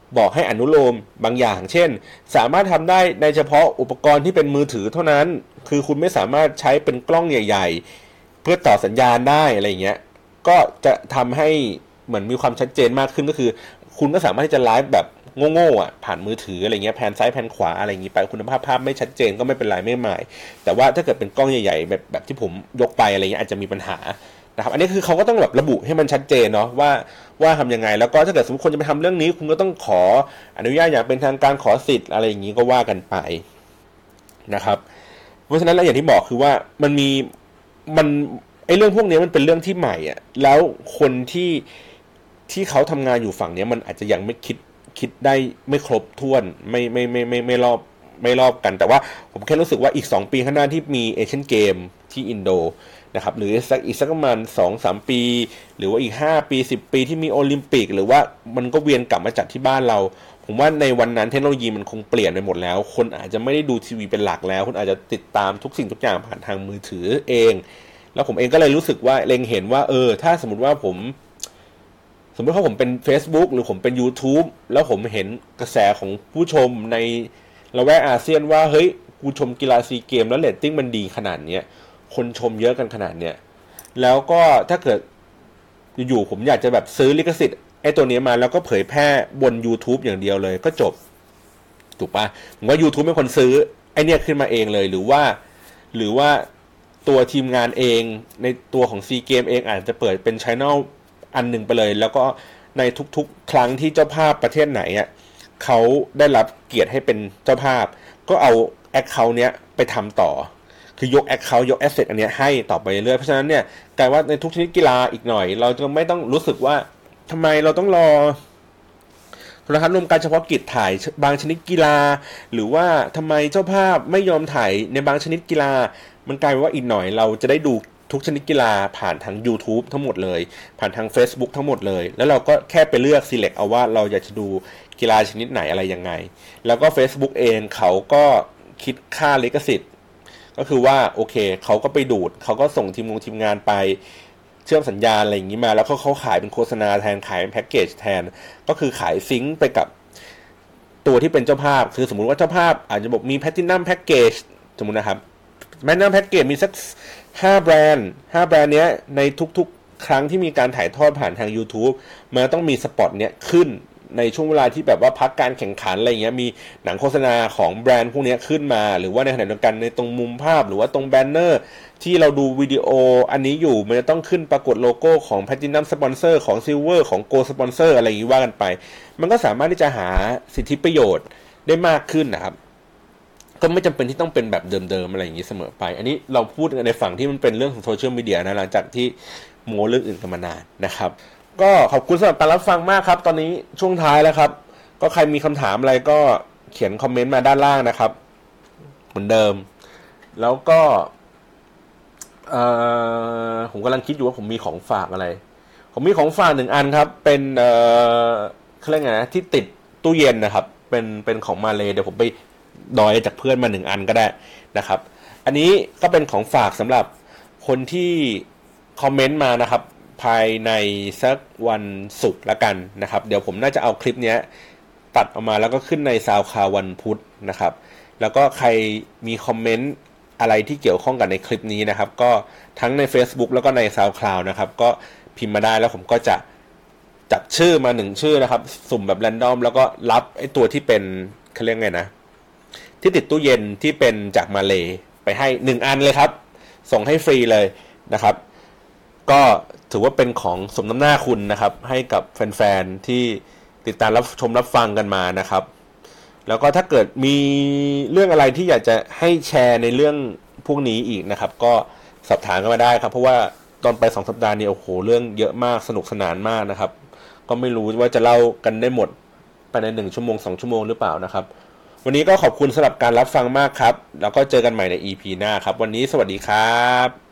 บอกให้อนุโลมบางอย่างเช่นสามารถทำได้ในเฉพาะอุปกรณ์ที่เป็นมือถือเท่านั้นคือคุณไม่สามารถใช้เป็นกล้องใหญ่ๆเพื่อต่อสัญญาณได้อะไรเงี้ยก็จะทำให้เหมือนมีความชัดเจนมากขึ้นก็คือคุณก็สามารถที่จะไลฟ์แบบโง่ๆอ่ะผ่านมือถืออะไรเงี้ยแผนซ้ายแผนขวาอะไรอย่างงี้ไปคุณภาพภาพไม่ชัดเจนก็ไม่เป็นไรไม่หมายแต่ว่าถ้าเกิดเป็นกล้องใหญ่ๆแบบแบบที่ผมยกไปอะไรเงี้ยอาจจะมีปัญหานะครับอันนี้คือเขาก็ต้องแบบระบุให้มันชัดเจนเนาะว่าว่าทำยังไงแล้วก็ถ้าเกิดสมมติคนจะไปทำเรื่องนี้คุณก็ต้องขออนุญาตอย่างเป็นทางการขอสิทธิ์อะไรอย่างงี้ก็ว่ากันไปนะครับเพราะฉะนั้นแล้วอย่างที่บอกคือว่ามันมีมันไอ้เรื่องพวกนี้มันเป็นเรื่องที่ใหม่อ่ะแล้วคนที่ที่เขาทำงานอยู่ฝั่งนี้มันอาจจะยังไม่คิดคิดได้ไม่ครบถ้วนไม่ไม่ไม่ไม่ไม่รอบไม่รอบกันแต่ว่าผมแค่รู้สึกว่าอีกสองปีข้างหน้าที่มีเอเชียนเกมที่อินโดนะครับหรือสักอีกสักประมาณ สองถึงสาม ปีหรือว่าอีกห้าปีสิบปีที่มีโอลิมปิกหรือว่ามันก็เวียนกลับมาจัดที่บ้านเราผมว่าในวันนั้นเทคโนโลยีมันคงเปลี่ยนไปหมดแล้วคนอาจจะไม่ได้ดูทีวีเป็นหลักแล้วคนอาจจะติดตามทุกสิ่งทุกอย่างผ่านทางมือถือเองแล้วผมเองก็เลยรู้สึกว่าเล็งเห็นว่าเออถ้าสมมติว่าผมสมมติว่าผมเป็น Facebook หรือผมเป็น YouTube แล้วผมเห็นกระแสของผู้ชมในละแวกอาเซียนว่าเฮ้ยกูชมกีฬาซีเกมแล้วเรตติ้งมันดีขนาดเนี้ยคนชมเยอะกันขนาดเนี้ยแล้วก็ถ้าเกิดอยู่ๆผมอยากจะแบบซื้อลิขสิทธิ์ไอ้ตัวนี้มาแล้วก็เผยแพร่บน YouTube อย่างเดียวเลยก็จบถูกปะผมว่า YouTube เป็นคนซื้อไอ้เนี่ยขึ้นมาเองเลยหรือว่าหรือว่าตัวทีมงานเองในตัวของ ซี เกม เองอาจจะเปิดเป็น channel อันหนึ่งไปเลยแล้วก็ในทุกๆครั้งที่เจ้าภาพประเทศไหนอ่ะเขาได้รับเกียรติให้เป็นเจ้าภาพก็เอา account เนี้ยไปทำต่อคือยก account ยก asset อันเนี้ยให้ต่อไปเรื่อยเพราะฉะนั้นเนี่ยกลายว่าในทุกชนิดกีฬาอีกหน่อยเราจะไม่ต้องรู้สึกว่าทำไมเราต้องรอโทรทัศน์รวมการเฉพาะกิจถ่ายบางชนิดกีฬาหรือว่าทำไมเจ้าภาพไม่ยอมถ่ายในบางชนิดกีฬามันกลายว่าอีกหน่อยเราจะได้ดูทุกชนิดกีฬาผ่านทาง YouTube ทั้งหมดเลยผ่านทาง Facebook ทั้งหมดเลยแล้วเราก็แค่ไปเลือก select เอาว่าเราอยากจะดูกีฬาชนิดไหนอะไรยังไงแล้วก็ Facebook เองเขาก็คิดค่าลิขสิทธิ์ก็คือว่าโอเคเขาก็ไปดูดเขาก็ส่งทีมงานทีมงานไปเชื่อมสัญญาณอะไรอย่างนี้มาแล้วเขาเขาขายเป็นโฆษณาแทนขายเป็นแพ็กเกจแทนก็คือขายซิงค์ไปกับตัวที่เป็นเจ้าภาพคือสมมุติว่าเจ้าภาพอาจจะบอกมีแพลทินัมแพ็กเกจสมมุตินะครับแพลทินัมแพ็กเกจมีสักห้าแบรนด์ห้าแบรนด์เนี้ยในทุกๆครั้งที่มีการถ่ายทอดผ่านทาง YouTube มันต้องมีสปอตเนี้ยขึ้นในช่วงเวลาที่แบบว่าพักการแข่งขันอะไรเงี้ยมีหนังโฆษณาของแบรนด์พวกนี้ขึ้นมาหรือว่าในขณะเดียวกันในตรงมุมภาพหรือว่าตรงแบนเนอร์ที่เราดูวิดีโออันนี้อยู่มันจะต้องขึ้นปรากฏโลโก้ของ Platinum Sponsor ของ Silver ของ Gold Sponsor อะไรอย่างนี้ว่ากันไปมันก็สามารถที่จะหาสิทธิประโยชน์ได้มากขึ้นนะครับก็ไม่จำเป็นที่ต้องเป็นแบบเดิมๆอะไรอย่างนี้เสมอไปอันนี้เราพูดในฝั่งที่มันเป็นเรื่องของโซเชียลมีเดียนะหลังจากที่โม้เรื่องอื่นกันมานานนะครับก็ขอบคุณสำหรับการรับฟังมากครับตอนนี้ช่วงท้ายแล้วครับก็ใครมีคำถามอะไรก็เขียนคอมเมนต์มาด้านล่างนะครับเหมือนเดิมแล้วก็เอ่อผมกำลังคิดอยู่ว่าผมมีของฝากอะไรผมมีของฝากหนึ่งอันครับเป็นเอ่อเขาเรียกไงนะที่ติดตู้เย็นนะครับเป็นเป็นของมาเลเดี๋ยวผมไปดอยจากเพื่อนมาหนึ่งอันก็ได้นะครับอันนี้ก็เป็นของฝากสำหรับคนที่คอมเมนต์มานะครับภายในสักวันศุกร์ละกันนะครับเดี๋ยวผมน่าจะเอาคลิปนี้ตัดออกมาแล้วก็ขึ้นในซาวคลาววันพุธนะครับแล้วก็ใครมีคอมเมนต์อะไรที่เกี่ยวข้องกับในคลิปนี้นะครับก็ทั้งใน Facebook แล้วก็ใน SoundCloud นะครับก็พิมพ์มาได้แล้วผมก็จะจับชื่อมาหนึ่งชื่อนะครับสุ่มแบบแรนดอมแล้วก็รับไอ้ตัวที่เป็นเขาเรียกไงนะที่ติดตู้เย็นที่เป็นจากมาเลไปให้หนึ่งอันเลยครับส่งให้ฟรีเลยนะครับก็ถือว่าเป็นของสมน้ำหน้าคุณนะครับให้กับแฟนๆที่ติดตามรับชมรับฟังกันมานะครับแล้วก็ถ้าเกิดมีเรื่องอะไรที่อยากจะให้แชร์ในเรื่องพวกนี้อีกนะครับก็สอบถามกันมาได้ครับเพราะว่าตอนไปสองสัปดาห์นี้โอ้โหเรื่องเยอะมากสนุกสนานมากนะครับก็ไม่รู้ว่าจะเล่ากันได้หมดภายในหนึ่งชั่วโมงสองชั่วโมงหรือเปล่านะครับวันนี้ก็ขอบคุณสำหรับการรับฟังมากครับแล้วก็เจอกันใหม่ใน อี พี หน้าครับวันนี้สวัสดีครับ